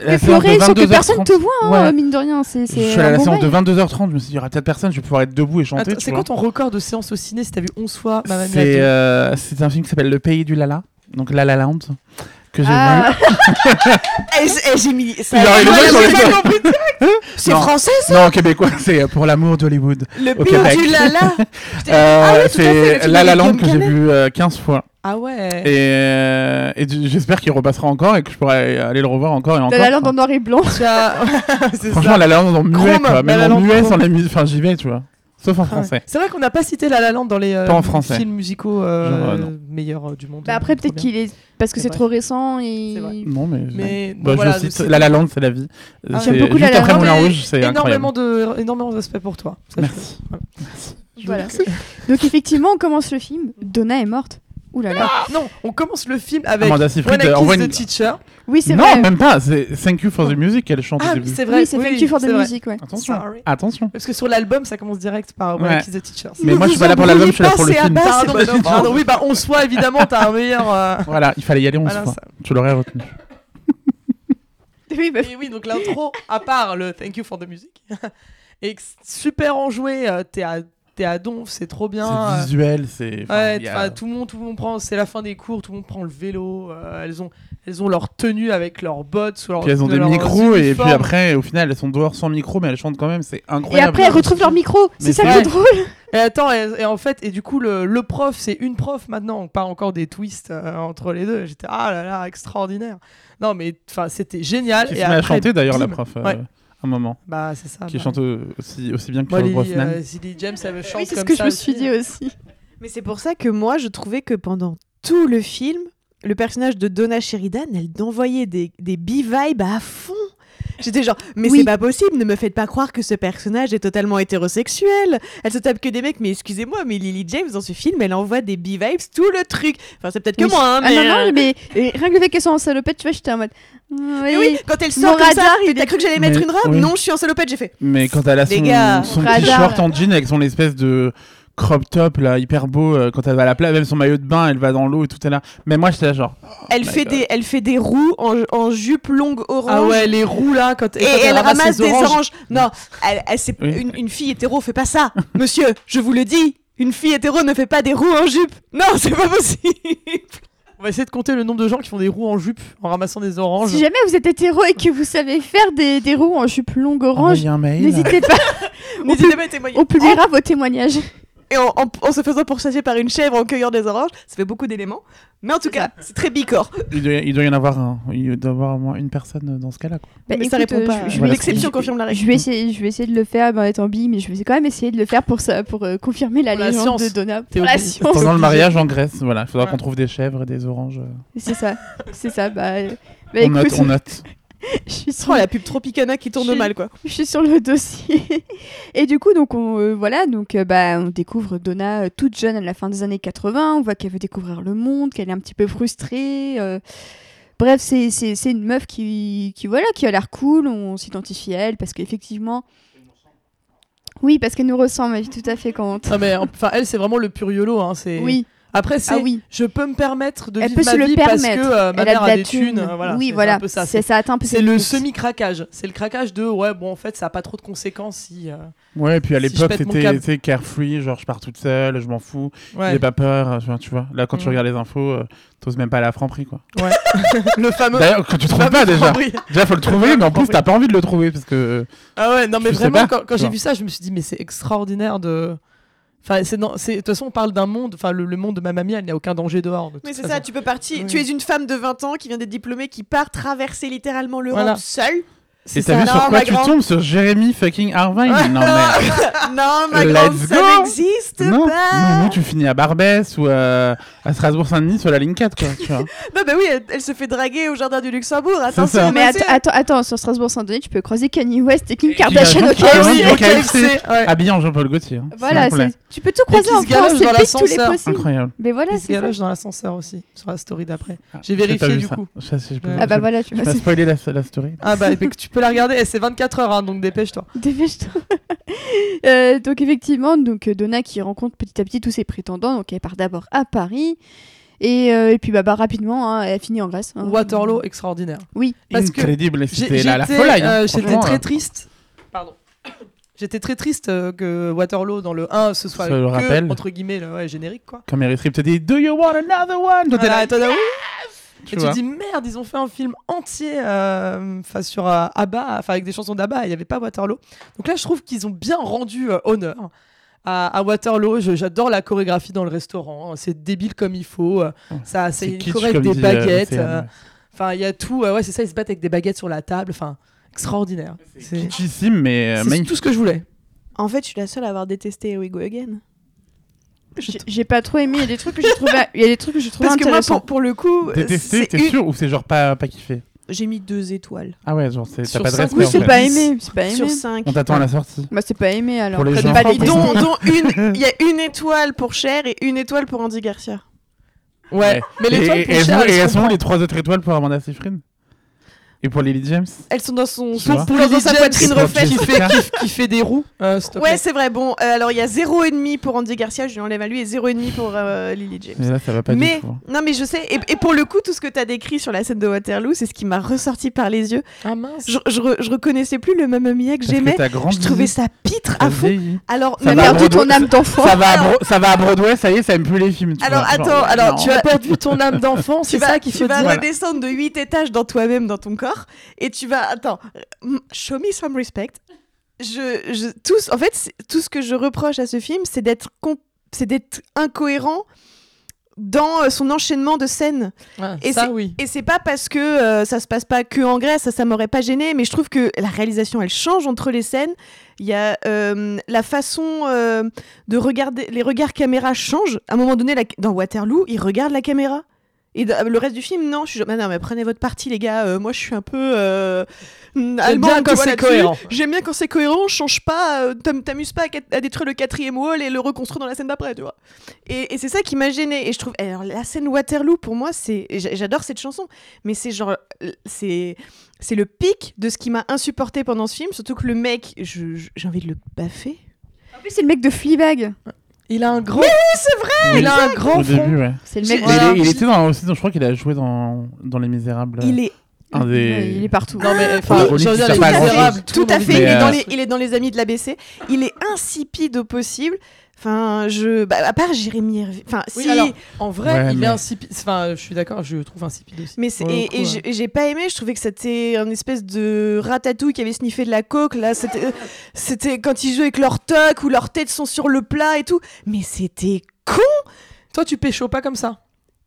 Mais pleurer sur que personne te voit, hein, ouais. mine de rien. C'est, c'est je suis allé à la bon séance bail. de vingt-deux heures trente, je me suis dit, il y aura peut-être personne, je vais pouvoir être debout et chanter. Attends, tu c'est vois. quoi ton record de séance au ciné si t'as vu onze fois Mamma Mia C'est, deux euh, c'est un film qui s'appelle Le Pays du Lala, donc La La Land, que j'ai Ah. vu. Et j'ai- et j'ai mis ça. Genre, il est Ouais, là sur j'ai les pas doigts. compris direct. C'est Non. français ça. Non, québécois, c'est Pour l'amour d'Hollywood. Le Au pays Québec. du Lala. Euh, Ah oui, tout à fait, le c'est film La La avec Land Guillaume que j'ai Canet. vu euh, quinze fois. Ah ouais. Et, euh, et du- j'espère qu'il repassera encore et que je pourrai aller le revoir encore et encore. La La Land quoi. en noir et blanc. Tu as- c'est Franchement, ça. La La Land en muet, Chrome, quoi. La La Même en Land muet, Chrome. sans la musique. Enfin, j'y vais, tu vois. Sauf en Ah ouais. français. C'est vrai qu'on n'a pas cité La La Land dans les euh, Pas en français. films musicaux euh, Genre, euh, non. meilleurs euh, du monde. Bah après, Trop peut-être bien. qu'il est. Parce que C'est c'est vrai. trop récent et. C'est vrai. Non, mais. Mais Bah, bon, je voilà, cite c'est- La La Land, c'est la vie. Ah, C'est j'aime beaucoup juste La La après Land. Moulin Mais Rouge, c'est incroyable. énormément de, énormément de respect pour toi. Ça, je- Merci. Voilà. Donc effectivement, on commence le film. Donna est morte. Ouh là là. Non, on commence le film avec Amanda Seyfried When I envoie Kiss une- the Teacher. Oui, c'est Non, vrai. même pas. C'est Thank You for the Music qu'elle chante au Ah, début. c'est vrai. Oui, c'est Thank You for the c'est vrai. Music, ouais. Attention. Sorry. Attention. Parce que sur l'album, ça commence direct par When I Ouais. Kiss the Teacher. Mais Ne moi, je suis vous pas là pour l'album, je suis là pour le embrouillez pas, film. c'est à base. Pardon, c'est pas du pardon, tout. oui, bah on soit évidemment, t'as un meilleur. euh, Voilà, il fallait y aller onze Voilà, fois. ça. Tu l'aurais retenu. Oui, bah, Et oui, donc l'intro, à part le Thank You for the Music, est super enjoué. euh, T'es à, t'es à donf, c'est trop bien. C'est euh, visuel, c'est. enfin, Ouais, il y a- enfin, tout le monde, tout le monde prend. C'est la fin des cours, tout le monde prend le vélo. euh, elles ont, elles ont leur tenue avec leurs bottes, ou leur, Puis elles ont de des leurs micros et puis uniformes. après, au final, elles sont dehors sans micro, mais elles chantent quand même, c'est Et incroyable. après, elles retrouvent leur micro. Mais C'est ça c'est qui est vrai. drôle. Et attends, et, et en fait, et du coup, le, le prof, c'est une prof maintenant, pas encore des twists euh, entre les deux. J'étais ah là là, extraordinaire. Non, mais enfin, c'était génial. Qui et se met à après, chanter d'ailleurs, la bim. prof, euh, Ouais. un moment. Bah, c'est ça. Qui bah. chante aussi, aussi bien que Moi, Charles Lily, Brosnan. euh, Lily James, elle chante Oui, c'est ce comme que je ça me aussi. suis dit aussi. Mais c'est pour ça que moi, je trouvais que pendant tout le film, le personnage de Donna Sheridan, elle envoyait des, des B-vibes à fond. J'étais genre, mais Oui. c'est pas possible, ne me faites pas croire que ce personnage est totalement hétérosexuel. Elle se tape que des mecs, mais excusez-moi, mais Lily James, dans ce film, elle envoie des B-vibes, tout le truc. Enfin, c'est peut-être que Oui. moi, hein, Ah mais... non, non, euh, mais euh, rien que le fait qu'elles soient en salopette, tu vois, j'étais en mode. Oui, mais oui, quand elle Mon sort comme radar, ça, il t'as est- cru que j'allais mettre Mais- une robe? oui. Non, je suis en salopette, j'ai fait. Mais quand elle a Les son, gars, son radar, t-shirt là. en jean avec son espèce de crop top là, hyper beau, euh, quand elle va à la plage, même son maillot de bain, elle va dans l'eau et tout est là. Mais moi, j'étais là genre. Elle my fait, God. des, elle fait des roues en, en jupe longue orange. Ah ouais, les roues là, quand, Et quand elle ramasse les des oranges. Non, elle, elle, c'est Oui. une, une fille hétéro fait pas ça. Monsieur, je vous le dis, une fille hétéro ne fait pas des roues en jupe. Non, c'est pas possible. On va essayer de compter le nombre de gens qui font des roues en jupe en ramassant des oranges. Si jamais vous êtes hétéro et que vous savez faire des, des roues en jupe longue orange, Envoyez un mail. n'hésitez pas, N'hésitez pas à témoigner. on publiera vos témoignages. Et en, en- en se faisant pourchasser par une chèvre en cueillant des oranges, ça fait beaucoup d'éléments. Mais en tout cas, c'est très bicorps. Il doit, il doit y en avoir un. Il doit y avoir au moins une personne dans ce cas-là. Quoi. Bah, Mais ça écoute, répond euh, pas. je- je Voilà, vais- L'exception je- confirme la règle. Je vais essayer, je vais essayer de le faire en étant bi, mais je vais quand même essayer de le faire pour ça, pour euh, confirmer la Pour la légende science. de Donna. T'es Pour la obligé. science. Pendant le obligé. mariage en Grèce, voilà, il faudra Ouais. qu'on trouve des chèvres et des oranges. euh. C'est ça, c'est ça. Bah, euh, bah, on écoute, note, on note. je suis sur Oh, la pub Tropicana qui tourne Je- mal, quoi. je suis sur le dossier. Et du coup, donc on, euh, voilà, donc euh, bah, on découvre Donna euh, toute jeune à la fin des années quatre-vingts. On voit qu'elle veut découvrir le monde, qu'elle est un petit peu frustrée. euh. Bref, c'est, c'est, c'est une meuf qui, qui, voilà, qui a l'air cool. On s'identifie à elle parce qu'effectivement. Oui, parce qu'elle nous ressemble, oui, tout à fait, quand. Non mais enfin elle c'est vraiment le pur YOLO hein, c'est Oui, après c'est ah oui. je peux me permettre de Elle vivre peut ma se le vie parce que permettre. euh, ma Elle a mère de a la des thunes, thune. euh, voilà, oui, c'est voilà. un peu ça. C'est, C'est, ça atteint un peu c'est ses le limites. semi-craquage, c'est le craquage de ouais bon en fait ça a pas trop de conséquences si euh, Ouais, et puis à Si je l'époque, pète mon c'était câble. tu sais, carefree, genre je pars toute seule, je m'en fous, ouais j'ai pas peur, euh, enfin, tu vois. Là, quand tu Mhm. regardes les infos, euh, t'oses même pas aller à Franprix, quoi. le fameux D'ailleurs, quand tu trouves fameux pas déjà. Franprix. Déjà, faut le trouver, mais en plus, t'as pas envie de le trouver parce que. Ah ouais non mais Je sais vraiment pas, quand, quand j'ai genre. vu ça je me suis dit mais c'est extraordinaire de enfin c'est non c'est de toute façon on parle d'un monde enfin le, le monde de Mamma Mia il n'y a aucun danger dehors de toute Mais c'est façon. ça, tu peux partir. Oui. Tu es une femme de vingt ans qui vient d'être diplômée, qui part traverser littéralement l'Europe Voilà. seule. C'est Et t'as ça. vu Non, sur quoi ma tu grande. tombes? Sur Jérémy fucking Irvine? Non, mais. Non, ma Let's grande, ça go. n'existe Non, pas. non, non, tu finis à Barbès ou à, à Strasbourg-Saint-Denis sur la ligne quatre, quoi. Tu vois. Non, bah oui, elle, elle se fait draguer au jardin du Luxembourg. Attention, ça. Mais monsieur. att- attends, attends, sur Strasbourg-Saint-Denis, tu peux croiser Kanye West et Kim Et qui Kardashian va au chanter. K F C. Ah oui, au au K F C. K F C, ouais. Habillé en Jean-Paul Gaultier. hein. Voilà, C'est c'est- tu peux tout croiser qui en se galoche France, c'est dans le pays de tous les l'ascenseur. possibles. incroyable. Mais voilà, Il se c'est ça. galoche dans l'ascenseur aussi sur la story d'après Ah, j'ai pas vérifié vu du ça. coup Ça, c'est- je peux- Ah Ah bah je- voilà, tu je vois, vais pas c'est- spoiler la, la story. ah bah écoute, tu peux la regarder et c'est vingt-quatre heures hein, donc dépêche-toi. dépêche-toi. Euh, donc effectivement, donc euh, Donna qui rencontre petit à petit tous ses prétendants, donc elle part d'abord à Paris. Et, euh, et puis bah, bah rapidement, hein, elle finit en Grèce. Hein. Waterloo, extraordinaire. Oui. Parce que Incroyable, c'était j'ai- la, la j'étais, folie. euh, hein, J'étais franchement, très euh, triste. Pardon. J'étais très triste euh, que Waterloo dans le un ce soit Ça le que, rappelle. entre guillemets le ouais, générique quoi. Quand Meryl Streep te dit Do you want another one? Toi, t'es Voilà, là, et toi, là, oui. tu Et tu vois. te dis merde, ils ont fait un film entier euh, enfin sur euh, ABBA, enfin avec des chansons d'ABBA, il n'y avait pas Waterloo. Donc là, je trouve qu'ils ont bien rendu euh, honneur à, à Waterloo. Je- J'adore la chorégraphie dans le restaurant, c'est débile comme il faut. euh, Ça, c'est, C'est une kitsch, choré avec comme des dit, euh, baguettes. Océane, euh, ouais. Enfin, il y a tout. euh, ouais, c'est ça, ils se battent avec des baguettes sur la table. Enfin, extraordinaire. C'est C'est, kitschissime, mais euh, c'est magnifique. tout ce que je voulais. En fait, je suis la seule à avoir détesté Here We Go Again. J'ai- J'ai pas trop aimé. Il y a des trucs que j'ai trouvé, il y a des trucs que j'ai trouvé Parce que moi, intéressants. pour, pour le coup, Détesté, c'est t'es une- sûr ou c'est genre pas, pas kiffé? j'ai mis deux étoiles Ah ouais, genre c'est- t'as Sur pas de cinq, respect Oui, en c'est fait. pas aimé. C'est pas aimé. sur cinq. On t'attend à la sortie. Bah c'est pas aimé alors. Pour les Après, gens. pas l'idée. Dont, dont une, il y a une étoile pour Cher et une étoile pour Andy Garcia. Ouais. Ouais. Mais Et, l'étoile et, pour et, Cher, elles sont- elle et se elles sont comprend. les trois autres étoiles pour Amanda Seyfried? Et pour Lily James? Elles sont dans son, Tu son- vois. dans Lily sa James, poitrine pour refaite. qui Jessica. fait, qui, qui fait des roues. euh, s'il te plaît. Ouais, c'est vrai. Bon, euh, alors il y a zéro et demi pour Andy Garcia, je lui enlève à lui, et zéro et demi pour euh, Lily James. Mais là, ça va pas mais du tout. hein. non, mais je sais. Et, et pour le coup, tout ce que t'as décrit sur la scène de Waterloo, c'est ce qui m'a ressorti par les yeux. Ah mince. Je, je, re- je reconnaissais plus le Mamma Mia que Parce que j'aimais. t'as grandi, Je trouvais ça pitre t'as à fond. vieilli. Alors, Ça T'as va à perdu ton Broadway. âme d'enfant. Ça va, à Bro- ça va à Broadway, ça y est, ça aime plus les films. tu Alors, vois. Genre, attends, ouais, alors, non. tu Tu as as perdu ton âme d'enfant, c'est tu vas, ça qu'il tu faut vas dire. Voilà. redescendre de huit étages dans toi-même, dans ton corps, et tu vas. Attends, mm, show me some respect. Je, je, tout, en fait, c'est- tout ce que je reproche à ce film, c'est d'être, comp- c'est d'être incohérent dans euh, son enchaînement de scènes. Ah, Et ça oui. Et c'est pas parce que euh, ça se passe pas que en Grèce, ça, ça m'aurait pas gêné, mais je trouve que la réalisation, elle change entre les scènes. Il y a euh, la façon euh, de regarder, les regards caméra changent. À un moment donné, la- dans Waterloo, ils regardent la caméra. Et d- le reste du film, non, je suis genre, bah non, mais prenez votre parti, les gars. euh, moi, je suis un peu euh, J'aime allemand, bien tu quand vois, c'est là-dessus. cohérent. J'aime bien quand c'est cohérent, change pas, euh, t'am- t'amuses pas à, quat- à détruire le quatrième wall et le reconstruire dans la scène d'après, tu vois. Et, et c'est ça qui m'a gênée. Et je trouve, alors la scène Waterloo, pour moi, c'est, j'a- j'adore cette chanson, mais c'est genre, euh, c'est, c'est le pic de ce qui m'a insupporté pendant ce film. Surtout que le mec, je- je- j'ai envie de le baffer. En plus c'est le mec de Fleabag. Il a un grand. Oui, Il a un grand Au front. début, ouais. C'est le J'ai- mec. Mais Voilà. il, est- il était dans, aussi, dans- je crois qu'il a joué dans, dans Les Misérables. Il est Un des... Ouais, il est partout. Non mais Pour enfin, le rôle, je veux il dire, sert les pas à grand Misérables, chose. tout tout le à monde fait. dit- Il Mais, est, dans euh, les, il est dans les amis de l'A B C. Il est insipide au possible. Enfin, je, bah, à part Jérémy Hervé. Enfin, Oui, si. alors, en vrai, Ouais, il mais- est insipide. Enfin, je suis d'accord, je le trouve insipide aussi. Mais c'est- Pour le et, coup, et ouais. j'ai- et j'ai pas aimé, je trouvais que c'était un espèce de ratatouille qui avait sniffé de la coke. Là, c'était, euh, c'était quand ils jouent avec leur toc ou leurs têtes sont sur le plat et tout. Mais c'était con. Toi, tu pécho pas comme ça.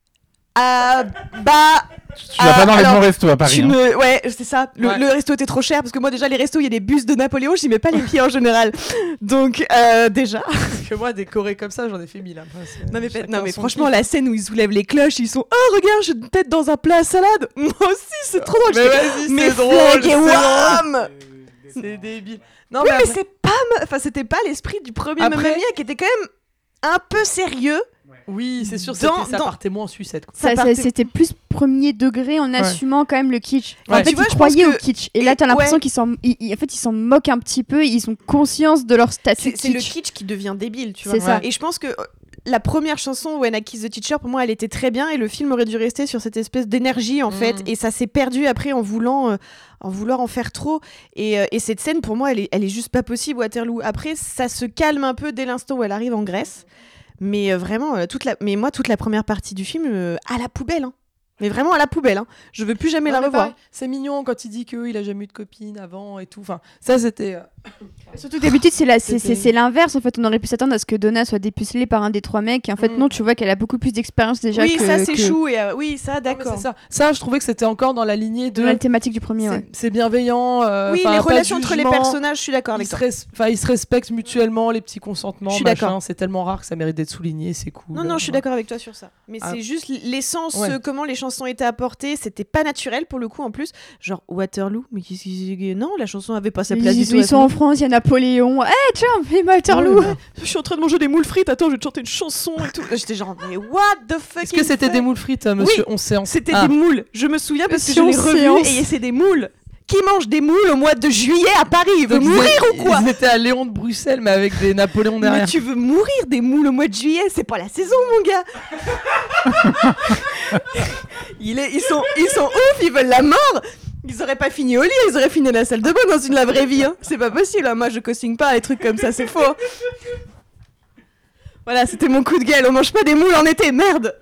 Ah, bah. Tu vas Ah, pas dans les alors, bons restos à Paris. Tu hein. me... Ouais, c'est ça. Le, Ouais. le resto était trop cher parce que moi, déjà, les restos, il y a des bus de Napoléon, j'y mets pas les pieds en général. Donc, euh, déjà. Parce que moi, des chorés comme ça, j'en ai fait mille. Après, c'est- Non mais, chacun non, mais son franchement, kiff. la scène où ils soulèvent les cloches, ils sont oh regarde, j'ai une tête dans un plat à salade. Moi aussi, c'est trop drôle. Mais J'étais, vas-y, mais c'est drôle. flag et c'est wham drôle. C'est débile. Non, Oui, mais mais après- c'est pas, ma- enfin c'était pas l'esprit du premier Après- Mamma Mia qui était quand même un peu sérieux. oui, c'est sûr, Dans- c'était- ça dans- partait moins en sucette. Quoi. Ça, ça ça- partait- c'était plus premier degré en assumant quand même le kitsch. Ouais. En fait, Tu vois, ils je croyaient pense au que- kitsch. Et là, t'as et- l'impression ouais. qu'ils s'en, ils- ils- en fait, ils s'en moquent un petit peu. Ils ont conscience de leur statut C'est, c'est le kitsch. kitsch qui devient débile, tu C'est vois. ça. Et je pense que euh, la première chanson When I Kiss the Teacher, pour moi, elle était très bien et le film aurait dû rester sur cette espèce d'énergie en Mm. fait. Et ça s'est perdu après en voulant, euh, en vouloir en faire trop. Et, euh, et cette scène, pour moi, elle est, elle est juste pas possible, Waterloo. Après, ça se calme un peu dès l'instant où elle arrive en Grèce. Mais euh, vraiment, euh, toute la... mais moi, toute la première partie du film, euh, à la poubelle. Hein. Mais vraiment à la poubelle. Hein. Je veux plus jamais Non, la mais revoir. pareil, c'est mignon quand il dit qu'il a jamais eu de copine avant et tout. Enfin, ça, c'était. euh, Surtout que d'habitude, c'est, la, c'est, C'était- c'est, c'est l'inverse. En fait, on aurait pu s'attendre à ce que Donna soit dépucelée par un des trois mecs. Et en fait, Mm. non, tu vois qu'elle a beaucoup plus d'expérience déjà Oui, que, ça c'est que chou. Et, euh, oui, ça, non, mais d'accord. c'est ça. ça, je trouvais que c'était encore dans la lignée de. dans la thématique du premier. c'est, Ouais. c'est bienveillant. euh, Oui, enfin, les pas de relations entre les jugement. personnages, je suis d'accord Ils avec se, toi. res- enfin, ils se respectent mutuellement, les petits consentements. Je suis machin. d'accord. C'est tellement rare que ça mérite d'être souligné, c'est cool. Non, non, je suis Voilà. d'accord avec toi sur ça. Mais Ah. c'est juste l'essence, Ouais. euh, comment les chansons étaient apportées, c'était pas naturel pour le coup en plus. Genre Waterloo, mais qu'est-ce qu'ils- non, la chanson avait pas sa place Ils, du tout. ils à ce sont en moment. France, il y a Napoléon. Eh, tiens, fais Waterloo. Ouais, Je suis en train de manger des moules frites, attends, je vais te chanter une chanson et tout. J'étais genre, mais what the fuck Est-ce que c'était des moules frites, euh, monsieur On séance. C'était Ah. des moules. Je me souviens parce que je Sur l'ai revu séance. et c'est des moules. Qui mange des moules au mois de juillet à Paris? Il veut Donc, mourir ils, ou quoi? Ils étaient à Léon de Bruxelles, mais avec des Napoléons derrière. Mais tu veux mourir des moules au mois de juillet? C'est pas la saison, mon gars. Il est, ils, sont, ils sont ouf, ils veulent la mort. Ils auraient pas fini au lit, ils auraient fini à la salle de bain dans une la vraie vie. Hein. C'est pas possible, hein. Moi je co-signe pas les trucs comme ça, c'est faux. Voilà, c'était mon coup de gueule. On mange pas des moules en été, merde.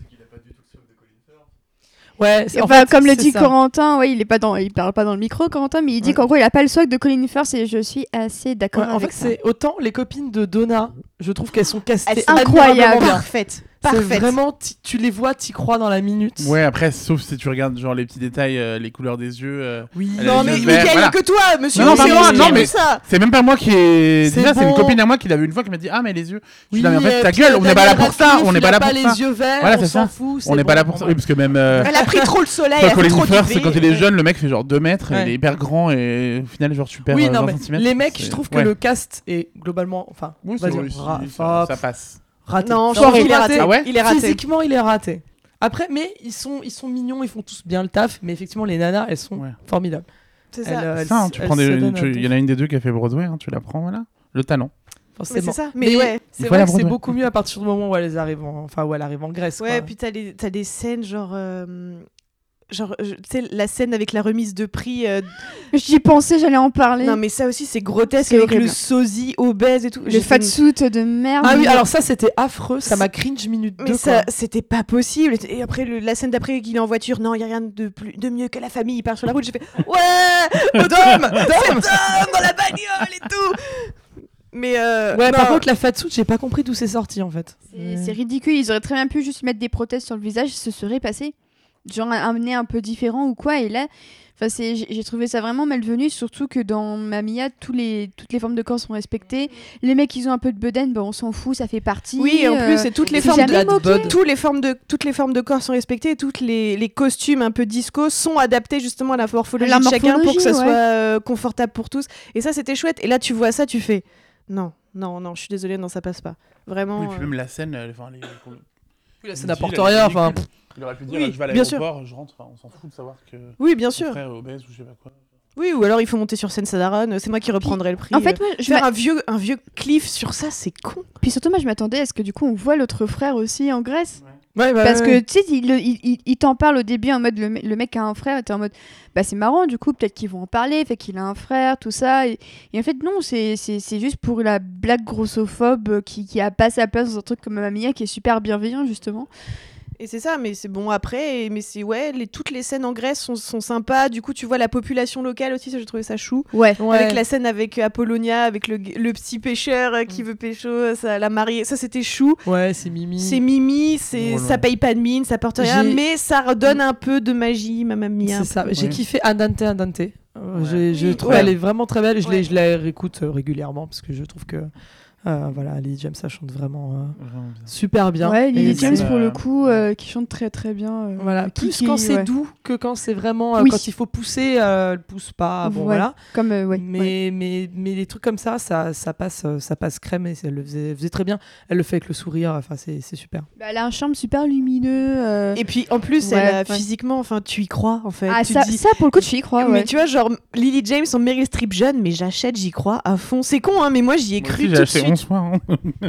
Ouais, c'est, Et en bah, fait, comme le c'est dit ça. Corentin, ouais, il est pas dans, il parle pas dans le micro, Corentin, mais il dit Ouais. qu'en gros il a pas le swag de Colin Firth et je suis assez d'accord Ouais, en avec fait, ça. c'est autant les copines de Donna, je trouve qu'elles sont castées Elles sont admirablement incroyables. bien. Parfaite. C'est Parfaite. vraiment, ti- tu les vois, t'y crois dans la minute. Ouais, après, sauf si tu regardes genre les petits détails, euh, les couleurs des yeux. euh, Oui. Elle Non a mais les yeux Mickaël, verts, voilà. que toi, monsieur. Non, non, Monsieur pas moi, Mickaël, non, tout mais- ça. C'est même pas moi qui est. C'est Déjà, c'est une bon. copine à moi qui l'a vu une fois qui m'a dit ah mais les yeux. Je Oui, suis là, mais en fait et ta puis, gueule, on n'est pas là Daniel pour ça, Radcliffe, on n'est il pas a là pas pour les ça. yeux verts, Voilà, on c'est s'en ça. fout. c'est On n'est bon. pas là pour ça. Oui, parce que même euh, Elle a pris trop le soleil, toi, elle a fait Colin trop Firth, d'U V. c'est quand il est jeune, le mec fait genre deux mètres, Ouais. il est hyper grand et au final genre tu perds Oui, euh, non, vingt mais centimètres. les mecs, je C'est- trouve que ouais. le cast est globalement, enfin, Oui, c'est vas-y, réussi, ra- ça, enfin, ça passe. raté. Non, je Non, trouve qu'il est raté. Ah ouais Il est raté. Physiquement, il est raté. Après, mais ils sont, ils sont mignons, ils font tous bien le taf, mais effectivement, les nanas, elles sont Ouais. formidables. C'est Elles, ça. euh, C'est elles- ça, hein, tu elles prends se des- donnent tu- un il y en a une des deux qui a fait Broadway, hein, tu la prends, voilà. Le talent. Mais forcément. c'est ça. Mais ouais. C'est Il faut vrai aller à que c'est Broadway. beaucoup mieux à partir du moment où elles arrivent en, enfin, où elles arrivent en Grèce. Ouais, quoi. puis t'as, les, t'as des scènes genre. euh, Genre, je- tu sais, la scène avec la remise de prix. euh, J'y pensais, j'allais en parler. Non, mais ça aussi, c'est grotesque C'est avec horrible. le sosie obèse et tout. Le J'ai fait fat suit de merde. Ah oui, alors ça c'était affreux, ça m'a cringe minute Mais deux. ça, c'était pas possible. Et après, le- la scène d'après, qu'il est en voiture, non, il y a rien de, plus, de mieux que la famille. Il part sur la route. J'ai fait ouais, Dom, Dom, Dom dans la bagnole et tout. Mais euh, Ouais, non. par contre la fatsoute, j'ai pas compris d'où c'est sorti en fait. C'est, c'est ridicule, ils auraient très bien pu juste mettre des prothèses sur le visage, ce serait passé. Genre un nez un peu différent ou quoi, et là, enfin, c'est, j'ai, j'ai trouvé ça vraiment malvenu, surtout que dans Mamma Mia, tous les, toutes les formes de corps sont respectées. Les mecs, ils ont un peu de bedaine, ben, on s'en fout, ça fait partie. Oui, et en euh, plus, c'est toutes les c'est formes jamais de moqué. toutes les formes de toutes les formes de corps sont respectées, et toutes les, les costumes un peu disco sont adaptés justement à la morphologie La de chacun pour que ça morphologie, soit ouais. euh, confortable pour tous. Et ça, c'était chouette. Et là, tu vois ça, tu fais non, non, non, je suis désolée, non, ça passe pas. Vraiment. Oui, puis euh, même la scène, elle- enfin les. Oui, ça Dit, n'apporte elle est rien. ridicule. Enfin, Il aurait pu dire Oui, je vais à bien sûr. l'aéroport, je rentre, enfin, on s'en fout de savoir que. Oui, bien Mon sûr. frère est obèse ou je sais pas quoi. Oui, ou alors il faut monter sur scène Sadaron. C'est moi qui reprendrai le prix. En fait, moi, je faire m'a- un vieux un vieux cliff sur ça, c'est con. puis surtout, moi, je m'attendais à ce que du coup, on voit l'autre frère aussi en Grèce. ouais, bah, Parce ouais. que tu sais, il, il, il- il t'en parle au début en mode le, me- le mec a un frère, et t'es en mode bah c'est marrant, du coup, peut-être qu'ils vont en parler, fait qu'il a un frère, tout ça. Et, et en fait, non, c'est, c'est, c'est juste pour la blague grossophobe euh, qui, qui a pas sa place dans un truc comme Mamma Mia qui est super bienveillant, justement. Et c'est ça, mais c'est bon après. et- mais c'est ouais, les, toutes les scènes en Grèce sont, sont sympas. Du coup, tu vois la population locale aussi, ça j'ai trouvé ça chou. Ouais. Ouais. Avec la scène avec Apollonia, avec le, le petit pêcheur euh, qui veut pécho, ça, la mariée, ça c'était chou. Ouais, c'est Mimi. C'est Mimi, c'est, Drôle, ça ouais. paye pas de mine, ça porte rien, J'ai- mais ça redonne un peu de magie, Mamma Mia. C'est ça. J'ai Ouais. kiffé Andante Andante. Euh, Ouais. j'ai- Je Oui, trouve ouais. elle est vraiment très belle. Je, Ouais. l'ai- je la réécoute euh, régulièrement parce que je trouve que euh, voilà, Lily James ça chante vraiment euh, Vraiment bien. super bien. Ouais, Et Lily c'est- James c'est- pour le euh, coup, euh, qui chante très très bien. euh, Voilà, qui- plus qui- quand c'est ouais. doux que quand c'est vraiment euh, Oui. quand il faut pousser, euh, elle pousse pas. Bon Ouais. voilà. Comme euh, ouais. mais, ouais. mais mais les trucs comme ça, ça ça passe euh, ça passe crème et c'est- elle le faisait, faisait très bien. Elle le fait avec le sourire. Enfin c'est c'est super. Bah, elle a un charme super lumineux. euh, Et puis en plus, Ouais, elle a, ouais. physiquement, enfin, tu y crois en fait. Ah, tu ça, dis- ça, pour le coup, tu y crois. mais Ouais. tu vois, genre Lily James en Meryl Streep jeune, mais j'achète, j'y crois à fond. C'est con, hein, mais moi j'y ai Moi cru aussi, tout j'ai de acheté suite. onze fois. hein. ouais,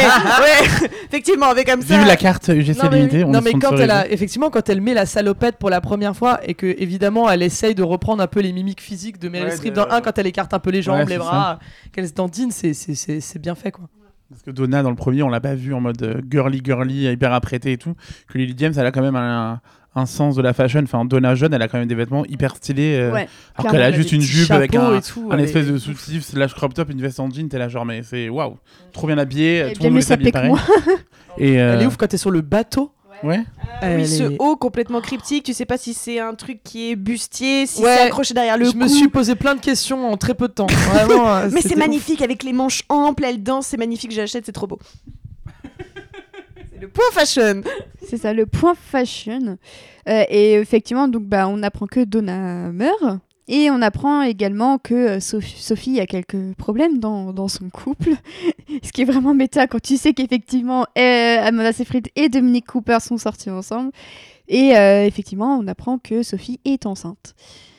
ouais, effectivement, avec comme ça. Vive la carte U G C Non mais, limitée. on non, est mais quand sponsorisé. elle a effectivement quand elle met la salopette pour la première fois et que évidemment elle essaye de reprendre un peu les mimiques physiques de Meryl Ouais, Streep de- dans un quand elle écarte un peu les jambes, Ouais, les c'est bras, qu'elle se dandine, c'est c'est c'est c'est bien fait quoi. Parce que Donna, dans le premier, on l'a pas vu en mode euh, girly girly, hyper apprêté et tout. Que Lily James, elle a quand même un, un sens de la fashion. Enfin, Donna jeune, elle a quand même des vêtements hyper stylés. euh, Ouais, alors qu'elle a Elle juste des une petits jupe avec chapeaux un, et tout, un elle espèce est- de soutif slash crop top, une veste en jean. T'es là, genre, mais c'est waouh, trop bien habillé. Elle est Tout bien le monde mieux est habillé sapée que pareil. moi. Et euh, Elle est ouf quand t'es sur le bateau. Ouais. Ah Elle oui, ce est- haut complètement cryptique, tu sais pas si c'est un truc qui est bustier, si Ouais, c'est accroché derrière le Je cou. me suis posé plein de questions en très peu de temps. Vraiment. euh, Mais c'est c'était magnifique avec les manches amples, elle danse, c'est magnifique, j'achète, c'est trop beau. C'est le point fashion. C'est ça, le point fashion. Euh, et effectivement, donc, bah, on apprend que Donna meurt. Et on apprend également que euh, Sophie, Sophie a quelques problèmes dans, dans son couple. Ce qui est vraiment méta quand tu sais qu'effectivement, euh, Amanda Seyfried et Dominic Cooper sont sortis ensemble. Et euh, effectivement, on apprend que Sophie est enceinte.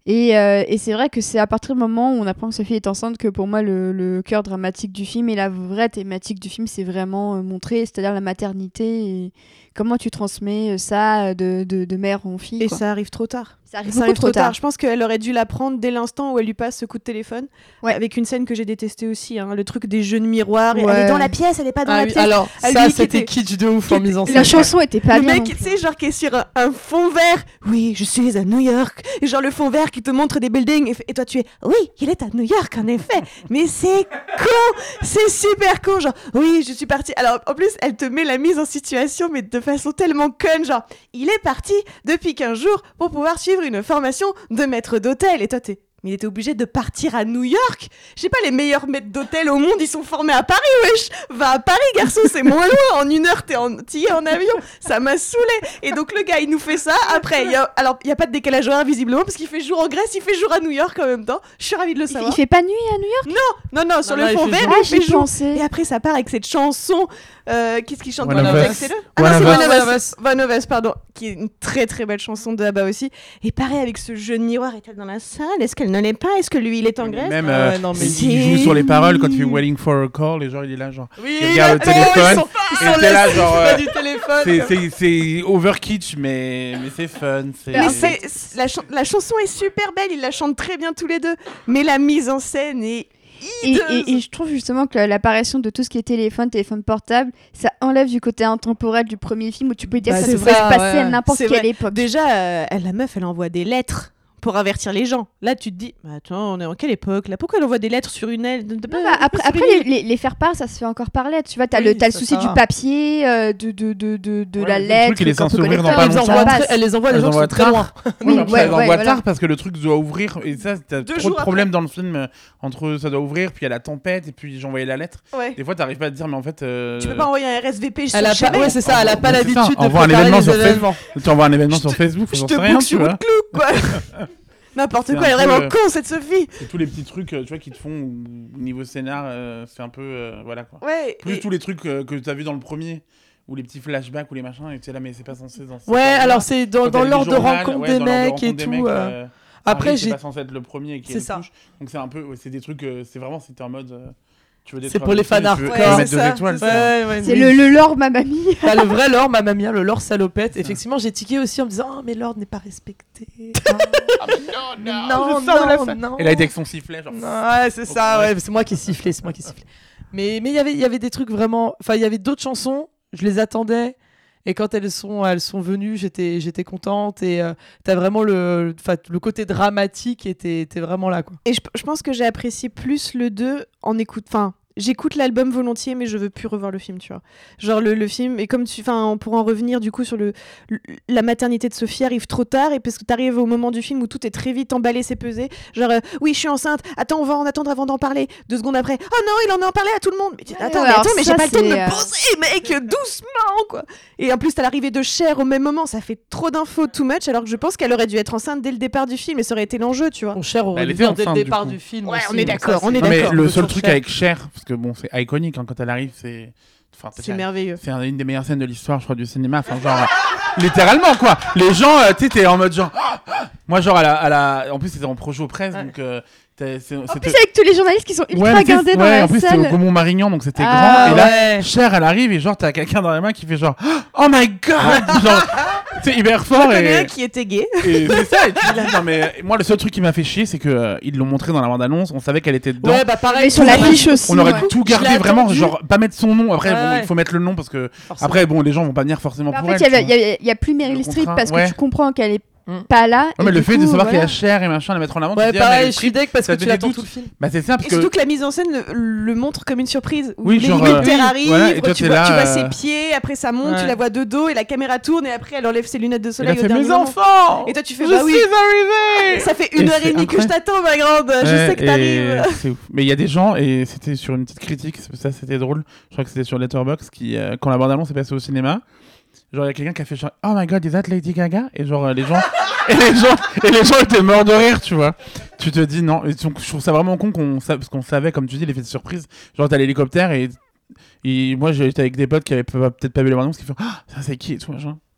Et, euh, et c'est vrai que c'est à partir du moment où on apprend que Sophie est enceinte que pour moi le, le cœur dramatique du film et la vraie thématique du film c'est vraiment euh, montré, c'est-à-dire la maternité et comment tu transmets ça de, de, de mère en fille. Et quoi. ça arrive trop tard. Ça arrive, ça arrive trop trop tard. tard. Je pense qu'elle aurait dû l'apprendre dès l'instant où elle lui passe ce coup de téléphone. Ouais. Avec une scène que j'ai détestée aussi, hein, le truc des jeux de miroir. Et Ouais. elle est dans la pièce, elle est pas dans Ah la oui, pièce. alors, Ah, ça, lui qui c'était était- kitsch de ouf qui en était- mise en scène. La chanson était pas le bien. mec, non tu plus. sais, genre qui est sur un, un fond vert. Oui, je suis à New York. Et genre le fond vert qui te montre des buildings. Et, fait- et toi, tu es. Oui, il est à New York, en effet. Mais c'est con. C'est super con. Genre, oui, je suis partie. Alors, en plus, elle te met la mise en situation, mais de façon tellement conne. Genre, il est parti depuis quinze jours pour pouvoir suivre une formation de maître d'hôtel. Et toi, t'es. Mais il était obligé de partir à New York. Je sais pas, les meilleurs maîtres d'hôtel au monde, ils sont formés à Paris, wesh. Va à Paris, garçon, c'est moins loin. En une heure, t'es en, t'y es en avion. Ça m'a saoulé. Et donc, le gars, il nous fait ça. Après, il y a, alors, il n'y a pas de décalage horaire, visiblement, parce qu'il fait jour en Grèce, il fait jour à New York en même temps. Je suis ravie de le Il fait- savoir. il fait pas nuit à New York. Non, non, sur Non, le non, fond il fait vert, jour. Ah, il fait j'y jour. pensais. Et après, ça part avec cette chanson. Euh, Qu'est-ce qu'il chante One One of of Us. Us, c'est le Ah non, One c'est of One Us. of One of Us. Us. One of Us, pardon. Qui est une très très belle chanson de ABBA aussi. Et pareil avec ce jeu de miroir. Est-elle dans la salle? Est-ce qu'elle ne l'est pas? Est-ce que lui, il est en Grèce? Même Ah euh, ouais, non, mais il il joue sur les paroles quand il fait Waiting for a call, et genre il est là, genre. Oui, Il regarde le oh, téléphone, ils sont, ils et sont t'es là, laissés genre, près euh, du téléphone. C'est- C'est c'est over kitsch, mais, mais c'est fun. c'est- Mais c'est, c'est- la, chan- la chanson est super belle, ils la chantent très bien tous les deux. Mais la mise en scène est Et, hideuse. et- et je trouve justement que l'apparition de tout ce qui est téléphone, téléphone portable, ça enlève du côté intemporel du premier film où tu peux dire Bah, que ça c'est pourrait ça, se passer ouais. à n'importe C'est quelle vrai. époque. Déjà, euh, elle, la meuf, elle envoie des lettres pour avertir les gens. Là, tu te dis, bah, attends, on est en quelle époque là? Pourquoi elle envoie des lettres sur une aile de- de- Non, bah, après, après les, les, les faire part, ça se fait encore par lettre. Tu vois, t'as Oui, le, t'as le ça, souci ça du va. papier, euh, de, de, de, de, de Ouais, la le lettre. truc, il est quand censé on ouvrir dans collecteur, pas Elle les ça envoie passe. très- elle les envoie à des Elles gens qui envoient sont très tard. loin. Oui, Non, puis ouais, elles ouais, envoient voilà. tard parce que le truc doit ouvrir, et ça, t'as Deux trop jours de problèmes dans le film. euh, Entre ça doit ouvrir, puis il y a la tempête, et puis j'envoyais la lettre. Ouais. Des fois, t'arrives pas à te dire, mais en fait. euh, Tu peux pas envoyer un R S V P sur Elle a chez pas, ouais, c'est ça, elle a pas Ouais, c'est ça, l'habitude de envoie un préparer événement les sur Facebook. événements. Tu envoies un événement Je sur te- Facebook, Je j'en te sais rien, book tu sur vois. Outlook, quoi. N'importe C'est quoi, un elle est peu, vraiment euh, con, cette Sophie. C'est tous les petits trucs, euh, tu vois, qui te font où, niveau scénar, euh, c'est un peu, euh, voilà quoi. Ouais. Plus et- tous les trucs euh, que t'as vu dans le premier, ou les petits flashbacks ou les machins, et tu sais là, mais c'est pas censé dans. Ouais, alors c'est dans, Quand dans t'as lu l'ordre de journal, rencontre ouais, des dans l'ordre de mecs et rencontre des tout. mecs, euh. euh, Après, Harry, j'ai. c'est pas censé être le premier qui est, C'est le ça. push. Donc c'est un peu, ouais, c'est des trucs, euh, c'est vraiment, c'était en mode. euh, tu veux des C'est trucs pour les fans tu veux- tu veux hardcore. mettre Ouais, deux c'est ça, étoiles, c'est ça. Ouais, ouais, C'est oui. le, le lore, ma mamie. T'as le vrai lore, ma mamie, le lore salopette. Effectivement, j'ai tiqué aussi en me disant oh, mais l'ordre n'est pas respecté. Ah, mais non, non, non, je sors de la non, fin. non. Et là, avec son sifflet, genre. Non, ouais, c'est ça, Ouais. ouais, c'est moi qui sifflais, c'est moi qui sifflais. Mais mais il y avait il y avait des trucs vraiment, enfin il y avait d'autres chansons, je les attendais et quand elles sont elles sont venues, j'étais j'étais contente et euh, t'as vraiment le enfin le côté dramatique était était vraiment là quoi. Et je, je pense que j'ai apprécié plus le deux en écoute. Enfin, j'écoute l'album volontiers, mais je veux plus revoir le film, tu vois. Genre le, le film, et comme tu. Enfin, on pourra en revenir du coup sur le, le- la maternité de Sophie arrive trop tard, et parce que t'arrives au moment du film où tout est très vite emballé, c'est pesé. Genre, euh, oui, je suis enceinte, attends, on va en attendre avant d'en parler. Deux secondes après, oh non, il en a en parlé à tout le monde. Mais tu- Ouais, attends, ouais, mais, alors attends, mais ça, j'ai pas le temps de c'est, me euh, poser, mec, doucement, quoi. Et en plus, t'as l'arrivée de Cher au même moment, ça fait trop d'infos, too much, alors que je pense qu'elle aurait dû être enceinte dès le départ du film, et ça aurait été l'enjeu, tu vois. Mon cher aurait elle dû était dire dès le enceinte, du départ coup. du film. Ouais, aussi, on est donc d'accord, ça, on c'est- est Non, mais d'accord. le Retour seul truc Cher. avec Cher, parce que bon, c'est iconique hein, quand elle arrive, c'est. Enfin, C'est c'est merveilleux. c'est une des meilleures scènes de l'histoire, je crois, du cinéma. Enfin, genre, euh, littéralement, quoi. Les gens, euh, tu sais, t'es en mode genre. Ah, ah. Moi, genre, à la, à la... en plus, c'était en projo presse, Ouais. donc. euh, t'es- c'est- En c'était- plus, avec tous les journalistes qui sont ultra Ouais, mais tu sais, gardés dans ouais, la en plus, c'était salle. au Gaumont-Marignan, donc c'était Ah, grand. Et là, ouais. Cher, elle arrive, et genre, t'as quelqu'un dans les mains qui fait genre. Oh my god! Genre, c'est hyper J'en fort. connais Et, un qui était gay. et c'est ça, et tu dis là, non, mais moi, le seul truc qui m'a fait chier, c'est que euh, ils l'ont montré dans la bande-annonce, on savait qu'elle était dedans. Ouais, bah pareil. Mais sur tout le l'affiche monde- aussi. On aurait ouais. tout Je l'ai gardé vraiment, attendu. genre pas mettre son nom. Après, Ouais, bon, ouais. il faut mettre le nom parce que Forcément. après, bon, les gens vont pas venir forcément Bah, en pour fait, elle. il y avait- tu vois. il y a, il y a plus Meryl Le Streep contrat, parce ouais. que tu comprends qu'elle est Mm. pas là. Non, mais et le du fait de coup, savoir qu'il y voilà. a Cher et machin, la mettre en avant, Ouais, tu te dis, ah, pareil, Meryl je suis Streep, deck parce ça que te tu met des l'attends doutes. tout le film. Bah, c'est ça, parce Et que. surtout que la mise en scène le, le montre comme une surprise. Où Oui, genre, l'hélicoptère euh, arrive, voilà, et toi, tu, t'es vois, là, tu vois euh, ses pieds, après ça monte, Ouais. tu la vois de dos et la caméra tourne et après elle enlève ses lunettes de Il soleil a au fait dernier mes moment. enfants. Et toi tu fais Je bah oui, suis arrivé. ça fait une Et heure c'est et demie que je incroyable. t'attends ma grande, je Ouais, sais que et t'arrives. c'est ouf. Mais il y a des gens, et c'était sur une petite critique, ça c'était drôle, je crois que c'était sur Letterboxd, qui, euh, quand la bande-annonce est passée au cinéma, genre il y a quelqu'un qui a fait genre oh my god, is that Lady Gaga? Et genre euh, les gens et les gens et les gens étaient morts de rire, tu vois. Tu te dis non, et donc, je trouve ça vraiment con qu'on sa- parce qu'on savait, comme tu dis, l'effet de surprise. Genre t'as l'hélicoptère et, et moi j'ai été avec des potes qui avaient pas- peut-être pas vu la bande-annonce qui font ah ça c'est qui et tout machin.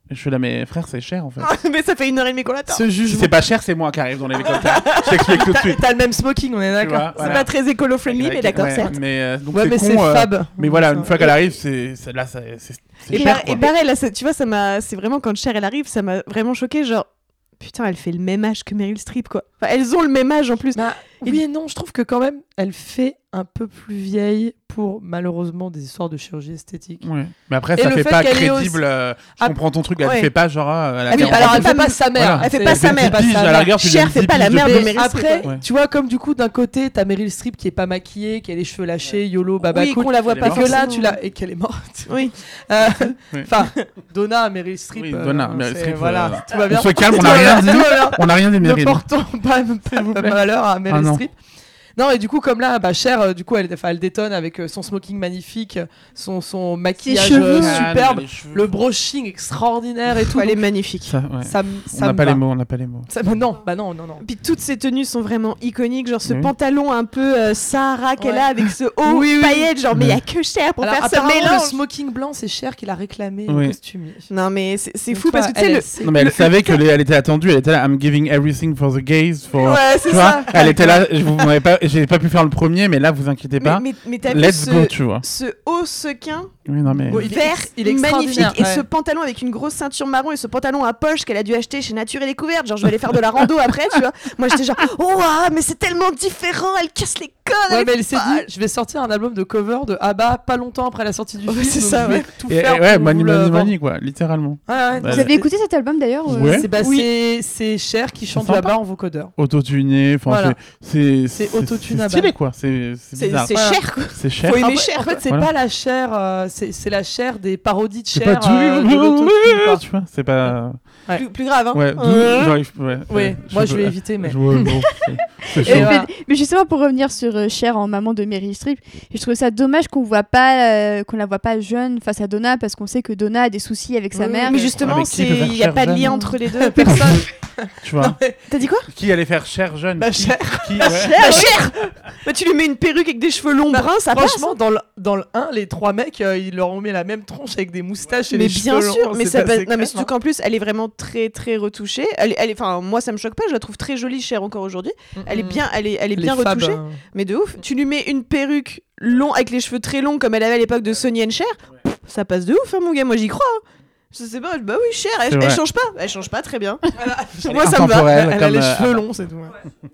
Et je suis là, mais frère, c'est cher en fait. Mais ça fait une heure et demie qu'on l'attend. Ce Si jugement. c'est pas cher, c'est moi qui arrive dans l'hélicoptère. Je t'explique tout de T'as, suite. t'as le même smoking, on est Tu d'accord. vois, C'est voilà. pas très écolo-friendly, mais d'accord, Ouais, certes. Mais, euh, donc Ouais, c'est mais con, c'est euh, fab. Mais voilà, Ça. une fois qu'elle arrive, c'est, c'est là, ça- c'est, c'est Et, cher. par- quoi. et pareil, là, ça- tu vois, ça m'a, c'est vraiment quand Cher elle arrive, ça m'a vraiment choqué. Genre, putain, elle fait le même âge que Meryl Streep, quoi. Enfin, elles ont le même âge en plus. Bah, oui et non, je trouve que quand même, elle fait un peu plus vieille pour malheureusement des histoires de chirurgie esthétique. Ouais. Mais après, Et ça le fait fait pas qu'elle est crédible. aussi- euh, je Ah, comprends ton truc, elle ouais. fait pas genre. euh, elle a Ah oui, quarante Alors elle elle fait fait pas- pas sa mère. voilà. Elle fait C'est- pas sa c'est mère. pas Pige, sa à la mère. rigueur, tu Cher lui fait dis pas la pige mère de de- Meryl Mais Streep. après, ouais. tu vois, comme du coup, d'un côté, t'as Meryl Streep qui est pas maquillée, qui a les cheveux lâchés, YOLO, baba Oui, cool. qu'on la voit Elle est pas Et que là, forcément. tu l'as. Et qu'elle est morte. Oui. Euh, Oui. Enfin, Donna, Meryl Streep. Oui, Donna, euh, Meryl c'est- Streep, Voilà, euh, tout va bien. On se calme, on Tout n'a va rien bien, dit. tout va bien. On n'a rien dit, Ne Meryl. portons pas, pas vous plaît. malheur à Meryl Ah non. Streep. Non, et du coup, comme là, bah, Cher, euh, du coup, elle, enfin, elle détonne avec euh, son smoking magnifique, son, son maquillage cheveux. euh, Calme, superbe, les cheveux. le brushing extraordinaire et tout. Elle est Donc, magnifique. Ça, ouais. ça, m- On ça n'a me pas va. les mots, on n'a pas les mots. Ça- bah non, bah non, non, non. Puis toutes ces tenues sont vraiment iconiques, genre ce Oui. pantalon un peu euh, Sahara qu'elle Ouais. a avec ce haut Oui, oui. paillette, genre mais il y a Ouais. que Cher pour Alors, faire ce apparemment, le mélange. smoking blanc, c'est Cher qui l'a réclamé Oui. au costumier. Non mais c'est c'est Donc, fou toi, parce que tu sais elle, le elle sait- Non, mais elle le- savait qu'elle elle était attendue, elle était là, I'm giving everything for the gays. For... Ouais, c'est Tu vois, ça. elle était là, je vous m'avez pas, j'ai pas pu faire le premier, mais là, vous inquiétez Mais, pas. mais, mais t'as vu Let's ce, go, tu vois. ce haut sequin Oui, non, mais. Oui, il est vert ex- il est magnifique extraordinaire, et ouais. ce pantalon avec une grosse ceinture marron et ce pantalon à poche qu'elle a dû acheter chez Nature et Découverte, genre je vais aller faire de la rando après, tu vois. Moi j'étais genre oh ah, mais c'est tellement différent, elle casse les codes. Ouais, elle mais est elle s'est folle. dit, je vais sortir un album de cover de ABBA pas longtemps après la sortie du Ouais, film. c'est donc ça, je vais ouais. tout Et- faire et ouais, pour Mani vous le Mani vendre. Mani, quoi, littéralement. Ouais, ouais. Bah, Vous avez écouté cet album d'ailleurs euh, Ouais. C'est bah, Oui. c'est- c'est Cher qui chante du sympa. ABBA en vocodeur. Autotuné, enfin, Voilà. c'est. C'est autotune à C'est stylé, bas. quoi. C'est c'est C'est bizarre. c'est Voilà. cher quoi. C'est cher. Faut aimer En fait- Cher. En fait, c'est Voilà. pas la Cher, euh, c'est c'est la Cher des parodies de C'est Cher pas euh, de l'autotune, quoi. tu vois, c'est pas. Ouais. Plus, plus grave hein. Ouais, Euh, j'arrive. Ouais, Oui, ouais, moi je peux- vais éviter, mais. je- ouais, bon, c'est- c'est Et chaud. mais, voilà. mais justement pour revenir sur euh, Cher en maman de Meryl Streep, je trouve ça dommage qu'on voit pas, euh, qu'on la voit pas jeune face à Donna parce qu'on sait que Donna a des soucis avec sa Oui, mère. Mais Ouais, justement, mais qui c'est peut faire il y a Cher pas de jeune lien entre les deux. Personne. Tu vois. T'as dit quoi? Qui allait faire cher jeune Bah, qui, Cher. qui- ouais. Bah, Cher. Bah tu lui mets une perruque avec des cheveux longs Bah, bruns, ça passe. Franchement, dans le, dans le un, les trois mecs, euh, ils leur ont mis la même tronche avec des moustaches et Mais les bien cheveux sûr, longs, mais c'est ça passé passe- non mais crème, surtout hein. qu'en plus elle est vraiment très très retouchée. Elle est, elle est- enfin moi ça me choque pas, je la trouve très jolie Cher encore aujourd'hui. Elle est Mhm. bien, elle est, elle est Les bien fab, retouchée, euh, mais de ouf. Tu lui mets une perruque long avec les cheveux très longs comme elle avait à l'époque de Sonny and Cher, pff, ça passe de ouf hein, mon gars, moi j'y crois. hein. Je sais pas, bah oui Cher, elle, C'est elle vrai. change pas, elle change pas très bien. Elle Moi est ça me va. intemporelle, Elle a comme, les euh, cheveux longs, c'est tout. ouais.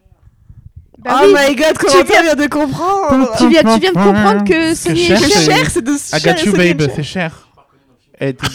Bah oh oui, my god, comment tu viens de comprendre? tu, viens, tu viens de comprendre que Que Sonny Cher, et Que c'est- Cher. Cher, c'est de I Cher got et you, Sonny and babe, Cher. c'est cher. Elle était-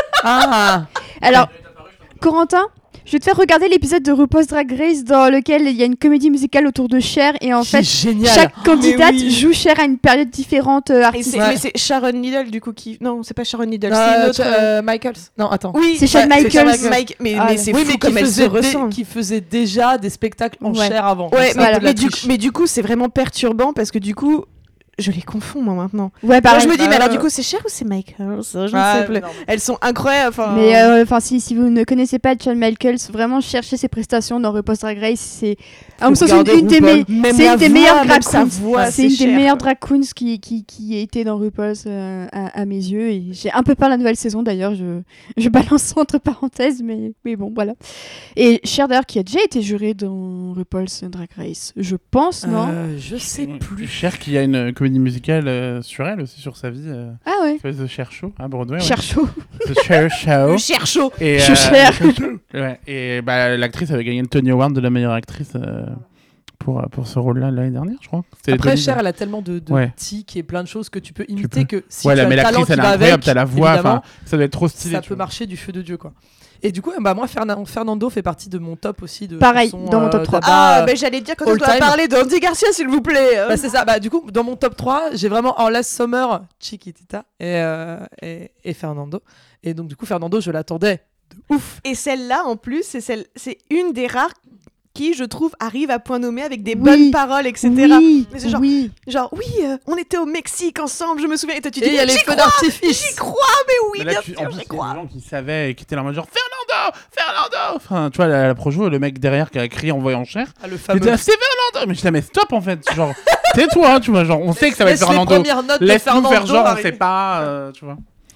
Ah Alors, Corentin, je vais te faire regarder l'épisode de RuPaul's Drag Race dans lequel il y a une comédie musicale autour de Cher et en c'est fait génial. chaque candidate oui. joue Cher à une période différente euh, Et artistique. c'est- Ouais. Mais c'est Sharon Needle du coup qui. Non, c'est pas Sharon Needle, c'est Euh, une autre. euh, Michaels. Non, attends. Oui, C'est Shawn ouais, Michaels. Shawn Mike- Mais, Ah, mais c'est oui, fou mais comme qui elle se faisait, dé- ressemble. qui faisait déjà des spectacles en Ouais. chair avant. Ouais, C'est mais, un peu de la mais, du, triche. mais du coup, c'est vraiment perturbant parce que du coup, je les confonds moi maintenant. Ouais, Genre, pareil. je me dis, bah, mais alors ouais. du coup, c'est Cher ou c'est Michaels? Je ne Ah, sais plus. non, mais- Elles sont incroyables. Enfin, Mais euh, enfin, si, si vous ne connaissez pas Shawn Michaels, vraiment cherchez ses prestations dans RuPaul's Drag Race. C'est à mon sens une, regarder une des, RuPaul. me- Même c'est la une des voix, meilleures même drag sa queens. voix, C'est c'est une des Cher, meilleures quoi. drag queens qui, qui, qui a été dans RuPaul's euh, à, à mes yeux. Et j'ai un peu peur de la nouvelle saison d'ailleurs. Je, je balance ça entre parenthèses, mais, mais bon, voilà. Et Cher d'ailleurs qui a déjà été jurée dans RuPaul's Drag Race, je pense, non Euh, je sais plus. Cher qui a une comédie musicale euh, sur elle aussi, sur sa vie. euh, Ah ouais. qui s'appelle The Cher Show à Broadway. ouais. Cher chaud. The Cher Show. Le Cher chaud. Et, Je cher. ouais, et bah, l'actrice avait gagné le Tony Award de la meilleure actrice euh, pour, pour ce rôle-là l'année dernière, je crois. C'était les Après, Tony, Cher, là. elle a tellement de, de Ouais. tics et plein de choses que tu peux imiter peux. que si Ouais, tu là, as mais le talent l'actrice, qui elle est va incroyable, avec, t'as la voix, évidemment, enfin, ça doit être trop stylé. ça tu peut vois. marcher du feu de Dieu, quoi. Et du coup, bah, moi, Fernan- Fernando fait partie de mon top aussi de Pareil, chansons, dans mon top euh, trois. d'Abba, Ah, euh, ben j'allais dire quand all on doit time. parler d'Andy Garcia, s'il vous plaît. Bah, c'est ça. Bah, du coup, dans mon top trois, j'ai vraiment en Last Summer, Chiquitita et, euh, et, et Fernando. Et donc, du coup, Fernando, je l'attendais de ouf. Et celle-là, en plus, c'est celle, c'est une des rares qui, je trouve, arrive à point nommé avec des Oui. bonnes paroles, et cetera. Oui, Mais c'est genre- oui. Genre, oui, euh, on était au Mexique ensemble, je me souviens. Et toi, tu Et dis, il y a les j'y feux crois, d'artifice. j'y crois, mais oui, Mais là, bien tu- en sûr, plus, j'y il y a crois. des gens qui savaient et qui étaient là en mode genre Fernando, Fernando. Enfin, tu vois, la, la projo, le mec derrière qui a crié en voyant Cher. Ah, le Il fameux. était là, c'est Fernando. Mais je disais, mais stop en fait. Genre, tais-toi, tu vois. Genre, on sait que ça va être Laisse les Fernando. premières notes de Laisse-nous Fernando faire genre, on arriver. sait pas, euh, tu vois.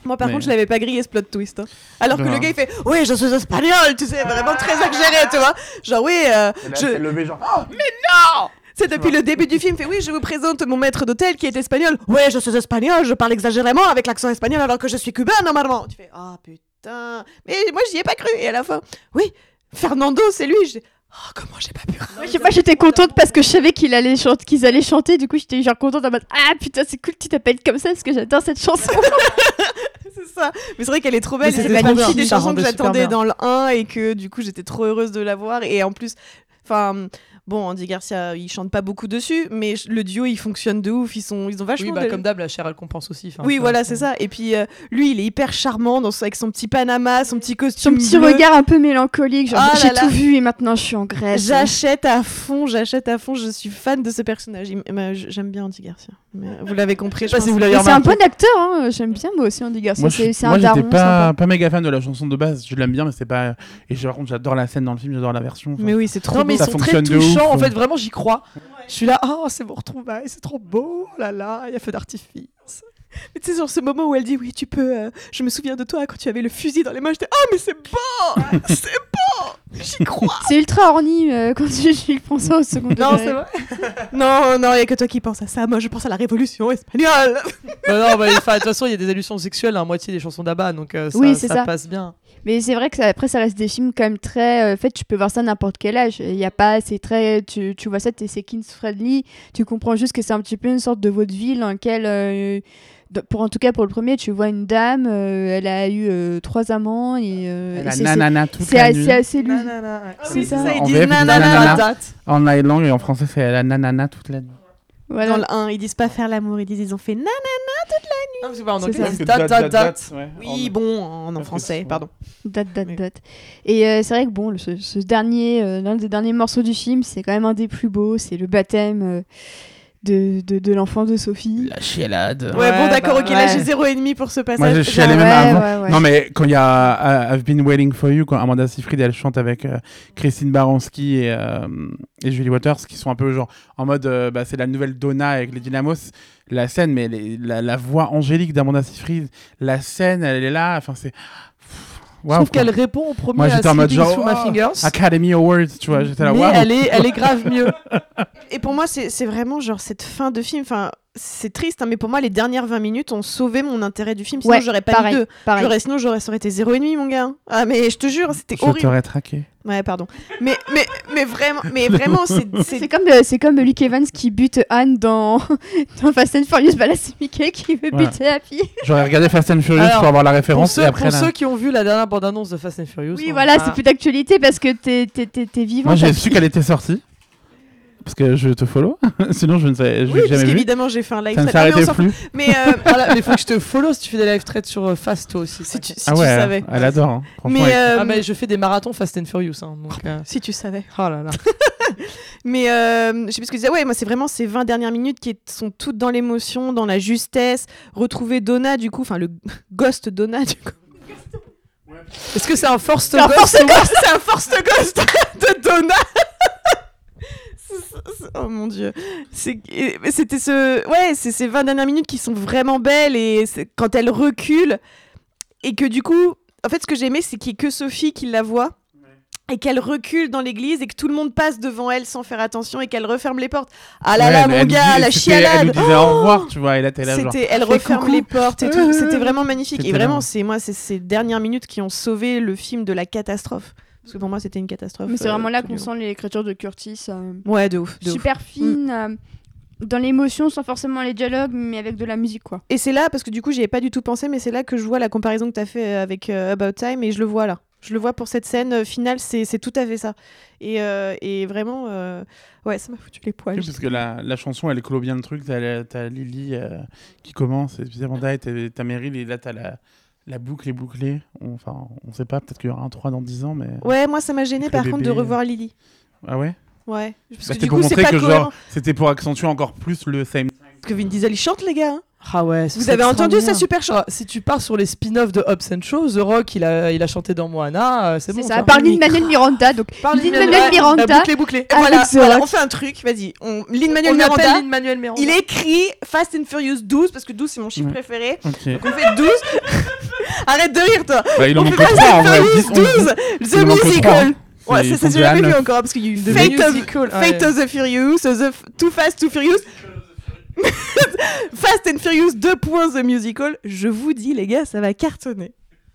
Moi, par Mais- contre, je l'avais pas grillé ce plot twist. Hein. Alors que Non. le gars, il fait oui, je suis espagnol, tu sais, vraiment très exagéré, tu vois. Genre, oui, euh, je. levé genre. Oh C'est depuis le début du film, il fait oui, je vous présente mon maître d'hôtel qui est espagnol. Ouais, je suis espagnol, je parle exagérément avec l'accent espagnol alors que je suis cubain normalement. Tu fais ah putain, mais moi j'y ai pas cru. Et à la fin, oui, Fernando, c'est lui. Je dis, oh, comment j'ai pas pu. Je sais pas, j'étais contente parce que je savais qu'il allait chanter, qu'ils allaient chanter, du coup j'étais genre contente en mode ah putain c'est cool que tu t'appelles comme ça parce que j'adore cette chanson. C'est ça. Mais c'est vrai qu'elle est trop belle. Mais Et c'était c'est trop partie bien. des Ça chansons que rendait super j'attendais bien. dans le un et que du coup j'étais trop heureuse de la voir. Et en plus, enfin. Bon, Andy Garcia, il chante pas beaucoup dessus, mais le duo, il fonctionne de ouf. Ils, sont, ils ont vachement... Oui, bah, de- comme d'hab, la chair, elle compense aussi. Enfin, oui, tu voilà, vois, c'est ça. Et puis, euh, lui, il est hyper charmant dans, avec son petit Panama, son petit Son costume petit bleu. regard un peu mélancolique, genre Ah là j'ai là. tout vu et maintenant je suis en Grèce. J'achète à fond, j'achète à fond. Je suis fan de ce personnage. Il- bah, j'aime bien Andy Garcia. Mais vous l'avez compris, je sais pas pense. si vous l'avez Mais c'est un remarqué. bon acteur, hein. J'aime bien moi aussi Andy Garcia. Moi, je- C'est c'est moi, un daron. j'étais pas, sympa. pas méga fan de la chanson de base. Je l'aime bien, mais c'est pas. Et je- par contre, j'adore la scène dans le film, j'adore la version. Enfin, Mais oui, c'est trop Non, mais ils beau. Ça sont très fonctionne de touchants. ouf, En fait, ouais. vraiment, j'y crois. Je suis là, oh, c'est mon retrouvaille, c'est trop beau. Oh là là, il y a feu d'artifice. Mais tu sais, sur ce moment où elle dit oui, tu peux. euh, je me souviens de toi quand tu avais le fusil dans les mains. J'étais oh, mais c'est beau C'est beau J'y crois C'est ultra horny euh, quand tu, tu prends ça au second degré. Non, c'est vrai. Non, non, il y a que toi qui penses à ça. Moi, je pense à la révolution espagnole. Bah non, bah, enfin, de toute façon, il y a des allusions sexuelles à la moitié des chansons d'Abba, donc euh, ça, Oui, c'est ça ça. passe bien. Mais c'est vrai que ça, après ça reste des films quand même très. En fait, tu peux voir ça à n'importe quel âge. Il y a pas, c'est très. Tu, tu vois ça, t'es- c'est kids friendly. Tu comprends juste que c'est un petit peu une sorte de vaudeville dans lequel. euh, de- pour en tout cas pour le premier, tu vois une dame, euh, elle a eu euh, trois amants et. euh, Elle et a c'est- nanana toute c'est la assez, nuit. c'est assez lu. Nanana, ouais. C'est ça. Ils En disent V F, ils disent nanana. nanana. En langue et en français, c'est elle a nanana toute la nuit. Voilà. Dans le un, ils disent pas faire l'amour, ils disent ils ont fait nanana. Non, mais c'est pas en C'est anglais, ça. c'est date, date, date. Oui, bon, en, en Parce que français, c'est- pardon. Date, date, Mais- date. Et euh, c'est vrai que bon, le- ce, ce dernier, euh, l'un des derniers morceaux du film, c'est quand même un des plus beaux. C'est le baptême euh, de, de, de l'enfant de Sophie. La chialade. Ouais, bon, d'accord, bah, ok, là ouais. j'ai zéro et demi pour ce passage. Moi, j'ai chialé Genre, même ouais, avant. ouais, ouais. Non, mais quand il y a uh, I've Been Waiting for You, quand Amanda Seyfried elle chante avec euh, Christine Baranski et, euh, et Julie Waters, qui sont un peu genre en mode euh, bah, c'est la nouvelle Donna avec les Dynamos, la scène, mais les- la, la voix angélique d'Amanda Seyfried, la scène, elle est là, enfin c'est. Je Waouh, trouve quoi. qu'elle répond au premier Moi, à j'étais en mode Sleeping genre, Through My oh, Fingers. Academy Awards, tu vois, j'étais là, Mais waouh. elle est, elle est grave mieux. Et pour moi, c'est c'est vraiment genre cette fin de film. Enfin, c'est triste, hein, mais pour moi, les dernières vingt minutes ont sauvé mon intérêt du film. Sinon, Ouais, j'aurais pas pareil, mis deux. pareil. J'aurais, sinon, j'aurais, ça aurait été zéro et demi, mon gars. Ah, mais je te jure, c'était Je horrible. t'aurais traqué. Ouais, pardon. Mais, mais, mais vraiment, mais vraiment, c'est, c'est... C'est comme, euh, c'est comme Luke Evans qui bute Anne dans, dans Fast and Furious. Bah là, c'est Mickey qui veut Ouais. buter Happy. J'aurais regardé Fast and Furious Alors, pour avoir la Pour, référence ceux, et après pour là. ceux qui ont vu la dernière bande-annonce de Fast and Furious. Oui, hein. voilà, Ah. c'est plus d'actualité parce que t'es, t'es, t'es, t'es vivant. Moi, j'ai Happy. su qu'elle était sortie. Parce que je te follow. Sinon, je ne sais, je Oui, l'ai parce jamais vu. qu'évidemment, j'ai fait un live Ça ne thread. Ah, mais on s'arrêtait s'en fout. plus. Mais euh, Voilà, mais faut que je te follow si tu fais des live threads sur euh, Fast toi aussi. si tu, si Ah tu ouais, savais. elle adore. hein. Franchement, Mais, elle- euh, Ah, mais je fais des marathons Fast and Furious. Hein, donc, euh, si tu savais. Oh là là. Mais euh, je sais plus ce que je disais. Ouais, moi, c'est vraiment ces vingt dernières minutes qui est- sont toutes dans l'émotion, dans la justesse. Retrouver Donna, du coup, enfin, le ghost Donna, du coup. Est-ce que c'est un force C'est un ghost force ou- ghost, c'est un force ghost de Donna. C'est- c'est- oh mon dieu, c'est et- mais c'était ce, ouais, c'est ces vingt dernières minutes qui sont vraiment belles et c'est- quand elle recule et que du coup, en fait, ce que j'ai aimé, c'est qu'il y ait que Sophie qui la voit. Et qu'elle recule dans l'église et que tout le monde passe devant elle sans faire attention et qu'elle referme les portes. Ah là Ouais, là, mais mon elle gars, dit- la c'était- Elle chialade. lui disait au revoir, tu vois, et là, t'es là, genre. C'était, elle Fais referme coucou. les portes et tout. C'était vraiment magnifique. C'était Et vraiment, là. c'est moi, c'est ces dernières minutes qui ont sauvé le film de la catastrophe. Parce que pour moi, c'était une catastrophe. Mais c'est euh, vraiment là tout qu'on du long. sent l'écriture de Curtis. euh, Ouais, de ouf. De ouf. super fine, euh, dans l'émotion, sans forcément les dialogues, mais avec de la musique, quoi. Et c'est là, parce que du coup, j'y ai pas du tout pensé, mais c'est là que je vois la comparaison que tu as fait avec euh, About Time et je le vois là. Je le vois pour cette scène euh, finale, c'est, c'est tout à fait ça. Et, euh, et vraiment, euh, ouais, ça m'a foutu les poils. Oui, parce que la, la chanson, elle clôt bien le truc. T'as, la- t'as Lily euh, qui commence, et puis Amanda, et t'as, t'as Meryl, et là, t'as la, la boucle est bouclée. On- Enfin, on sait pas, peut-être qu'il y aura un trois dans dix ans, mais. Ouais, moi, ça m'a gêné Avec par le contre de bébé, revoir Lily. Ah ouais? Ouais. Parce Bah, que c'était du pour coup, c'est montrer pas que, cohérent. genre, c'était pour accentuer encore plus le same. Parce que Vin Diesel, il chante, les gars. hein. Ah ouais. Vous avez entendu ça, super chant. Ah, si tu pars sur les spin-offs de Hobbs and Shaw, The Rock, il a, il a chanté dans Moana, euh, c'est C'est bon. ça, par Lin-Manuel Miranda. Donc, Lin-Manuel Ouais, Miranda. La boucle est bouclée. Et Avec voilà, The voilà, Rock. on fait un truc, vas-y. On... Lin-Manuel On Miranda, appelle Lin-Manuel Miranda. il écrit Fast and Furious douze, parce que douze, c'est mon chiffre Ouais. préféré. Ok. Donc on fait douze. Arrête de rire, toi. Bah, il en On manque fait trois en vrai. Fast and dix, Furious onze. douze, Il The en manque Musical. trois. Ouais, C'est- c'est ça, ils j'ai sont jamais déjà vu neuf. encore parce qu'il y a eu The Fate of, Musical, Fate ouais. of the Furious, the F- Too Fast, Too Furious. Fast and Furious deux points The Musical. Je vous dis, les gars, ça va cartonner.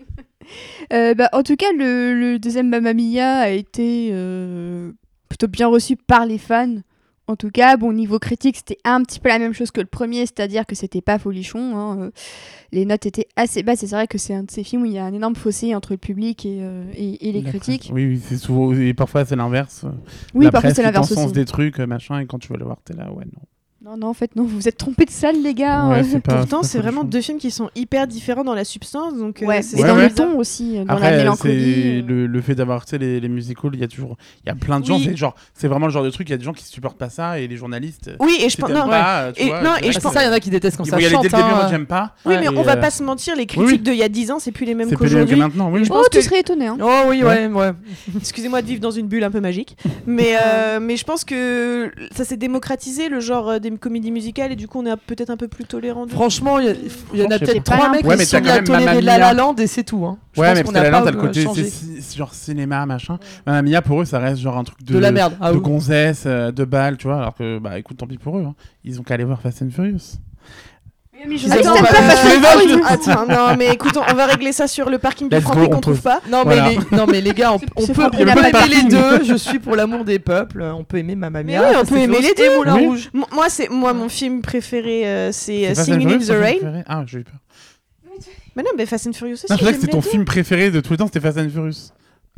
Euh, bah, en tout cas, le, le deuxième Mamma Mia a été euh, plutôt bien reçu par les fans. En tout cas, bon, niveau critique, c'était un petit peu la même chose que le premier, c'est-à-dire que c'était pas folichon. Hein, euh, les notes étaient assez basses, et c'est vrai que c'est un de ces films où il y a un énorme fossé entre le public et, euh, et, et les La critiques. presse. Oui, oui, c'est souvent. Et parfois, c'est l'inverse. Oui, La parfois presse c'est qui l'inverse t'encense aussi. des trucs, euh, machin, et quand tu vas le voir, t'es là, ouais, non. Non, non, en fait, non, vous vous êtes trompés de salle, les gars. Ouais, Euh, c'est pas- Pourtant, pas c'est vraiment folichon. deux films qui sont hyper différents dans la substance. Donc, euh, ouais, c'est mais Ouais, dans ouais. le ton aussi, dans Après, la euh, mélancolie. c'est euh. le, le fait d'avoir, tu sais, les, les musicals, il y a toujours, il y a plein de gens, Oui. c'est genre, c'est vraiment le genre de truc, il y a des gens qui supportent pas ça et les journalistes. euh, Oui, et je si pense. t'aimes Non, pas, tu Et- vois, non, tu et vois, je C'est pense- ça, il y en a qui détestent quand Ils ça vont y aller dès chante. le début, hein. moi j'aime pas. Oui, mais Et, on va euh, pas se mentir, les oui, critiques oui. d'il y a dix ans, c'est plus les mêmes C'est plus les mêmes que qu'aujourd'hui. maintenant, oui. je Oh, pense tu que- serais étonné. Hein. Oh oui, ouais, ouais. Excusez-moi de vivre dans une bulle un peu magique, mais, euh, mais je pense que ça s'est démocratisé, le genre euh, des comédies musicales, et du coup on est un- peut-être un peu plus tolérant. du- Franchement, il y, a- il y en a Je sais peut-être pas. trois mecs Ouais, mais qui sont t'as mis quand à même Mamma tolérer La La Mia. Land et c'est tout. Hein. Je Ouais, pense mais qu'on parce n'a que la pas Land, t'as le euh, côté, changé. c'est c'est genre cinéma, machin. Mamma Mia, pour eux, ça reste genre un truc de, De la merde. Ah de oui. gonzesse, euh, de balle, tu vois. Alors que, bah écoute, tant pis pour eux. Hein. Ils ont qu'à aller voir Fast and Furious. Mais je Attends, sais que bah, t'aimes pas euh, Fast and les vaches, Furious. Attends, non, mais écoute, on on va régler ça sur le parking du Let's Franprix go, qu'on on trouve peut- pas. Non, Voilà. mais les... non mais les gars, on, on C'est peut Franprix, on n'a peut pas de aimer les parking. deux. Je suis pour l'amour des peuples. On peut aimer Mamma Mais Mia. oui, on Fast peut and aimer Furious les deux. et Moulin Oui. Rouge. Moi, moi, c'est moi mon film préféré, euh, c'est euh, C'est Fast and Singing in Furious, the ton film Rain. préféré Ah, j'ai eu peur. Mais non, mais Fast and Furious aussi. Non, je pensais que j'aime c'était ton bien. film préféré de tous les temps, c'était Fast and Furious.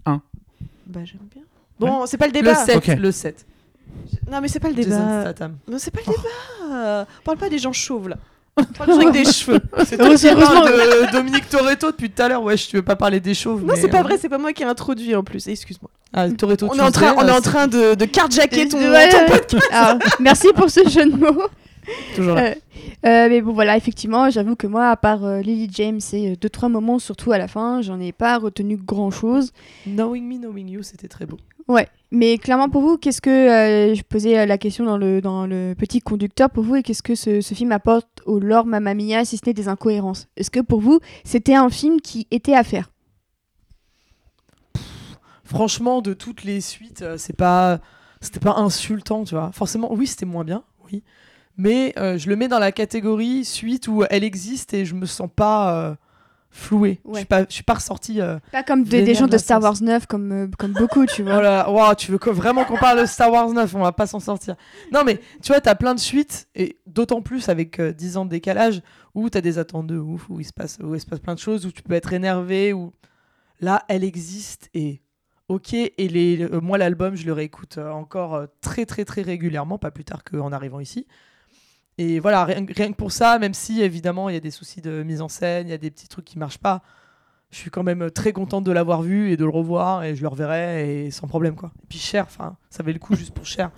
Bah j'aime bien. Bon, c'est pas le Le débat. sept, Ok. le sept. Non, mais c'est pas le Jason débat. Statham. Non, c'est pas le débat. On parle pas des gens chauves là. On parle des gens avec des cheveux. C'est toi qui Heureusement- parles de Dominique Toretto depuis tout à l'heure. Ouais, tu veux pas parler des chauves. Non, mais, c'est pas euh, vrai, c'est pas moi qui ai introduit en plus. Excuse-moi. Ah, Toretto, On tu est en train, faisais, on est euh, en train de, de carjacker ton, Ouais, ton ouais. podcast. Alors, merci pour ce jeu de mots. Toujours là. Euh, euh, mais bon, voilà, effectivement, j'avoue que moi, à part euh, Lily James et euh, deux, trois moments, surtout à la fin, j'en ai pas retenu grand-chose. Knowing Me, Knowing You, c'était très beau. Ouais, mais clairement pour vous, qu'est-ce que... euh, je posais euh, la question dans le, dans le petit conducteur pour vous, et qu'est-ce que ce, ce film apporte au lore Mamma Mia, si ce n'est des incohérences? Est-ce que pour vous, c'était un film qui était à faire? Franchement, de toutes les suites, euh, c'est pas, c'était pas insultant, tu vois. Forcément, oui, c'était moins bien, oui. Mais euh, je le mets dans la catégorie suite où elle existe et je me sens pas euh, floué. Je Ouais. suis pas, je suis pas ressorti. euh, Pas comme des, des Vénère gens de la Star sauce. Wars neuf, comme, euh, comme beaucoup, tu vois. Oh là, wow, tu veux quoi, vraiment qu'on parle de Star Wars neuf? On va pas s'en sortir. Non, mais tu vois, t'as plein de suites, et d'autant plus avec euh, dix ans de décalage, où t'as des attentes de ouf, où il, se passe, où il se passe plein de choses, où tu peux être énervé, où là, elle existe, et ok. Et les, euh, moi, l'album, je le réécoute euh, encore euh, très, très, très régulièrement, pas plus tard qu'en arrivant ici. Et voilà, rien, rien que pour ça, même si évidemment, il y a des soucis de mise en scène, il y a des petits trucs qui marchent pas. Je suis quand même très contente de l'avoir vu et de le revoir, et je le reverrai et sans problème, quoi. Et puis Cher, enfin, ça valait le coup juste pour Cher.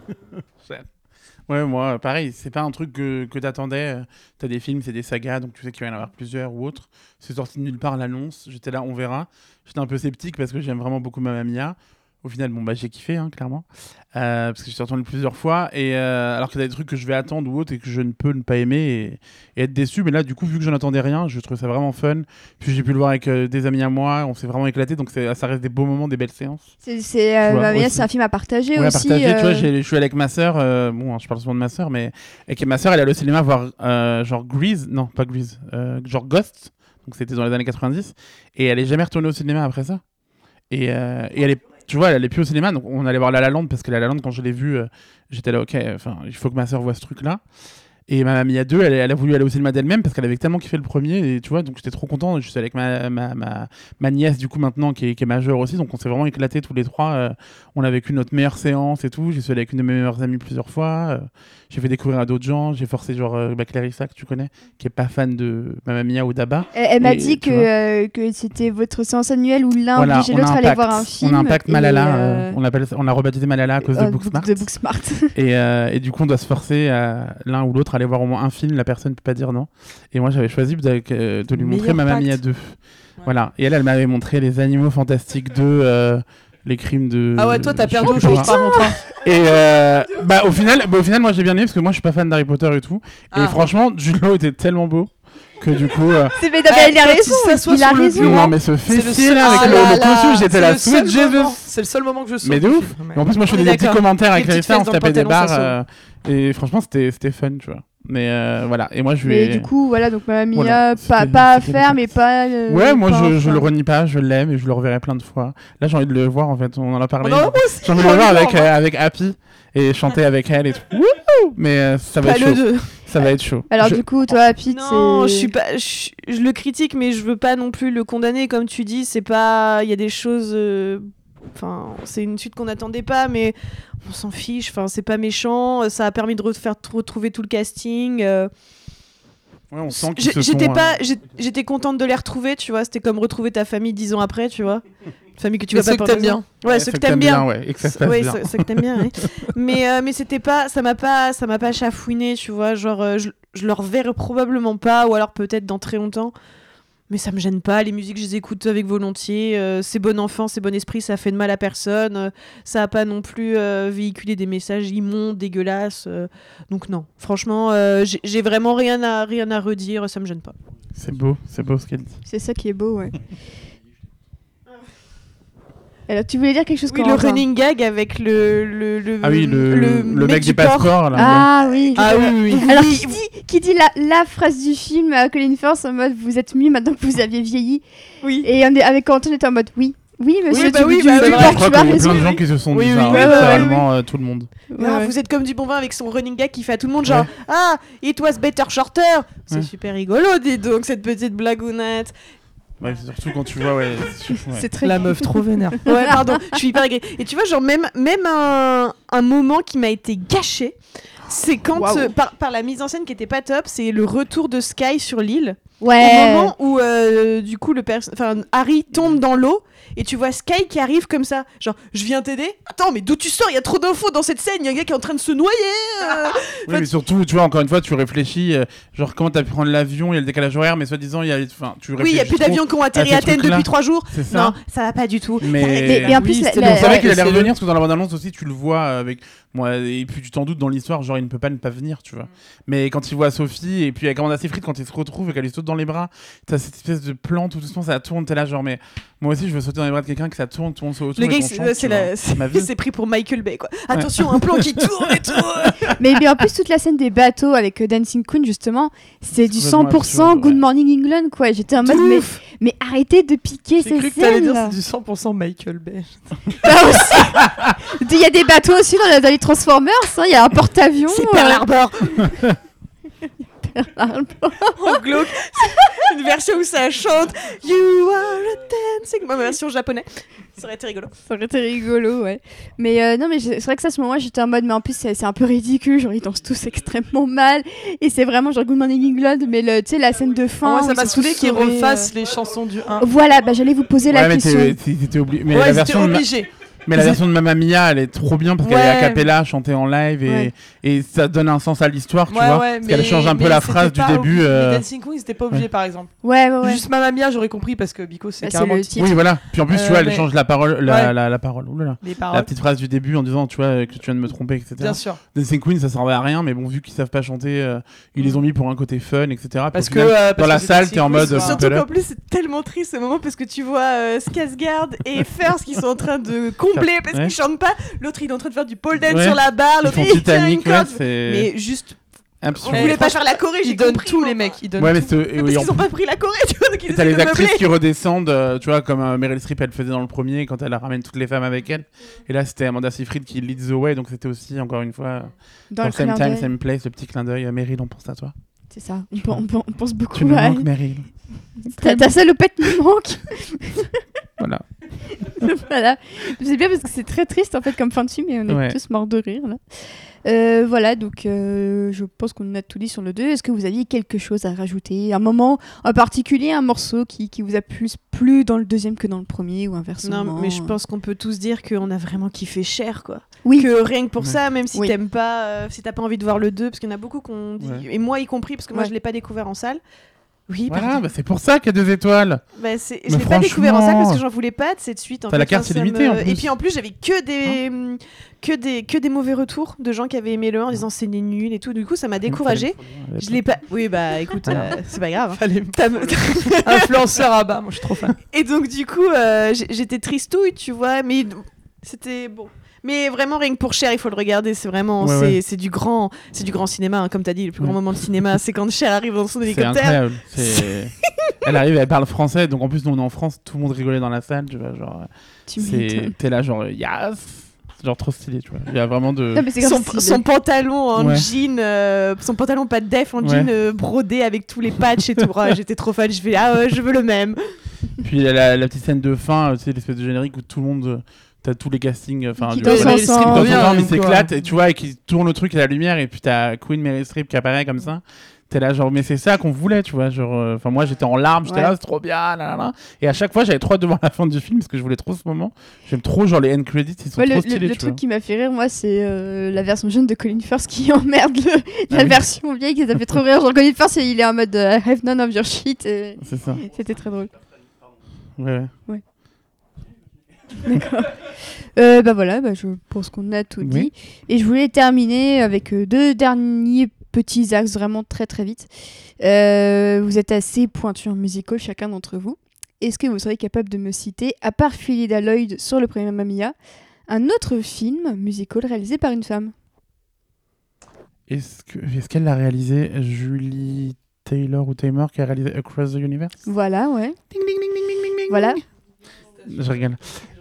Ouais, moi, pareil, c'est pas un truc que, que t'attendais. T'as des films, c'est des sagas, donc tu sais qu'il va y en avoir plusieurs ou autres. C'est sorti de nulle part l'annonce. J'étais là, on verra. J'étais un peu sceptique parce que j'aime vraiment beaucoup Mamma Mia. Au final, bon, bah, j'ai kiffé, hein, clairement. Euh, parce que je suis entendu plusieurs fois. Et, euh, alors qu'il y a des trucs que je vais attendre ou autres et que je ne peux ne pas aimer et, et être déçu. Mais là, du coup, vu que j'en attendais rien, je trouve ça vraiment fun. Puis j'ai pu le voir avec euh, des amis à moi. On s'est vraiment éclaté. Donc c'est- ça reste des beaux moments, des belles séances. C'est, c'est, euh, Tu vois, Mamma Mia, aussi. c'est un film à partager Ouais, à aussi. partager, tu vois, euh, j'ai- je suis allé avec ma sœur, euh, bon, hein, je parle souvent de ma sœur, mais avec ma sœur, elle est allée au cinéma voir euh, genre Grease, non, pas Grease, euh, genre Ghost, donc c'était dans les années quatre-vingt-dix, et elle est jamais retournée au cinéma après ça. Et, euh, et elle est, tu vois, elle allait plus au cinéma, donc on allait voir La La Land, parce que La La Land, quand je l'ai vu, euh, j'étais là, ok, enfin, il faut que ma sœur voit ce truc-là. Et Mamma Mia deux, elle, elle a voulu aller au cinéma d'elle-même parce qu'elle avait tellement kiffé le premier, et tu vois, donc j'étais trop content. Je suis allé avec ma, ma, ma, ma nièce, du coup, maintenant, qui est, qui est majeure aussi, donc on s'est vraiment éclatés tous les trois. euh, on a vécu notre meilleure séance et tout. J'y suis allé avec une de mes meilleures amies plusieurs fois. euh, j'ai fait découvrir à d'autres gens. J'ai forcé, genre, euh, bah, Clarissa, que tu connais, qui est pas fan de Mamma Mia ou d'Abba. Elle, elle m'a Et dit tu que, vois. euh, que c'était votre séance annuelle où l'un Voilà, obligeait on a l'autre à un aller pacte. voir un film. On a un pacte et, Malala. euh, euh, on, l'appelle, on l'a rebaptisé Malala à cause euh, de Booksmart. de Booksmart. Et, euh, et du coup, on doit se forcer à l'un ou l'autre à aller voir au moins un film. La personne ne peut pas dire non. Et moi, j'avais choisi de, euh, de lui montrer Meilleur Mamma Mia pacte. deux. Voilà. Et elle, elle m'avait montré Les Animaux Fantastiques deux, euh, les crimes de. Ah ouais, toi, t'as je perdu sais au plus change quoi. par contre. hein. Et euh, bah, au final, bah, au final, moi, j'ai bien aimé parce que moi, je suis pas fan d'Harry Potter et tout. Ah. Et franchement, Jude Law était tellement beau que du coup. Euh... C'est mais, mais il a raison. Il a raison. Non, mais ce fessier là avec le, le costume, j'étais là, sweet Jesus. C'est le seul moment que je saute. Mais de ouf. En plus, moi, je faisais des petits commentaires avec Clarissa, on se tapait des barres. Et franchement, c'était fun, tu vois. Mais euh, voilà, et moi je vais. Mais du coup, voilà, donc Mamma Mia, voilà, pas, pas à faire, mais pas. Euh, ouais, moi pas je, je le renie pas, je l'aime et je le reverrai plein de fois. Là, j'ai envie de le voir en fait, on en a parlé. Oh non, j'ai envie de le voir avec, euh, avec Happy et chanter avec elle et tout. Wouhou, mais euh, ça va pas être chaud. Deux. Ça va être chaud. Alors je... du coup, toi, Happy, c'est. Non, je suis pas. Je, je le critique, mais je veux pas non plus le condamner, comme tu dis. C'est pas. Il y a des choses. Euh... Enfin, c'est une suite qu'on n'attendait pas, mais on s'en fiche. Enfin, c'est pas méchant. Ça a permis de refaire retrouver tout le casting. Euh... Ouais, on sent qu'ils se j'étais sont, pas, euh... j'étais contente de les retrouver, tu vois. C'était comme retrouver ta famille dix ans après, tu vois. Une famille que tu mais vas pas que t'aimes bien. Ouais, ouais, ceux que t'aimes bien. Ouais, et que ça se passe ouais, bien. ceux, ceux que t'aimes bien. Ouais. mais euh, mais c'était pas, ça m'a pas, ça m'a pas chafouiné, tu vois. Genre, euh, je, je le reverrai probablement pas, ou alors peut-être dans très longtemps. Mais ça me gêne pas, les musiques je les écoute avec volontiers, euh, c'est bon enfant, c'est bon esprit, ça fait de mal à personne, euh, ça a pas non plus euh, véhiculé des messages immondes, dégueulasses, euh, donc non, franchement, euh, j'ai, j'ai vraiment rien à, rien à redire, ça me gêne pas. C'est beau, c'est beau ce qu'elle dit. C'est ça qui est beau, ouais. Alors, tu voulais dire quelque chose oui, comme le running gag avec le, le, le ah oui le, le, le mec, mec du des passeports là. Ah oui. Ah oui oui. oui. Alors qui dit, qui dit la, la phrase du film à Colin Firth en mode vous êtes mieux maintenant que vous aviez vieilli. Oui. Et on est avec Antoine était en mode oui. Oui, monsieur, oui, bah tu, oui, tu, bah tu, oui, tu, bah, tu, je crois tu as qu'il y a raison. plein de gens qui se sont oui, dit oui, ça, oui, littéralement oui, oui. euh, tout le monde. Ouais, ah, ouais. Vous êtes comme du bon vin avec son running gag qui fait à tout le monde genre ouais. Ah, it was better shorter. C'est ouais. super rigolo, dis donc cette petite blagounette. Ouais, surtout quand tu vois, ouais. C'est, ouais. c'est très la meuf trop vénère. Ouais, pardon, je suis hyper aigrie. Et tu vois, genre, même, même un, un moment qui m'a été gâché, c'est quand, wow. euh, par, par la mise en scène qui était pas top, c'est le retour de Sky sur l'île. Ouais. Au moment où, euh, du coup, le pers- Harry tombe dans l'eau. Et tu vois Sky qui arrive comme ça, genre je viens t'aider. Attends, mais d'où tu sors? Il y a trop d'infos dans cette scène. Il y a un gars qui est en train de se noyer. Euh... oui, enfin, mais surtout, tu vois, encore une fois, tu réfléchis, euh, genre comment t'as pu prendre l'avion? Il y a le décalage horaire, mais soi-disant, il y a, enfin, tu réfléchis. Oui, il y a plus d'avions qui ont atterri à Athènes depuis trois jours. C'est ça. Non, ça va pas du tout. Mais, mais, mais en plus, oui, la, c'est la, on savait ouais, qu'il allait c'est revenir le... parce que dans la bande-annonce aussi, tu le vois avec moi, et puis tu t'en doutes dans l'histoire, genre il ne peut pas ne pas venir, tu vois. Mais quand il voit Sophie et puis elle commande assez frites quand il se retrouve et qu'elle lui saute dans les bras, t'as cette espèce de plan tout doucement, ça tourne, t'es là genre mais moi aussi je veux sauter dans les bras de quelqu'un que ça tourne, tout le monde saute autour. Le gars, c'est, c'est, la, c'est, c'est pris pour Michael Bay quoi. Attention, un plan qui tourne et tout. mais, mais en plus toute la scène des bateaux avec euh, Dancing Queen justement, c'est du cent pour cent absurde, Good ouais. Morning England quoi. J'étais en mode mais, mais arrêtez de piquer ces scènes. J'ai cru que t'allais dire c'est du cent pour cent Michael Bay. Il y a des bateaux aussi dans, dans les Transformers, il hein, y a un porte-avions. C'est Pearl Harbor. Pearl Harbor. En glauque. C'est une version où ça chante You are a dancing. Ma version japonais. Ça aurait été rigolo. Ça aurait été rigolo, ouais. Mais euh, non, mais c'est vrai que ça, à ce moment, j'étais en mode, mais en plus, c'est, c'est un peu ridicule. Genre, ils dansent tous extrêmement mal. Et c'est vraiment genre Good Morning England, mais tu sais, la scène de fin. Oh, moi, ça m'a saoulé qu'ils refassent euh... les chansons du un. Voilà, bah j'allais vous poser ouais, la mais question. T'es, t'es, t'es obli... Mais ouais, la version obligé. De... Mais la version de Mamma Mia, elle est trop bien parce qu'elle ouais. est a cappella, chantée en live et, ouais. et ça donne un sens à l'histoire, tu ouais, vois. Ouais, parce mais, qu'elle change un peu la phrase du début. Euh... Mais Dancing Queen, c'était pas obligé, ouais. par exemple. Ouais, ouais, ouais. Juste Mamma Mia, j'aurais compris parce que Biko, c'est bah, carrément c'est le Oui, voilà. Puis en plus, euh, tu vois, elle mais... change la parole, la, ouais. la, la, la parole. Oulala. Les paroles. La petite phrase du début en disant, tu vois, que tu viens de me tromper, et cetera. Bien sûr. Dancing Queen, ça servait à rien, mais bon, vu qu'ils savent pas chanter, euh, ils les ont mis pour un côté fun, et cetera. Parce que euh, dans la salle, t'es en mode. Surtout qu'en plus, c'est tellement triste ce moment parce que tu vois euh, Skarsgård et Firth qui sont en train de combler parce qu'ils chantent pas. L'autre, il est en train de faire du pole dance ouais. sur la barre. L'autre, il tient une corde. Mais juste. Absurde. On voulait pas faire la Corée, j'ai ils donnent compris, tous les mecs, ils donnent ouais, mais tout. Mais parce qu'ils ont pas pris la Corée, tu vois. Donc ils t'as les actrices qui redescendent, euh, tu vois, comme euh, Meryl Streep, elle faisait dans le premier, quand elle ramène toutes les femmes avec elle. Et là, c'était Amanda Seyfried qui lead the way, donc c'était aussi, encore une fois, dans, dans le same time, same place, le petit clin d'œil. Meryl, on pense à toi. C'est ça, on, p- on, p- on pense beaucoup tu me à manques, Meryl. Ta, ta salopette me manque. Voilà. Voilà. C'est bien parce que c'est très triste en fait comme fin de film et on est ouais. tous morts de rire là. Euh, voilà, donc euh, je pense qu'on a tout dit sur le deux. Est-ce que vous aviez quelque chose à rajouter? Un moment en particulier, un morceau qui, qui vous a plus plu dans le deuxième que dans le premier ou inversement? Non, mais je pense qu'on peut tous dire qu'on a vraiment kiffé Cher, quoi. Oui. Que rien que pour ouais. ça, même si oui. t'aimes pas, euh, si t'as pas envie de voir le deux, parce qu'il y en a beaucoup qu'on dit, ouais. et moi y compris, parce que moi ouais. je l'ai pas découvert en salle. Oui, Voilà, pardon. bah, c'est pour ça qu'il y a deux étoiles. Bah, c'est... Mais Je l'ai pas découvert en ça franchement. parce que j'en voulais pas de cette suite. En T'as fait. la carte Enfin, ça illimitée, me- en plus. Et puis en plus, j'avais que des... hum, que des que des mauvais retours de gens qui avaient aimé le un en disant c'est nul et tout. Du coup, ça m'a découragée. Je l'ai pas. Oui, bah écoute, euh, c'est pas grave. hein. Fallait me- T'as- Influenceur à bas, moi je suis trop fan. Et donc du coup, euh, j'- j'étais tristouille, tu vois, mais c'était bon. Mais vraiment, rien que pour Cher, il faut le regarder. C'est vraiment, Ouais, c'est, ouais. c'est du grand, c'est du grand cinéma, hein, comme t'as dit. Le plus grand Ouais. moment de cinéma, c'est quand Cher arrive dans son C'est hélicoptère. incroyable. C'est... elle arrive, elle parle français, donc en plus nous on est en France, tout le monde rigolait dans la salle, tu vois, genre. Tu c'est... m'étonnes. T'es là genre yes, c'est genre trop stylé, tu vois. Il y a vraiment de. Non, mais c'est Son, comme si- son pantalon en Ouais. jean, euh, son pantalon pas de def en Ouais. jean euh, brodé avec tous les patchs et tout. Ah, j'étais trop fan. Je fais ah ouais, je veux le même. Puis il y a la, la petite scène de fin, tu sais, l'espèce de générique où tout le monde. euh, T'as tous les castings, enfin, Qui du- dansent voilà, ensemble. qui dansent Bien, ensemble, ils quoi. s'éclatent, et tu vois, et qui tournent le truc à la lumière, et puis t'as Queen Mary Streep qui apparaît comme ça. T'es là, genre, mais c'est ça qu'on voulait, tu vois. Genre, enfin, moi j'étais en larmes, j'étais Ouais. là, c'est trop bien, là, là, là. Et à chaque fois, j'avais trop hâte de voir la fin du film parce que je voulais trop ce moment. J'aime trop, genre, les end credits, ils sont Ouais, le, trop le- stylés, le tu truc vois. qui m'a fait rire, moi, c'est euh, la version jeune de Colin Firth qui emmerde le- la Ah oui. version vieille qui ça fait trop rire. Genre, Colin Firth, il est en mode euh, I have none of your shit. et C'est ça. C'était très drôle. Ouais, ouais. D'accord. Euh, bah voilà, bah, je pense qu'on a tout dit. Oui. Et je voulais terminer avec euh, deux derniers petits axes, vraiment très très vite. Euh, vous êtes assez pointus en musical, chacun d'entre vous. Est-ce que vous seriez capable de me citer, à part Phyllida Lloyd sur le premier Mamma Mia, un autre film musical réalisé par une femme? Est-ce, que, est-ce qu'elle l'a réalisé, Julie Taylor ou Taymor, qui a réalisé Across the Universe? Voilà, ouais. Ding, ding, ding, ding, ding, ding, ding. Voilà. Je rigole.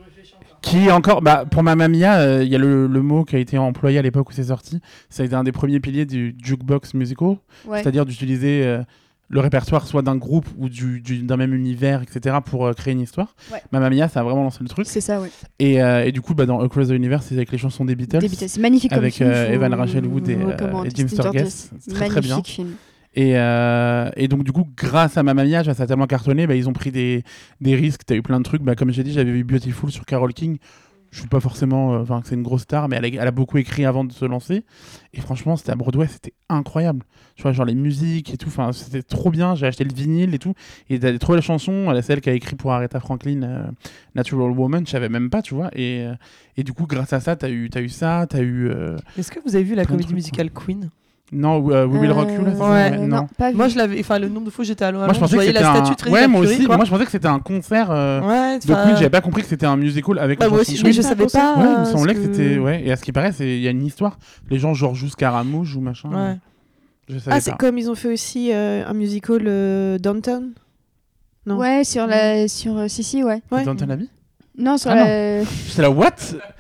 Qui encore, bah, pour Mamma Mia, il euh, y a le, le mot qui a été employé à l'époque où c'est sorti. Ça a été un des premiers piliers du jukebox musical, Ouais. c'est-à-dire d'utiliser euh, le répertoire soit d'un groupe ou du, du, d'un même univers, et cetera, pour euh, créer une histoire. Ouais. Mamma Mia, ça a vraiment lancé le truc. C'est ça, ouais. Et, euh, et du coup, bah, dans Across the Universe, c'est avec les chansons des Beatles, Des Beatles. C'est magnifique comme avec film. euh, je Evan vous- Rachel Wood et, je vous euh, recommande. et Jim Sturgess. Sturgess. C'est très très bien. Magnifique film. Et, euh, et donc, du coup, grâce à Mamma Mia, ça a tellement cartonné, bah, ils ont pris des, des risques. T'as eu plein de trucs. Bah, comme j'ai dit, j'avais vu Beautiful sur Carole King. Je suis pas forcément. Enfin, c'est une grosse star, mais elle a, elle a beaucoup écrit avant de se lancer. Et franchement, c'était à Broadway, c'était incroyable. Tu vois, genre les musiques et tout. Enfin, c'était trop bien. J'ai acheté le vinyle et tout. Et t'as trouvé la chanson, elle, celle qui a écrit pour Aretha Franklin, euh, Natural Woman. Je savais même pas, tu vois. Et, euh, et du coup, grâce à ça, t'as eu, t'as eu ça. T'as eu. euh, Est-ce que vous avez vu la Plein de comédie trucs, musicale Queen? Non, euh, We Will Rock You, là, c'est ça Ouais. Euh, non. pas vu. Moi, je l'avais. Enfin, le nombre de fois où j'étais à Londres, Moi, je pensais que voyais c'était la un. statue de Freddie Ouais, moi Mercury, aussi. quoi. Moi, je pensais que c'était un concert euh, Ouais, de enfin, Queen. J'avais pas compris que c'était un musical avec. Bah, les moi chansons aussi, de mais Queen. je savais ça. pas. Ouais, il me euh, semblait ce que c'était. Ouais. Et à ce qui paraît, c'est- il y a une histoire. Les gens genre jouent Scaramouche ou machin. Ouais. Je savais Ah, c'est pas. comme ils ont fait aussi euh, un musical euh, Downtown. Non. Ouais, sur la. Sur, euh, si, si, ouais. Ouais. Dans ton avis Non, sur Ah la. J'étais là, what?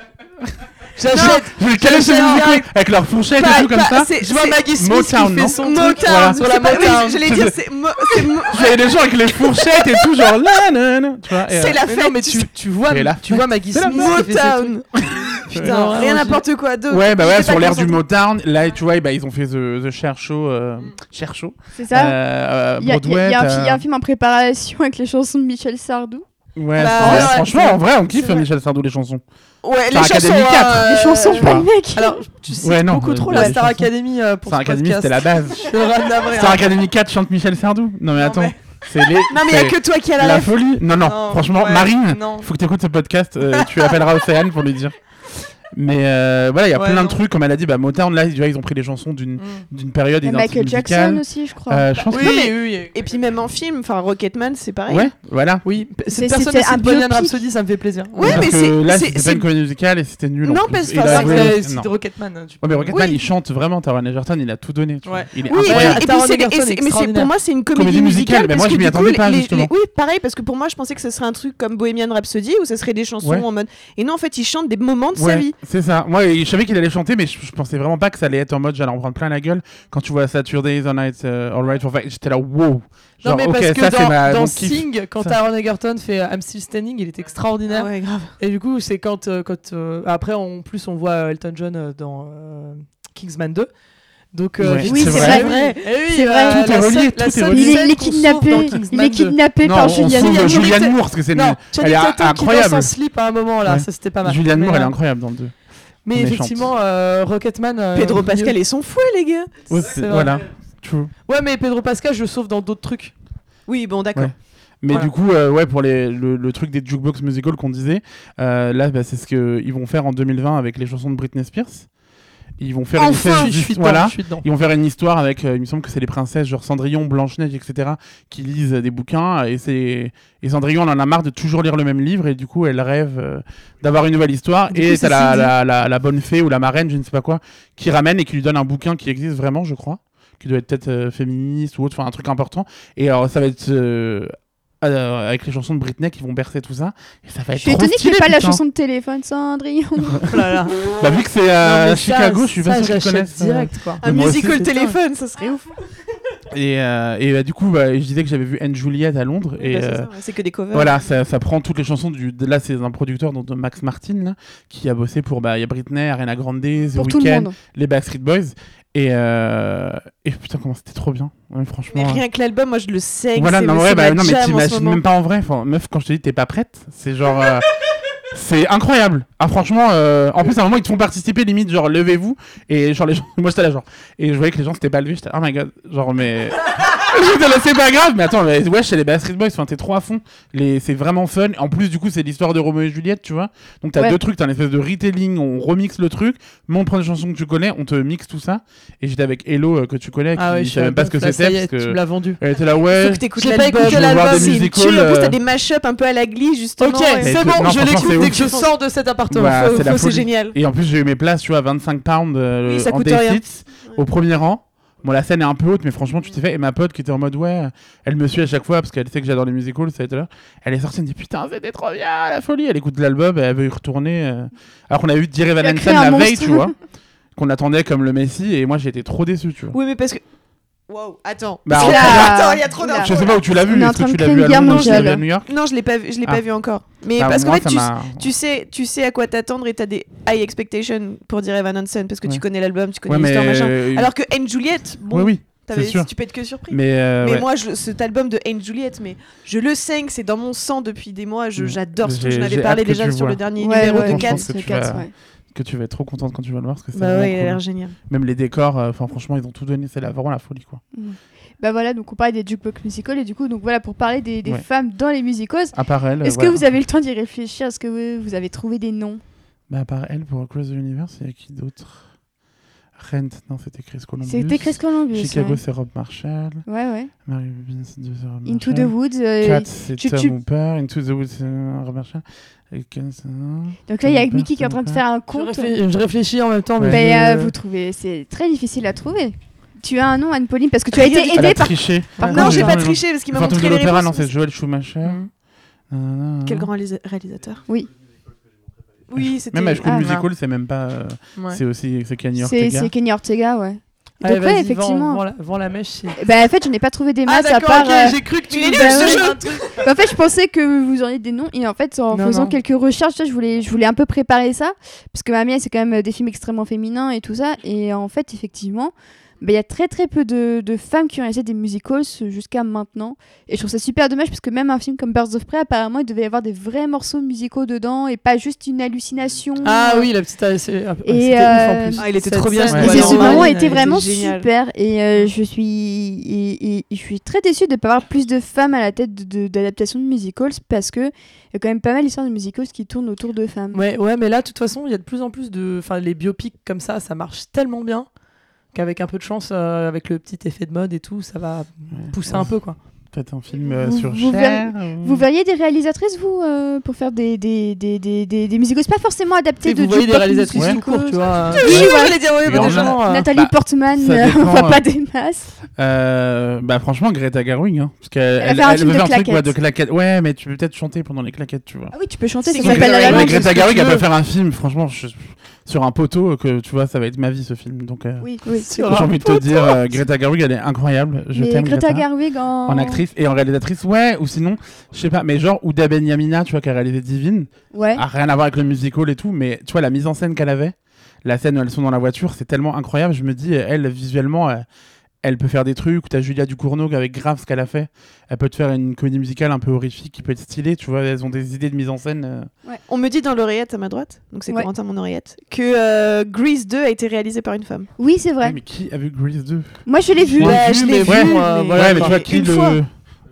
J'achète. Je vais caler ce J'achète musical direct. avec leur fourchette Pas- et tout comme pas- ça. c'est- Je vois c'est- Maggie Smith Motown, qui non fait son Motown, truc voilà, sur la c'est pas- oui, Motown. j'allais dire, c'est mo- c'est mo- Je voyais des gens avec les fourchettes et tout, genre là, là, là. Tu vois, et, c'est euh, la Mais fête. non, mais tu, tu vois, Et la tu vois Maggie C'est la Smith qui fait ses trucs. Motown. Putain, Non, rien vraiment, n'importe quoi. Donc, Ouais, bah ouais, j'étais sur pas l'air du concentrée. Motown, là, tu vois, bah, ils ont fait The, the Cher Show, euh, Cher Show, C'est ça. euh, Il y, a- il y a- Broadway. il y a un t'as- fi- il y a un film en préparation avec les chansons de Michel Sardou. Ouais, Bah, c'est- ouais, franchement, c'est- en vrai, on kiffe c'est vrai. Michel Sardou, les chansons. Ouais, Star les chansons. Academy quatre. euh, les chansons, je pas vois. le mec. Alors, tu cites Ouais, non, beaucoup euh, trop ouais, la les Star chansons. Academy euh, pour Star ce Academy, podcast. c'était la base. Je suis vraiment navré, Star hein. Academy quatre chante Michel Sardou. Non, mais Non, attends, mais- c'est les. Non, mais il y a c'est que toi qui as la la ref. folie. Non, non, Non, franchement, ouais, Marine, non. faut que tu écoutes ce podcast. euh, tu appelleras Océane pour lui dire. Mais euh, voilà, il y a Ouais, plein non. de trucs, comme elle a dit, bah, Motown, là, tu vois, ils ont pris les chansons d'une Mm. d'une période Il y a identique Michael Jackson musicale. aussi, je crois. Euh, je pense Oui, que- oui, oui. Et puis même en film, enfin Rocketman, c'est pareil. Ouais, voilà. Oui, p- C'est- cette personne c'était c'est un Bohemian biopic. Rhapsody, ça me fait plaisir. Ouais, Parce mais que c'est- là, c'est- c'était c'est- pas une comédie musicale et c'était nul. en Non, plus. parce que Il a c'est C'est vrai avoué- que vrai que non. c'est de Rocketman. hein, tu Ouais, mais Rocketman, Oui. il chante vraiment. Taron Egerton, il a tout donné. tu vois. Ouais. Il est Oui, et puis, incroyable. et puis Taron c'est- et Egerton, c'est- mais c'est pour extraordinaire. moi c'est une comédie, Comédie musicale, mais parce moi, que je m'y du coup, attendais pas, les- justement. les- oui, pareil parce que pour moi je pensais que ce serait un truc comme Bohemian Rhapsody où ce serait des chansons Ouais. en mode et non en fait il chante des moments de sa Ouais, vie. c'est ça. Moi, je savais qu'il allait chanter, mais je, je pensais vraiment pas que ça allait être en mode j'allais en prendre plein la gueule. Quand tu vois Saturday Night euh, All Right for Fight, j'étais là, wow. Genre, Non, mais ok, parce que ça c'est dans, ma dans mon kiff. Sing, quand Ça. Taron Egerton fait euh, I'm Still Standing, il est extraordinaire. Ouais, grave. Et du coup, c'est quand. euh, quand euh, après, en plus, on voit euh, Elton John euh, dans euh, Kingsman deux. Donc, euh, Ouais, Oui, c'est c'est vrai. vrai. Eh oui, C'est vrai. euh, Tout est la relié, seule- tout la est seule relié. Il est, scène il est qu'on sauve kidnappé. dans Il Kingsman est deux. kidnappé Non, par on Julianne sauve Moore. Julianne Moore. Moore parce que c'est une... Non, elle Channing est Tatum qui danse incroyable. en slip à un moment là, Ouais. ça c'était pas mal. Julianne Mais, Moore, elle est euh, incroyable dans le deux. Mais méchante. effectivement, euh, Rocketman. euh, Pedro mieux. Pascal et son fouet les gars. Ouais, c'est c'est- vrai. voilà. True. Ouais, mais Pedro Pascal, je le sauve dans d'autres trucs. Oui, bon, d'accord. Ouais. Mais Voilà. du coup, euh, ouais, pour les, le, le truc des jukebox musical qu'on disait, euh, là, bah, c'est ce qu'ils vont faire en deux mille vingt avec les chansons de Britney Spears. Ils vont faire Enfin, une je suis dedans, voilà. je suis dedans. Ils vont faire une histoire avec, euh, il me semble que c'est les princesses, genre Cendrillon, Blanche-Neige, et cetera, qui lisent des bouquins. Et, c'est... et Cendrillon, elle en a marre de toujours lire le même livre. Et du coup, elle rêve euh, d'avoir une nouvelle histoire. Du et coup, t'as c'est la, Cindy. la, la, la bonne fée ou la marraine, je ne sais pas quoi, qui ramène et qui lui donne un bouquin qui existe vraiment, je crois, qui doit être peut-être euh, féministe ou autre, enfin un truc important. Et alors, ça va être. Euh, euh, avec les chansons de Britney qui vont bercer tout ça. Et ça va être Je suis trop étonnée qu'il n'y stylé, ait pas la putain. chanson de téléphone Cendrillon. Oh là là. Bah, vu que c'est Non, à mais Chicago, ça, je suis ça, pas sûr qu'ils j'achète connaissent. euh, direct, quoi. Un moi aussi, musical c'est téléphone, ça serait ouf. Et, euh, et bah, du coup, bah, je disais que j'avais vu Anne Juliette à Londres. Et Bah, c'est euh, ça, ouais, c'est que des covers. voilà, ça, ça prend toutes les chansons du. de- Là, c'est un producteur donc, de Max Martin là, qui a bossé pour. Bah, il y a Britney, Ariana Grande, The Pour tout le Weeknd, monde. les Backstreet Boys. Et, euh, et putain, comment c'était trop bien. Ouais, franchement. Mais rien que l'album, moi je le sais. Voilà, que non, c'est, ouais, c'est bah, ma non, mais jam en ce t'imagines moment. même pas en vrai. Enfin, meuf, quand je te dis t'es pas prête, c'est genre. euh, c'est incroyable. Ah, franchement, euh, en plus, à un moment, ils te font participer, limite, genre, levez-vous. Et genre, les gens. Moi, j'étais là, genre. Et je voyais que les gens s'étaient pas levés. J'étais, oh my god. Genre, mais. J'étais là, c'est pas grave. Mais attends, mais, ouais, chez les Backstreet Boys, enfin, t'es trop à fond. Les... C'est vraiment fun. En plus, du coup, c'est l'histoire de Roméo et Juliette, tu vois. Donc, t'as Ouais. deux trucs. T'as une espèce de retelling. On remixe le truc. Mais on prend des chansons que tu connais. On te mixe tout ça. Et j'étais avec Hello, euh, que tu connais. Qui Ah ouais, je savais même pas ce que là, c'était. ça y est, Parce tu que. me l'as vendu. Elle était là, ouais. Faut que t'écoutes J'ai pas l'album. écouté Je veux voir l'album. des C'est une musicals, tuerie. En plus, euh, t'as des mashups un peu à la Glee, justement. Ok, et- Mais c'est tu- bon, non, je franchement, l'écoute c'est dès ouf. que je sors de cet appartement. Bah, Faut- c'est la faut- c'est folie. génial. Et en plus, j'ai eu mes places, tu vois, à vingt-cinq pounds euh, Oui, ça en coûte day rien. seats, au premier rang. Bon, la scène est un peu haute, mais franchement, tu t'es fait. Et ma pote qui était en mode, ouais, elle me suit à chaque fois parce qu'elle sait que j'adore les musicals, ça a été là. Elle est sortie, elle me dit, putain, c'était trop bien, la folie. Elle écoute l'album et elle veut y retourner. euh. Alors qu'on a vu Jerry Van Tu as Hansen créé un la veille, monstre. tu vois, qu'on attendait comme le Messi. Et moi, j'ai été trop déçu, tu vois. Oui, mais parce que. Wow, attends. Bah, Parce en que- fait- Attends, il y a trop Oula. d'infos. Je sais pas où tu l'as vu, On est en est-ce que train tu de l'as créer vu une à guerre Londres, tu l'as vu à mondiale. New York? Non, je l'ai pas vu, je l'ai Ah. pas vu encore. Mais Bah, parce qu'en moi, fait, ça tu, m'a- tu sais, tu sais à quoi t'attendre et t'as des high expectations pour dire Evan Hansen parce que Ouais. tu connais l'album, tu connais Ouais, mais. l'histoire, machin. euh, Alors que Anne Juliette, bon, Oui, oui, t'avais- c'est sûr. tu peux être que surpris. Mais, euh, Mais ouais. moi, je, cet album de Anne Juliette, mais je le saigne, c'est dans mon sang depuis des mois. Je, Mm. j'adore ce truc. J'ai- Je n'avais j'ai parlé hâte que déjà tu sur vois. le dernier Ouais, numéro ouais, de je Cats. pense que c'est tu Cats, vas- ouais. que tu vas être trop contente quand tu vas le voir parce que c'est Bah vraiment ouais, il a cool. l'air génial. Même les décors, euh, enfin franchement ils ont tout donné, c'est la, vraiment la folie quoi. Bah voilà, donc on parlait des jukebox musicals et du coup, donc voilà, pour parler des, des Ouais. femmes dans les musicals, À part elle, est-ce voilà. que vous avez le temps d'y réfléchir? Est-ce que vous, vous avez trouvé des noms? Bah à part elle pour Across the Universe, il y a qui d'autre? Rent, non c'était Chris Columbus. C'était Chris Columbus. Chicago ouais. c'est Rob Marshall. Ouais, ouais. Mary Robbins c'est Rob Marshall. Into the Woods. euh, Cats c'est tu- Tom tu- Hooper. Into the Woods c'est Rob Marshall. Et Cats, c'est- Donc là, il y a Tom Hooper, Mickey qui est en train de Tom faire un Je, compte. réfléchis, je réfléchis en même temps, mais. Ouais. Mais je- euh, vous trouvez, c'est très difficile à trouver. Tu as un nom, Anne-Pauline, parce que tu as été Rien du tout. Elle a aidée par. triché. par Non, contre, j'ai non, pas non, triché parce qu'il m'a Fantôme montré de les l'Opéra, non réponses. c'est Joel Schumacher. Mhm. Nanana. Quel grand réalisa- réalisateur. Oui. Oui, c'était. Même High School Ah, Musical c'est même pas. euh, Ouais. C'est aussi c'est Kenny C'est Ortega. c'est Kenny Ortega, ouais. Allez, Donc ouais, vas-y, effectivement. Vends, vends la, vends la mèche. c'est- Bah en fait, je n'ai pas trouvé des Ah masses à d'accord, part. ok, euh, j'ai cru que tu Il est nous nul, avais ce un jeu. truc. bah, en fait, je pensais que vous auriez des noms et en fait, en Non, faisant non. quelques recherches, tu vois, je voulais, je voulais un peu préparer ça parce que Mamie, c'est quand même des films extrêmement féminins et tout ça. Et en fait, effectivement, bah, il y a très très peu de, de femmes qui ont réalisé des musicals jusqu'à maintenant. Et je trouve ça super dommage parce que même un film comme Birds of Prey, apparemment, il devait y avoir des vrais morceaux musicaux dedans et pas juste une hallucination. Ah oui, la petite. euh, c'est- ah, Et, C'était euh, ouf en plus. Ah, il était Cette trop bien, scène, ce Et Ouais. ce Ouais, moment ouais, était ouais, vraiment c'était génial. super et euh, je suis et, et- et je suis très déçue de ne pas avoir plus de femmes à la tête de- de- d'adaptation de, musicals parce que il y a quand même pas mal d'histoires de musicals qui tournent autour de femmes. Ouais, ouais, mais là, de toute façon, il y a de plus en plus de. Enfin, les biopics comme ça, ça marche tellement bien qu'avec un peu de chance, euh, avec le petit effet de mode et tout, ça va Ouais. pousser Ouais. un peu, quoi. Peut-être un film euh, Vous- sur vous Cher. ou- Vous verriez des réalisatrices vous euh, pour faire des des, des, des, des, des musicals pas forcément adaptés Et de vous voyez des jukebox réalisatrices musicals. tout court, tu vois. Oui, Oui, ouais. moi, j'allais dire, oui, Et bah, en déjà. général, Nathalie Bah, Portman, ça euh, on dépend, voit euh, pas des masses. Euh, bah franchement Greta Gerwig hein, parce qu'elle Elle va faire un film veut de faire un truc ouais, claquettes. de claquettes. Ouais, mais tu peux peut-être chanter pendant les claquettes, tu vois. Ah oui, tu peux chanter, C'est ça Greta s'appelle La La Gerwig, Land. Ouais, Greta ce que Gerwig tu elle va veux. faire un film, franchement, je- sur un poteau que tu vois, ça va être ma vie ce film. Donc euh, Oui, oui. Sur j'ai un envie de te dire, euh, Greta Gerwig elle est incroyable. Je Mais t'aime Greta Greta. Gerwig en En actrice et en réalisatrice, ouais, ou sinon, je sais pas, mais genre Ouda Benyamina, tu vois, qui a réalisé Divine, Ouais. a rien à voir avec le musical et tout, mais tu vois, la mise en scène qu'elle avait, la scène où elles sont dans la voiture, c'est tellement incroyable. Je me dis, elle, visuellement, euh, elle peut faire des trucs. T'as Julia Ducournau avec grave ce qu'elle a fait. Elle peut te faire une comédie musicale un peu horrifique qui peut être stylée, tu vois. Elles ont des idées de mise en scène. euh. On me dit dans l'oreillette à ma droite, donc c'est Ouais. Corentin mon oreillette, que euh, Grease deux a été réalisé par une femme. Oui, c'est vrai. Ouais, mais qui a vu Grease deux? Moi, je l'ai vu. Moi, Bah, vu, je mais l'ai vu, ouais, mais- euh, Ouais, voilà, mais tu quoi. vois, qui Une le. fois.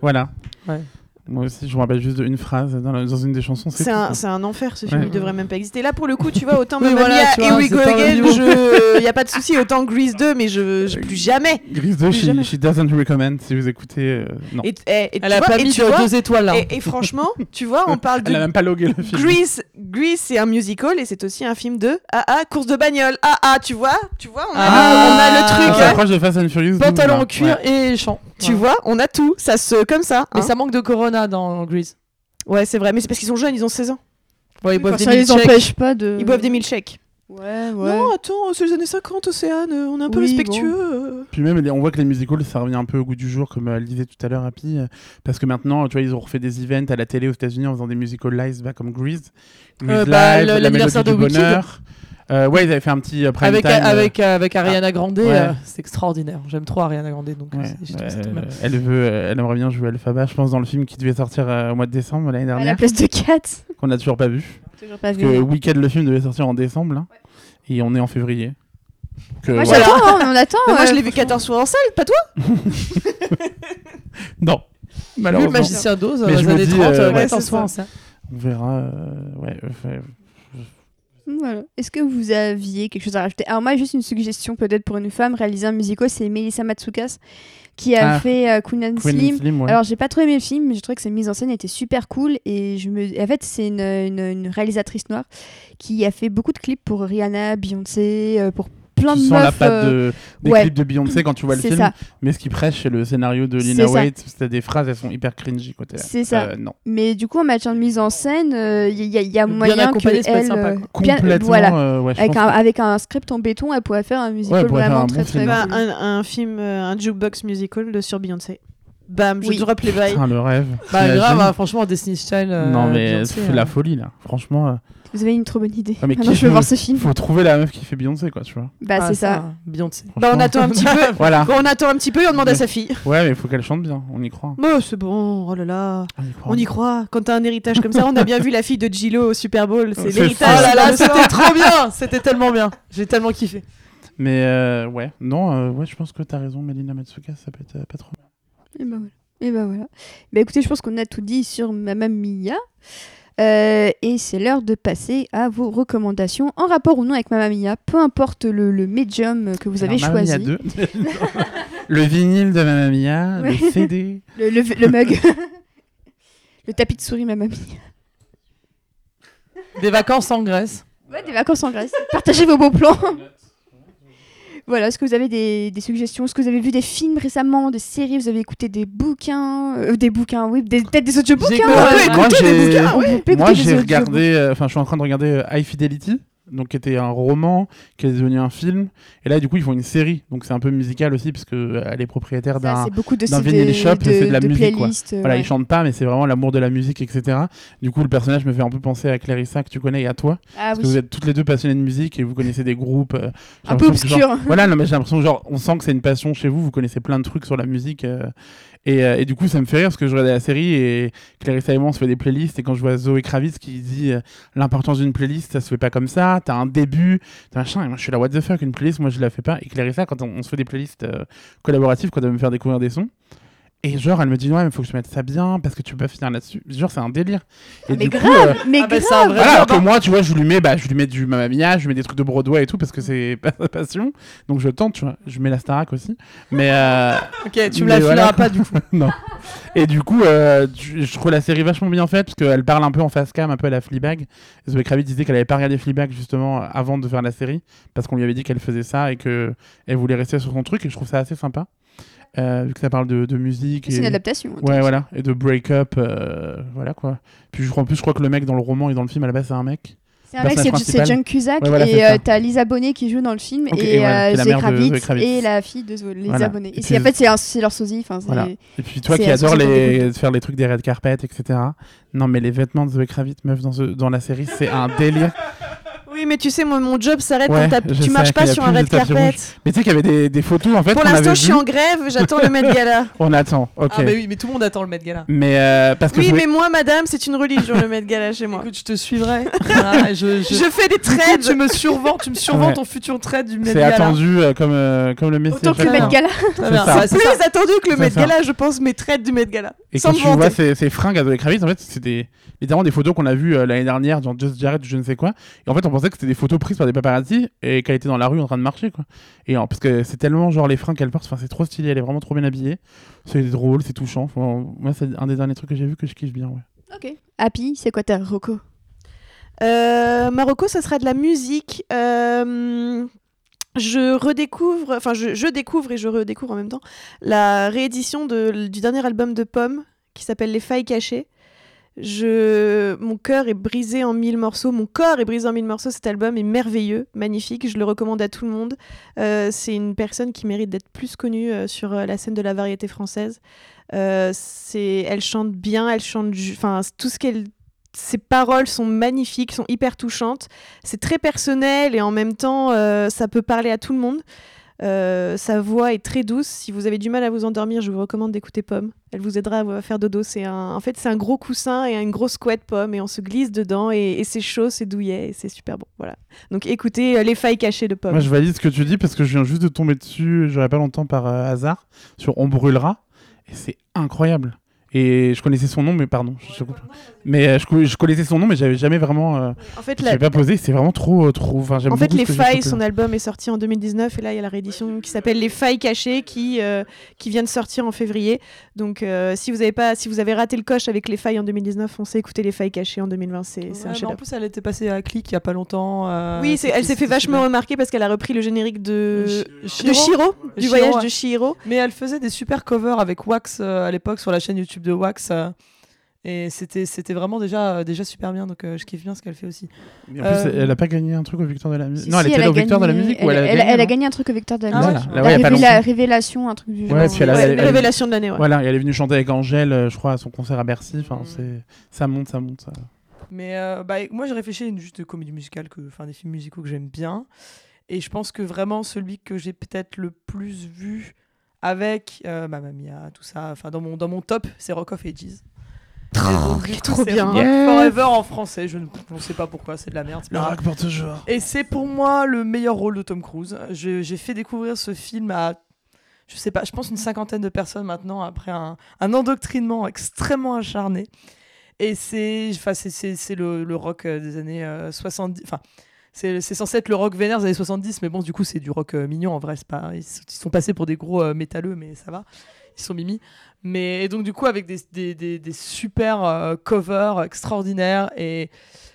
Voilà. Ouais. Moi aussi, je me rappelle juste d'une phrase dans, la- dans une des chansons. C'est tout, un, quoi. c'est un enfer ce film, Ouais. il devrait même pas exister. Là pour le coup, tu vois, autant Oui, Mamma voilà, Mia tu et vois, We c'est Go pas le Again, niveau. je... y a pas de souci, autant Grease deux, mais je, je plus jamais. Grease deux, Plus she, jamais. she doesn't recommend si vous écoutez. euh, non. Et, et- et tu Elle a vois, pas et mis tu de vois, deux étoiles là. et, et franchement, tu vois, on parle Elle a de même pas logué le film. Grease. Grease, c'est un musical et c'est aussi un film de ah ah course de bagnole. Ah ah, tu vois, tu vois, on a, Ah. le, on a le On truc. hein. s'approche de Fast and Furious. Pantalon douze, en cuir là. et chant. Tu Voilà. vois, on a tout. Ça se comme ça. Mais hein. ça manque de Corona dans Grease. Ouais, c'est vrai, mais c'est parce qu'ils sont jeunes, ils ont seize ans. Ouais, ils boivent Enfin, des ça les milkshakes. empêche pas de. Ils boivent des milkshakes. Ouais, ouais. Non, attends, c'est les années cinquante, Océane, on est un peu Oui, respectueux. euh. Puis même, les- on voit que les musicals, ça revient un peu au goût du jour, comme euh, elle disait tout à l'heure, Happy, euh, parce que maintenant, tu vois, ils ont refait des events à la télé aux États-Unis en faisant des musical lives, bah, comme Grease, Grease Euh, bah, Live, le- la l'anniversaire Mélodie de du Wicked. bonheur. Euh, ouais, ils avaient fait un petit euh, prime Avec, time. euh, avec, euh, avec Ariana Grande, ouais. euh, c'est extraordinaire. J'aime trop Ariana Grande, donc euh, ouais, c'est- j'ai trouvé ça euh, trop bien. elle veut, euh, elle aimerait bien jouer Alphaba, je pense, dans le film qui devait sortir euh, au mois de décembre l'année À la dernière, place de Kat. qu'on n'a toujours pas vu. Toujours pas Parce vu. que Wicked, le film, devait sortir en décembre, là, et on est en février. Que, Moi voilà. j'attends, hein, on attend. Mais moi, euh, je l'ai vu quatorze fois en salle, pas toi. Non, J'ai vu le malheureusement. Magicien d'Oz dans Mais les je me années dis, trente, euh, euh, ouais, quatorze c'est fois ça. en salle. On verra. euh, ouais, enfin, Voilà. Est-ce que vous aviez quelque chose à rajouter? Alors moi, juste une suggestion peut-être pour une femme réaliser un musical, c'est Melissa Matsoukas qui a Ah. fait euh, Queen and Queen and Slim. Slim, ouais. Alors j'ai pas trop aimé le film, mais je trouvais que sa mise en scène était super cool et je me, en fait c'est une, une, une réalisatrice noire qui a fait beaucoup de clips pour Rihanna, Beyoncé, euh, pour plein tu de sens la meufs. patte euh, de, des ouais. clips de Beyoncé quand tu vois le c'est film, ça, mais ce qui prêche c'est le scénario de C'est Lina ça. Waithe, c'est des phrases, elles sont hyper cringy côté. c'est ça. Euh, non. Mais du coup en matière de mise en scène, il euh, y, y a, y a Bien moyen que accompagné, ça peut être elle, sympa, euh, quoi. bien- Complètement. voilà, euh, ouais, je avec pense un, que- avec un script en béton, elle pourrait faire un musical elle pourrait faire vraiment un très bon très film. Bah, cool. un, un film, euh, un jukebox musical de sur Beyoncé. Bam, je Oui. drop les bails. Putain, le rêve. Bah T'imagines grave, hein, franchement, Destiny Child. euh, non mais Beyoncé, pff, euh, la folie là. Franchement, euh, Vous avez une trop bonne idée. Ah, mais Maintenant qui je veux veut- voir ce film. faut trouver la meuf qui fait Beyoncé quoi, tu vois. Bah ah, c'est ça. Beyoncé. Bah, on Franchement. attend un petit peu. Voilà. On attend un petit peu et on demande à sa fille. Ouais, mais il faut qu'elle chante bien. On y croit. Oh, c'est bon, oh là là. On y croit. On y croit. Quand t'as un héritage comme ça, on a bien vu la fille de J-Lo au Super Bowl. C'est C'est l'héritage. Oh là c'est là, dans le sang. c'était trop bien. C'était tellement bien. J'ai tellement kiffé. Mais euh, ouais, non, euh, ouais, je pense que t'as raison, Melina Matsoukas, ça peut être euh, pas trop mal. Et bah voilà. Et bah voilà. Bah écoutez, je pense qu'on a tout dit sur Mamma Mia. Euh, et c'est l'heure de passer à vos recommandations en rapport ou non avec Mamma Mia, peu importe le, le médium que vous avez Alors, Mamma Mia choisi. deux. Le vinyle de Mamma Mia, Ouais. le C D. Le, le, le mug. Le tapis de souris Mamma Mia. Des vacances en Grèce. Ouais, des vacances en Grèce. Partagez vos beaux plans. Voilà, est-ce que vous avez des, des suggestions? Est-ce que vous avez vu des films récemment, des séries? Vous avez écouté des bouquins euh, Des bouquins, oui, des- peut-être des audiobooks. J'ai hein, écouté- ouais. écouter Moi, des j'ai- bouquins, On peut écouter Moi, des j'ai audiobooks. regardé, euh, enfin, je suis en train de regarder euh, High Fidelity, donc qui était un roman qui est devenu un film. Et là, du coup, ils font une série, donc c'est un peu musical aussi, parce que euh, elle est propriétaire Ça, d'un. c'est beaucoup de d'un sites vinyl de, shop, de, c'est de la de musique, quoi. playlists. euh, Voilà, ouais. ils chantent pas, mais c'est vraiment l'amour de la musique, et cetera. Du coup, le personnage me fait un peu penser à Clarissa, que tu connais, et à toi. Ah Parce que oui, vous êtes toutes les deux passionnées de musique et vous connaissez des groupes. euh, j'ai un peu l'impression que, genre, obscur. Voilà, non, mais j'ai l'impression que genre, on sent que c'est une passion chez vous, vous connaissez plein de trucs sur la musique. euh, et, euh, et du coup, ça me fait rire parce que je regardais la série et Clarissa et moi, on se fait des playlists. Et quand je vois Zoé Kravitz qui dit euh, l'importance d'une playlist, ça se fait pas comme ça, t'as un début, t'as machin. Et moi, je suis là, what the fuck, une playlist, moi, je la fais pas. Et Clarissa, quand on, on se fait des playlists euh, collaboratives, quand elle veut me faire découvrir des sons, et genre, elle me dit, ouais, mais faut que je mette ça bien parce que tu peux pas finir là-dessus. Genre, c'est un délire. Et Mais du coup, grave, euh, mais Ah bah, grave. c'est un vrai voilà, alors job, que hein. moi, tu vois, je lui mets, bah, je lui mets du Mamma Mia, je lui mets des trucs de Broadway et tout parce que c'est pas sa passion. Donc je tente, tu vois. Je mets la Starac aussi. Mais euh, Ok, tu me mais la voilà, fileras quoi. pas du coup. non. Et du coup, euh, tu- je trouve la série vachement bien faite parce qu'elle parle un peu en face cam, un peu à la Fleabag. Zoé Kravitz disait qu'elle avait pas regardé Fleabag justement avant de faire la série parce qu'on lui avait dit qu'elle faisait ça et que elle voulait rester sur son truc. Et je trouve ça assez sympa euh, vu que ça parle de, de musique. C'est une et... adaptation. Ouais, voilà, et de break-up, euh, voilà quoi. Puis je crois, en plus, je crois que le mec dans le roman et dans le film à la base, c'est un mec. C'est un mec, c'est, personnage c'est principal. John Cusack Ouais, voilà, c'est et ça. euh, t'as Lisa Bonet qui joue dans le film Ok, et et voilà, euh, qui est la Zoé mère de Zoé Kravitz Kravitz. et la fille de Zoé, Lisa Voilà. Bonet. Et Et c'est, puis- en fait, c'est, un, c'est leur sosie. Enfin, c'est... Voilà. Et puis toi c'est qui adore associé les... beaucoup. faire les trucs des red carpet, et cetera. Non, mais les vêtements de Zoé Kravitz, meuf, dans, ce... dans la série, c'est un délire. Oui, Oui, mais tu sais, moi, mon job s'arrête Ouais, quand t'as- je tu sais marches pas qu'il y a sur plus un de red tapis carpet. rouges. Mais tu sais qu'il y avait des, des photos en fait. Pour qu'on l'instant, avait je suis vues. en grève, j'attends le Met Gala. On attend, ok. Ah bah oui, mais tout le monde attend le Met Gala. Mais euh, parce que Oui, je mais moi, madame, c'est une religion, le Met Gala chez moi. Écoute, je te suivrai. Voilà, je, je... Je fais des Du coup, trades. tu me survends, tu me survends Ouais. ton futur trade du Met c'est Gala. attendu euh, comme, euh, comme le Messie. Autant que le Met Met Gala. Très bien. ça. Ouais, c'est Plus ça. attendu que le C'est Met ça. Gala, je pense, mes trades du Met Gala. Et Sans quand me tu vois vanter. ces, ces fringues à Zoé Kravitz, en fait, c'est des, littéralement des photos qu'on a vues euh, l'année dernière dans Just Jared ou je ne sais quoi. Et en fait, on pensait que c'était des photos prises par des paparazzi et qu'elle était dans la rue en train de marcher, quoi. Et en- parce que c'est tellement genre les fringues qu'elle porte, enfin, c'est trop stylé, elle est vraiment trop bien habillée. C'est drôle, c'est touchant. Enfin, moi, c'est un des derniers trucs que j'ai vu que je kiffe bien, ouais. Ok. Happy, c'est quoi ta reco? Euh, Marocco, ça sera de la musique. Euh, je redécouvre, enfin, je, je découvre et je redécouvre en même temps la réédition de, du dernier album de Pomme qui s'appelle Les Failles Cachées. Je... Mon cœur est brisé en mille morceaux. Mon corps est brisé en mille morceaux. Cet album est merveilleux, magnifique. Je le recommande à tout le monde. Euh, c'est une personne qui mérite d'être plus connue euh, sur euh, la scène de la variété française. Euh, c'est... Elle chante bien, elle chante... ju- Enfin, tout ce qu'elle... Ses paroles sont magnifiques, sont hyper touchantes. C'est très personnel et en même temps, euh, ça peut parler à tout le monde. Euh, sa voix est très douce. Si vous avez du mal à vous endormir, je vous recommande d'écouter Pomme. Elle vous aidera à faire dodo. C'est un... En fait, c'est un gros coussin et une grosse couette Pomme et on se glisse dedans et, et c'est chaud, c'est douillet et c'est super bon. Voilà. Donc écoutez euh, Les Failles Cachées de Pomme. Moi, je valide ce que tu dis parce que je viens juste de tomber dessus, j'aurais pas longtemps par euh, hasard, sur On Brûlera. Et c'est incroyable. Et je connaissais son nom, mais pardon. Je, je coupe. Mais euh, je, co- je connaissais son nom, mais j'avais jamais vraiment. Euh, En fait, je la... l'avais pas posé. C'est vraiment trop, euh, trop. Enfin, j'aime En fait, beaucoup Les ce que j'ai Failles, écouté. son album est sorti en deux mille dix-neuf et là, il y a la réédition qui s'appelle Les Failles Cachées qui, euh, qui vient de sortir en février. Donc, euh, si, vous avez pas, si vous avez raté le coche avec Les Failles en deux mille dix-neuf, foncez écouter Les Failles Cachées en deux mille vingt. C'est, c'est Ouais, un mais en chef-d'œuvre. plus, elle était passée à Click il y a pas longtemps. euh, Oui, c'est, c'était- elle s'est fait c'était vachement super. remarquer parce qu'elle a repris le générique de, Ch- de Shiro, du Shiro, voyage ouais. de Shiro. Mais elle faisait des super covers avec Wax euh, à l'époque sur la chaîne YouTube de Wax. euh, et c'était, c'était vraiment déjà, euh, déjà super bien. Donc euh, je kiffe bien ce qu'elle fait aussi. Mais en plus, Euh, elle a pas gagné un truc au Victoire de la musique. Si, Non, elle si, était a au Victoire de la gagné- musique elle, ou elle a elle- gagné. elle a non gagné un truc au Victoire de la Ah musique. ouais, Voilà. La, Là, ouais, il y a pas révéla- longtemps. révélation, un truc du genre. Ouais, puis elle a- Ouais, elle- elle- révélation de l'année. Ouais. Voilà, et elle est venue chanter avec Angèle, euh, je crois, à son concert à Bercy. Enfin, Mm. c'est... Ça monte, ça monte. Ça. Mais euh, bah, moi, j'ai réfléchi à une juste comédie musicale, que, enfin des films musicaux que j'aime bien. Et je pense que vraiment celui que j'ai peut-être le plus vu avec euh, Mamma Mia, tout ça, enfin dans mon, dans mon top, c'est Rock of Ages. Et donc, du il est coup, trop c'est bien. Rock Yes. Forever en français, je ne je ne sais pas pourquoi, c'est de la merde. c'est pas grave. pour toujours. Et c'est pour moi le meilleur rôle de Tom Cruise. Je- j'ai fait découvrir ce film à, je sais pas, je pense une cinquantaine de personnes maintenant après un, un endoctrinement extrêmement acharné. Et c'est, enfin, c'est, c'est, c'est le, le rock euh, des années euh, soixante-dix. Enfin, c'est, c'est censé être le rock vénère des années soixante-dix, mais bon, du coup, c'est du rock euh, mignon en vrai. C'est pas, ils, s- ils sont passés pour des gros euh, métalleux, mais ça va. Ils sont mimi. Mais et donc, du coup, avec des, des, des, des super euh, covers extraordinaires. Et,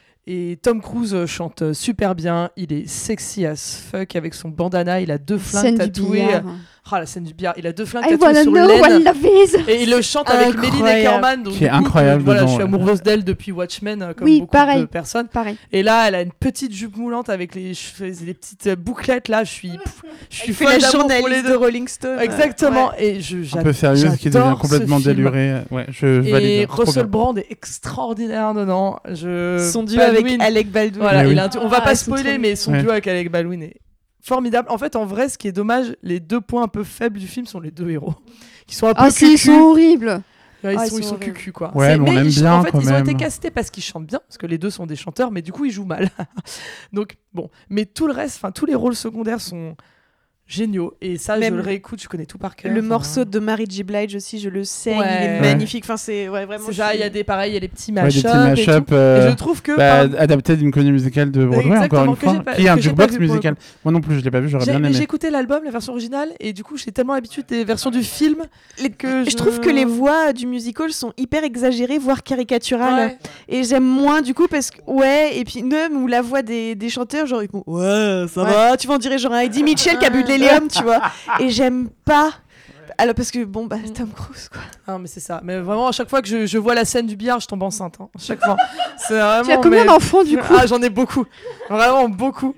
et Tom Cruise chante super bien. Il est sexy as fuck avec son bandana. Il a deux flingues Scène du tatouées. billard. Ah, la scène du billard. Il a deux flingues I tatouées wanna sur know l'aine. what love is. Et il le chante avec Méline Incroyable. Eckermann, donc Qui est du coup, incroyable que, voilà, dedans, je suis ouais. amoureuse d'elle depuis Watchmen, euh, comme Oui, beaucoup pareil. de personnes. Pareil. Et là, elle a une petite jupe moulante avec les, cheveux, les petites euh, bouclettes. Là, je suis, pff, je suis Il fait folle la d'amour pour les journaliste de deux. Rolling Stone. Exactement. Ouais. Et je, Un j'a- peu sérieuse, qui devient j'adore complètement ce film. délurée. Ouais, je, je valide. Et Trop Russell bien. Brand est extraordinaire dedans. Je... Son duo avec Baldwin. Alec Baldwin. Voilà, Mais il oui. a un tu- on va Ah, pas ils sont spoiler, trop mais son Ouais. duo avec Alec Baldwin est formidable. En fait, en vrai, ce qui est dommage, les deux points un peu faibles du film sont les deux héros, qui sont un peu Ah, si, ils cucu. sont horribles. Ouais, ils, Ah, ils sont, ils sont sont horribles. cucu quoi. Ouais, C'est- mais on aime ils- bien, En fait, quand ils ont été même. castés parce qu'ils chantent bien, parce que les deux sont des chanteurs, mais du coup ils jouent mal. Donc bon, mais tout le reste, enfin tous les rôles secondaires sont géniaux. Et ça, Même je le réécoute, je connais tout par cœur. Le Enfin, morceau de Mary J. Blige aussi, je le sais, il Ouais. est Ouais. magnifique. Enfin, c'est ouais, vraiment. c'est je ça, suis- il y a des pareils, il y a les petits Ouais, des mashups. petits et tout. mashups Et euh, je trouve que bah, par- adaptés d'une comédie musicale de Broadway, encore Exactement, une que fois. j'ai pas- Qui est un que j'ai pas jukebox vu pour le musical. Moi non plus, je l'ai pas vu, j'aurais j'ai bien mais aimé. j'ai écouté l'album, la version originale, et du coup j'ai tellement l'habitude des versions du film Les- que je... je... trouve que les voix du musical sont hyper exagérées, voire caricaturales. Ouais. Et j'aime moins du coup parce que, ouais, et puis même où la voix des, des chanteurs, genre, ils font ouais, ça Ouais. va, tu vas en dirais genre un Eddie Mitchell qui a bu de l'hélium, tu vois. Et j'aime pas. Alors, parce que bon, bah, Tom Cruise, quoi. Ah, mais c'est ça. Mais vraiment, à chaque fois que je, je vois la scène du billard, je tombe enceinte. Hein. À chaque fois. C'est vraiment. Tu as combien mais- d'enfants du coup? Ah, j'en ai beaucoup. Vraiment beaucoup.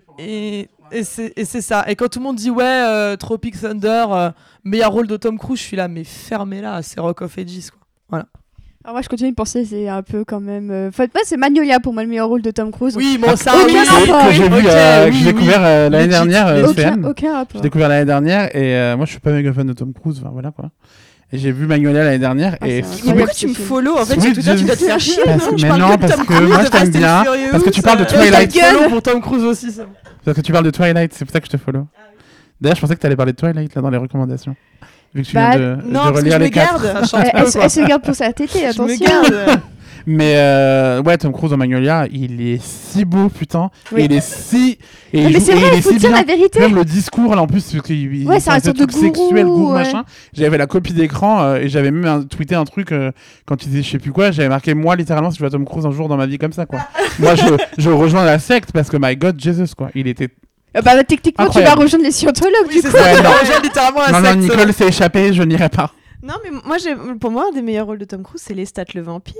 Et, et c'est et c'est ça. Et quand tout le monde dit ouais, euh, Tropic Thunder, euh, meilleur rôle de Tom Cruise, je suis là, mais fermez-la, c'est Rock of Ages. Quoi. Alors moi je continue de penser c'est un peu quand même. Euh... Enfin, moi c'est Magnolia pour moi le meilleur rôle de Tom Cruise. Oui, bon, ça aucun oui, rapport. que j'ai vu, Ok, euh, que oui, j'ai oui. découvert euh, l'année Legit, dernière. euh, legit. Océane. Aucun, aucun rapport. J'ai découvert l'année dernière et euh, moi je suis pas méga fan de Tom Cruise, enfin voilà quoi. Et j'ai vu Magnolia l'année dernière Ah, et c'est Mais incroyable. pourquoi tu me ce film. follow en fait Oui, sur Twitter, je- tu dois te faire chier, Parce- non Je mais parle non, que de parce Tom que Cruise, moi, de je t'aime Fast and bien, Furious, parce que tu parles de euh, Twilight. ta gueule. Follow pour Tom Cruise aussi, c'est bon. Parce que tu parles de Twilight, c'est pour ça que je te follow. D'ailleurs, je pensais que tu allais parler de Twilight là dans les recommandations. Vu que tu Bah, viens de, Non, de parce que relire je me les quatre. garde. Ça chante Elle, peu, elle, quoi. elle se garde pour sa tétée, Je me attention. garde. Mais euh, ouais, Tom Cruise dans Magnolia, il est si beau, putain. Oui. Et il est si. Et Non, il mais joue- c'est et vrai, il il est faut si dire bien. la vérité. Même le discours, là, en plus, parce qu'il il- Ouais, c'est un fait sorte de truc sexuel, gourou, gourou, ouais. machin. J'avais la copie d'écran euh, et j'avais même un- tweeté un truc euh, quand il disait je sais plus quoi. J'avais marqué moi, littéralement, si je vois Tom Cruise un jour dans ma vie comme ça, quoi. Moi, je, je rejoins la secte parce que, my God, Jesus, quoi. Il était. Euh, Bah, techniquement, tu Incroyable. vas rejoindre les scientologues Oui, du c'est coup. ça, Ouais, tu non. rejoins littéralement la Non, non, secte. Nicole s'est échappée, je n'irai pas. Non, mais moi, j'ai- pour moi, un des meilleurs rôles de Tom Cruise, c'est Lestat le vampire.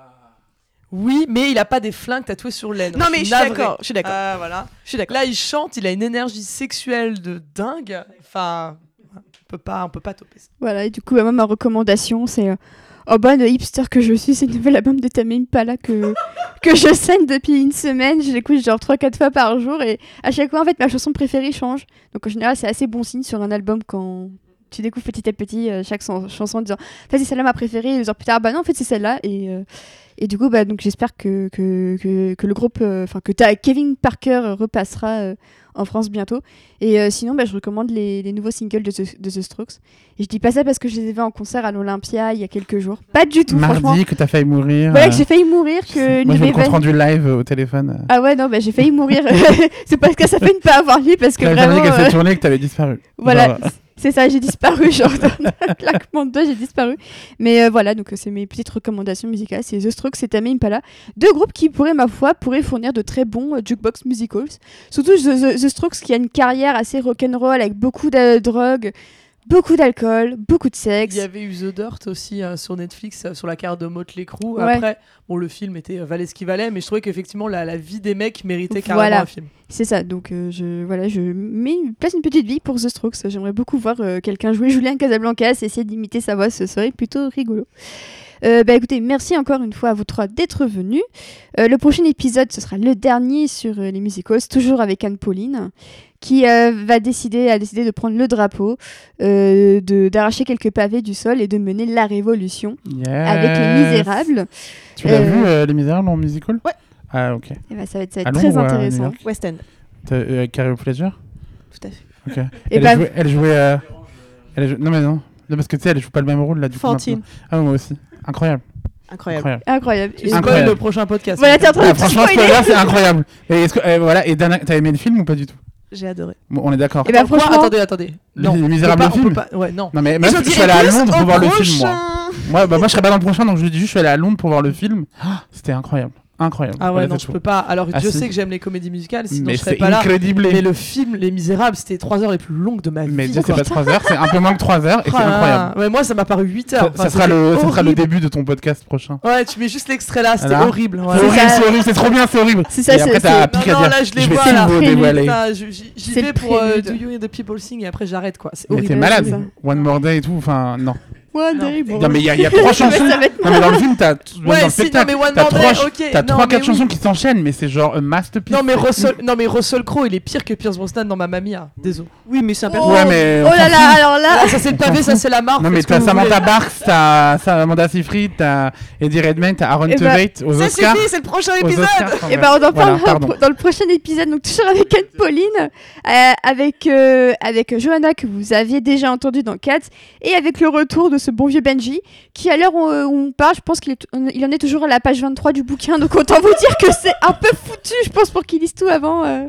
Oui, mais il a pas des flingues tatouées sur l'aine. Non, mais je suis navrée. d'accord. Je suis d'accord. Ah, voilà. Je suis d'accord. Là, il chante, il a une énergie sexuelle de dingue. Enfin, on peut pas, on peut pas toper ça. Voilà, et du coup, bah, moi, ma recommandation, c'est euh, oh bonne hipster que je suis, c'est le nouvel album de Tame Impala que, que je saigne depuis une semaine. Je l'écoute genre trois quatre fois par jour et à chaque fois, en fait, ma chanson préférée change. Donc en général, c'est assez bon signe sur un album quand tu découvres petit à petit euh, chaque son- chanson en disant en fait, c'est celle-là ma préférée. Et deux heures plus tard, bah non, en fait, c'est celle-là. Et, euh, et du coup, bah, donc, j'espère que, que, que, que le groupe, enfin, que ta Kevin Parker euh, repassera euh, en France bientôt. Et euh, sinon, bah, je recommande les, les nouveaux singles de The, de The Strokes. Et je dis pas ça parce que je les ai vus en concert à l'Olympia il y a quelques jours. Pas du tout, franchement. Mardi, que t'as failli mourir. Voilà, euh, que j'ai failli mourir, que Moi, je veux le Nivea- compte rendu live euh, au téléphone. euh. Ah ouais, non, bah, j'ai failli mourir. C'est parce que ça fait de pas avoir lu parce que J'avais jamais dit vraiment. qu'elle s'est euh, tournée et que t'avais disparu. Voilà, Genre, euh, c'est ça, j'ai disparu. Genre, dans un claquement de doigts, j'ai disparu. Mais euh, voilà, donc euh, c'est mes petites recommandations musicales. C'est The Strokes et Tame Impala. Deux groupes qui pourraient, ma foi, pourraient fournir de très bons euh, jukebox musicals. Surtout The, The- The Strokes qui a une carrière assez rock'n'roll avec beaucoup de drogue, beaucoup d'alcool, beaucoup de sexe. Il y avait eu The Dirt aussi euh, sur Netflix, euh, sur la carte de Motley Crue. Ouais. Après, bon, le film était euh, valait ce qu'il valait, mais je trouvais qu'effectivement la, la vie des mecs méritait carrément Voilà. un film. C'est ça, donc euh, je, voilà, je mets, place une petite vie pour The Strokes. J'aimerais beaucoup voir euh, quelqu'un jouer Julien Casablancas, essayer d'imiter sa voix, ce serait plutôt rigolo. Euh, bah écoutez, merci encore une fois à vous trois d'être venus. Euh, le prochain épisode, ce sera le dernier sur euh, les musicals, toujours avec Anne-Pauline, qui euh, va décider, a décidé de prendre le drapeau, euh, de, d'arracher quelques pavés du sol et de mener la révolution yes. avec Les Misérables. Tu l'as Euh, vu, euh, Les Misérables en musical? Ouais. Ah, ok. Et bah, ça va être, ça va À être très Londres ou à New intéressant. York West End. T'as- euh, Avec Carrie Pleasure? Tout à fait. Ok. Et Elle, bah, jouait, elle jouait. euh, elle a joué- Non, mais non. Non, parce que tu sais, elle joue pas le même rôle là du coup. Fantine. maintenant. Ah, moi aussi. Incroyable. Incroyable. Incroyable. incroyable. Tu Et- spoil Incroyable. le prochain podcast. Voilà, t'es en train Ah, de franchement, spoiler. spoiler, c'est incroyable. Et est-ce que, euh, voilà, et Dana, t'as aimé le film ou pas du tout? J'ai adoré. Bon, on est d'accord. Et bah, Pourquoi franchement, attendez, attendez. Les- Non, Les on peut Misérables, pas- le on film. peut pas- Ouais, non. Non, mais Ils meuf, ont je dit suis allé à plus Londres au pour voir le film, moi. prochain. Moi, bah, moi, je serais pas dans le prochain, donc je lui dis, je suis allé à Londres pour voir le film. Ah, c'était incroyable. Incroyable. Ah ouais, Voilà, non, c'est je tout. peux pas. Alors, Ah, je si. sais que j'aime les comédies musicales, sinon Mais je serais c'est pas là. incroyable. Mais le film Les Misérables, c'était trois heures les plus longues de ma vie. Mais déjà, c'est quoi. pas trois heures, c'est un peu moins que trois heures et Oh c'est là là. incroyable. Ouais, moi, ça m'a paru huit Ça, heures. ça Enfin, sera c'était le, ça sera le horrible. début de ton podcast prochain. Ouais, tu mets juste l'extrait là, c'était Voilà. horrible. ouais. C'est C'est horrible, ça. c'est horrible, c'est trop bien, c'est horrible. C'est ça, et c'est- après, c'est- t'as pire Non, à non, dire. là, je les je vais vois, tout là. vous Prélude. dévoiler. Putain, je- j'y j'y C'est vais le pour euh, prélude. Do You Hear the People Sing et après j'arrête quoi. C'est Mais horrible. t'es Ouais, malade. c'est ça. One More Day et tout, enfin, non. Ouais, Non. terrible. Non, mais il y a, il y a trois chansons. Ça va être Non, mais dans le film, t'as. Dans Ouais, le si, non, spectacle, mais One t'as More Day, trois, ok. t'as non, trois, quatre mais chansons oui. qui s'enchaînent, mais c'est genre un masterpiece. Non, mais C'est- Russell, non, mais Russell Crowe, il est pire que Pierce Brosnan dans Mamma Mia. Désolé. Oui, mais c'est un Oh, personnage. Ouais, mais. oh on là s'en là, fout. alors là. Ah, ça c'est le pavé, ça c'est la marque. Non, mais faites ce t'as que vous Samantha voulez. Barks, t'as t'as Amanda Seyfried, t'as Eddie Redmayne, t'as Aaron Eh ben, Tveit aux Ça Oscars. suffit, c'est le prochain Aux épisode. Oscars, enfin, Et bref. ben on en Voilà, parlera pardon. pro- dans le prochain épisode, donc toujours avec Anne-Pauline, euh, avec, euh, avec Johanna que vous aviez déjà entendu dans Cats, et avec le retour de ce bon vieux Benji, qui à l'heure où, où on parle, je pense qu'il est, il en est toujours à la page vingt-trois du bouquin, donc autant vous dire que c'est un peu foutu, je pense, pour qu'il lise tout avant. euh.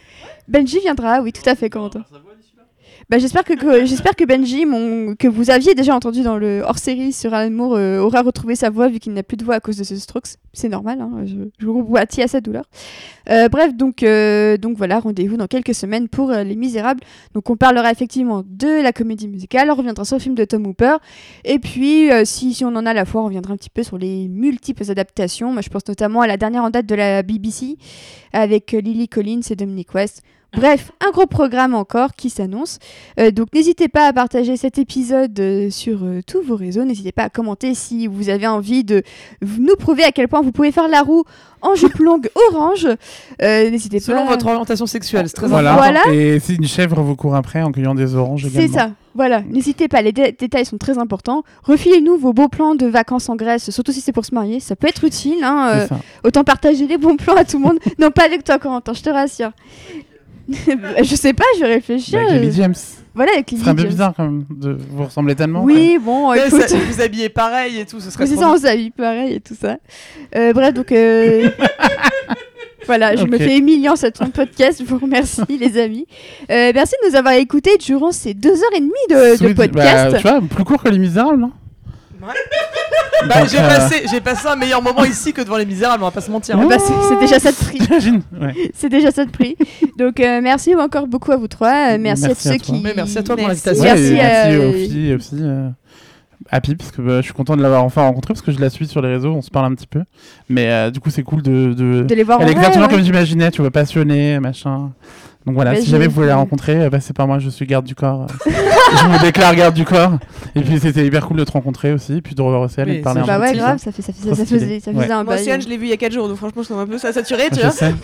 Benji viendra, oui, tout à fait, Corentin. Bah, j'espère que, que- j'espère que Benji, mon, que vous aviez déjà entendu dans le hors-série sur Alan Moore, euh, aura retrouvé sa voix vu qu'il n'a plus de voix à cause de ce Strokes. C'est normal, hein, je, je compatis à sa douleur. Euh, bref, donc, euh, donc voilà, rendez-vous dans quelques semaines pour euh, Les Misérables. Donc on parlera effectivement de la comédie musicale, on reviendra sur le film de Tom Hooper, et puis euh, si, si on en a la foi, on reviendra un petit peu sur les multiples adaptations. Moi je pense notamment à la dernière en date de la B B C, avec euh, Lily Collins et Dominic West. Bref, un gros programme encore qui s'annonce. Euh, donc n'hésitez pas à partager cet épisode euh, sur euh, tous vos réseaux. N'hésitez pas à commenter si vous avez envie de nous prouver à quel point vous pouvez faire la roue en jupe longue orange. Euh, n'hésitez pas. Selon votre orientation sexuelle, c'est très Voilà. important. Voilà. Et si une chèvre vous court après en cueillant des oranges C'est également. ça, voilà. N'hésitez pas, les dé- détails sont très importants. Refilez-nous vos beaux plans de vacances en Grèce, surtout si c'est pour se marier. Ça peut être utile. Hein, euh, C'est ça. autant partager les bons plans à tout le monde. Non, pas avec toi, Corentin, je te rassure. Je sais pas, je vais réfléchir. Bah, Lily James. Voilà, avec Ce Lily serait un peu James. bizarre quand même de vous ressembler tellement. Oui, bon, Ouais, écoute. ça- vous habillez pareil et tout, ce serait Mais c'est trop ça, bien. on s'habille pareil et tout ça. Euh, bref, donc... euh, voilà, je me Ok. fais humiliant sur ton podcast. Je vous remercie, les amis. Euh, merci de nous avoir écoutés durant ces deux heures et demie de, de Sweet, podcast. bah, tu vois, plus court que Les Misérables, non Bah, Donc, j'ai, euh, passé, j'ai passé un meilleur moment ici que devant Les Misérables, on va pas se mentir. Ah bah, c'est, c'est déjà ça de prix. J'imagine. Ouais. C'est déjà ça de prix. Donc euh, merci encore beaucoup à vous trois. Euh, merci, Merci à à ceux toi. qui. Mais merci à toi pour Merci. l'invitation. Ouais, Merci, et merci euh, aux filles aussi. Euh... Happy, parce que bah, je suis content de l'avoir enfin rencontrée, parce que je la suis sur les réseaux, on se parle un petit peu. Mais euh, du coup, c'est cool de. de... De les voir Elle en est vrai, exactement ouais. comme j'imaginais, tu vois, passionnée, machin. Donc voilà, Bah, si j'ai- jamais vous voulez la rencontrer, euh, passez par moi, je suis garde du corps. euh. Je me déclare garde du corps. Et puis c'était hyper cool de te rencontrer aussi, puis de revoir Océane Oui, et de parler c'est un Bah peu ouais, de grave, ça fait ça, fait, Trop ça, stylé. faisait, ça Ouais. faisait un Moi, bail. Océane, je l'ai vu il y a quatre jours, donc franchement, je suis un peu ça saturé, tu Je vois. sais.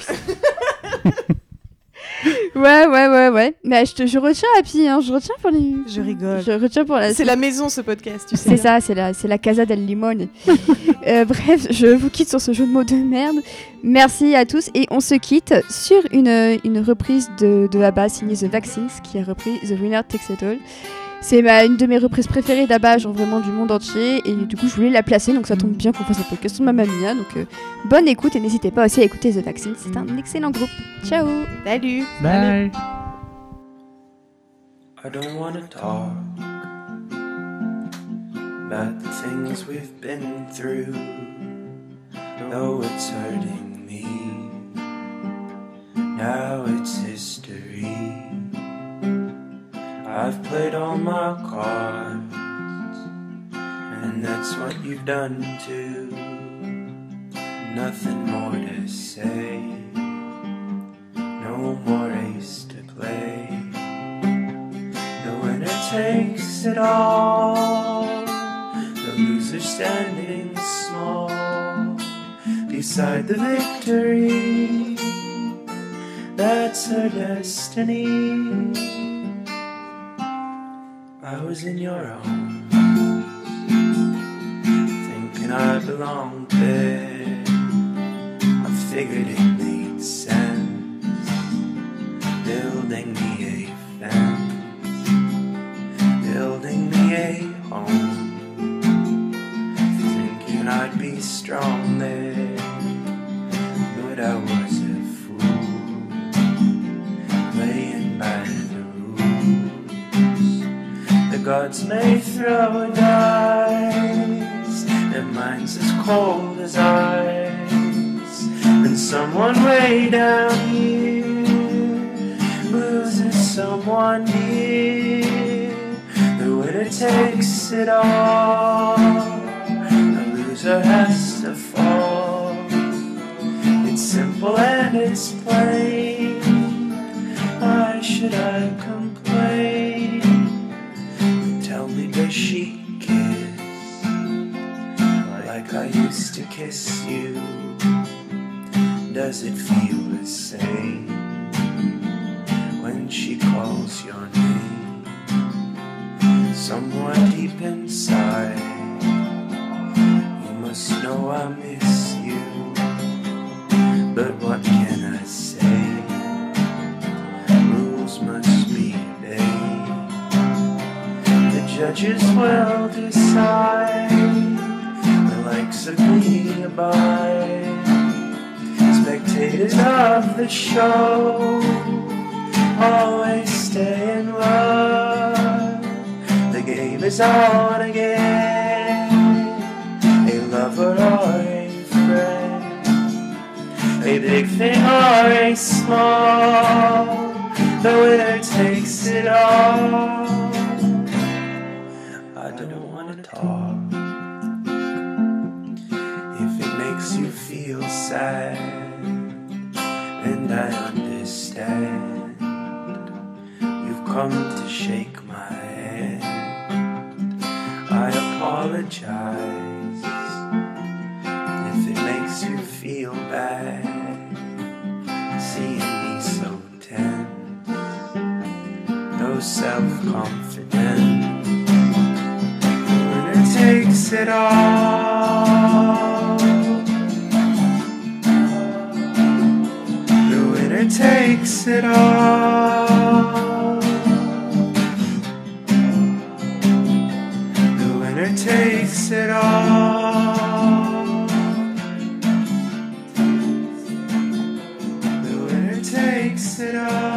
Ouais, ouais, ouais, ouais. Mais je, te, je retiens Happy, hein, je retiens pour les. Je rigole. Je retiens pour la. C'est la maison, ce podcast, tu sais. C'est ça, c'est la, c'est la Casa del Limone. Euh, bref, je vous quitte sur ce jeu de mots de merde. Merci à tous et on se quitte sur une, une reprise de, de ABBA signée The Vaccines qui a repris The Winner Takes It All. C'est ma, une de mes reprises préférées d'ABBA, genre vraiment du monde entier. Et du coup, je voulais la placer, donc ça tombe bien qu'on fasse un podcast sur Mamma Mia. Donc euh, bonne écoute et n'hésitez pas aussi à écouter The Vaccines, c'est un excellent groupe. Ciao. Salut. Bye. I don't wanna talk about the things we've been through, though it's hurting me. Now it's history. I've played all my cards, and that's what you've done too. Nothing more to say, no more ace to play. The winner takes it all, the loser standing small beside the victory. That's her destiny. I was in your arms, thinking I belonged there. I figured it made sense, building me a fence, building me a home, thinking I'd be strong there, but I was a fool, playing by the rules. The gods may throw dice, their minds as cold as ice, and someone way down here loses someone dear. The winner takes it all, the loser has to fall. It's simple and it's plain, why should I complain? Tell me, does she kiss like I used to kiss you? Does it feel the same when she calls your name? Somewhere deep inside, you must know I miss you. But what can I say? Rules must be obeyed. The judges will decide, the likes of me abide. Spectators of the show always stay in love. The game is on again. A lover or a friend, a big thing or a small, the winner takes it all. I don't want to talk if it makes you feel sad, and I understand. understand. You've come to shake my hand. I apologize if it makes you feel bad, seeing me so tense, no self-confidence. The winner takes it all. The winner takes it all. The winner takes it all. The winner takes it all.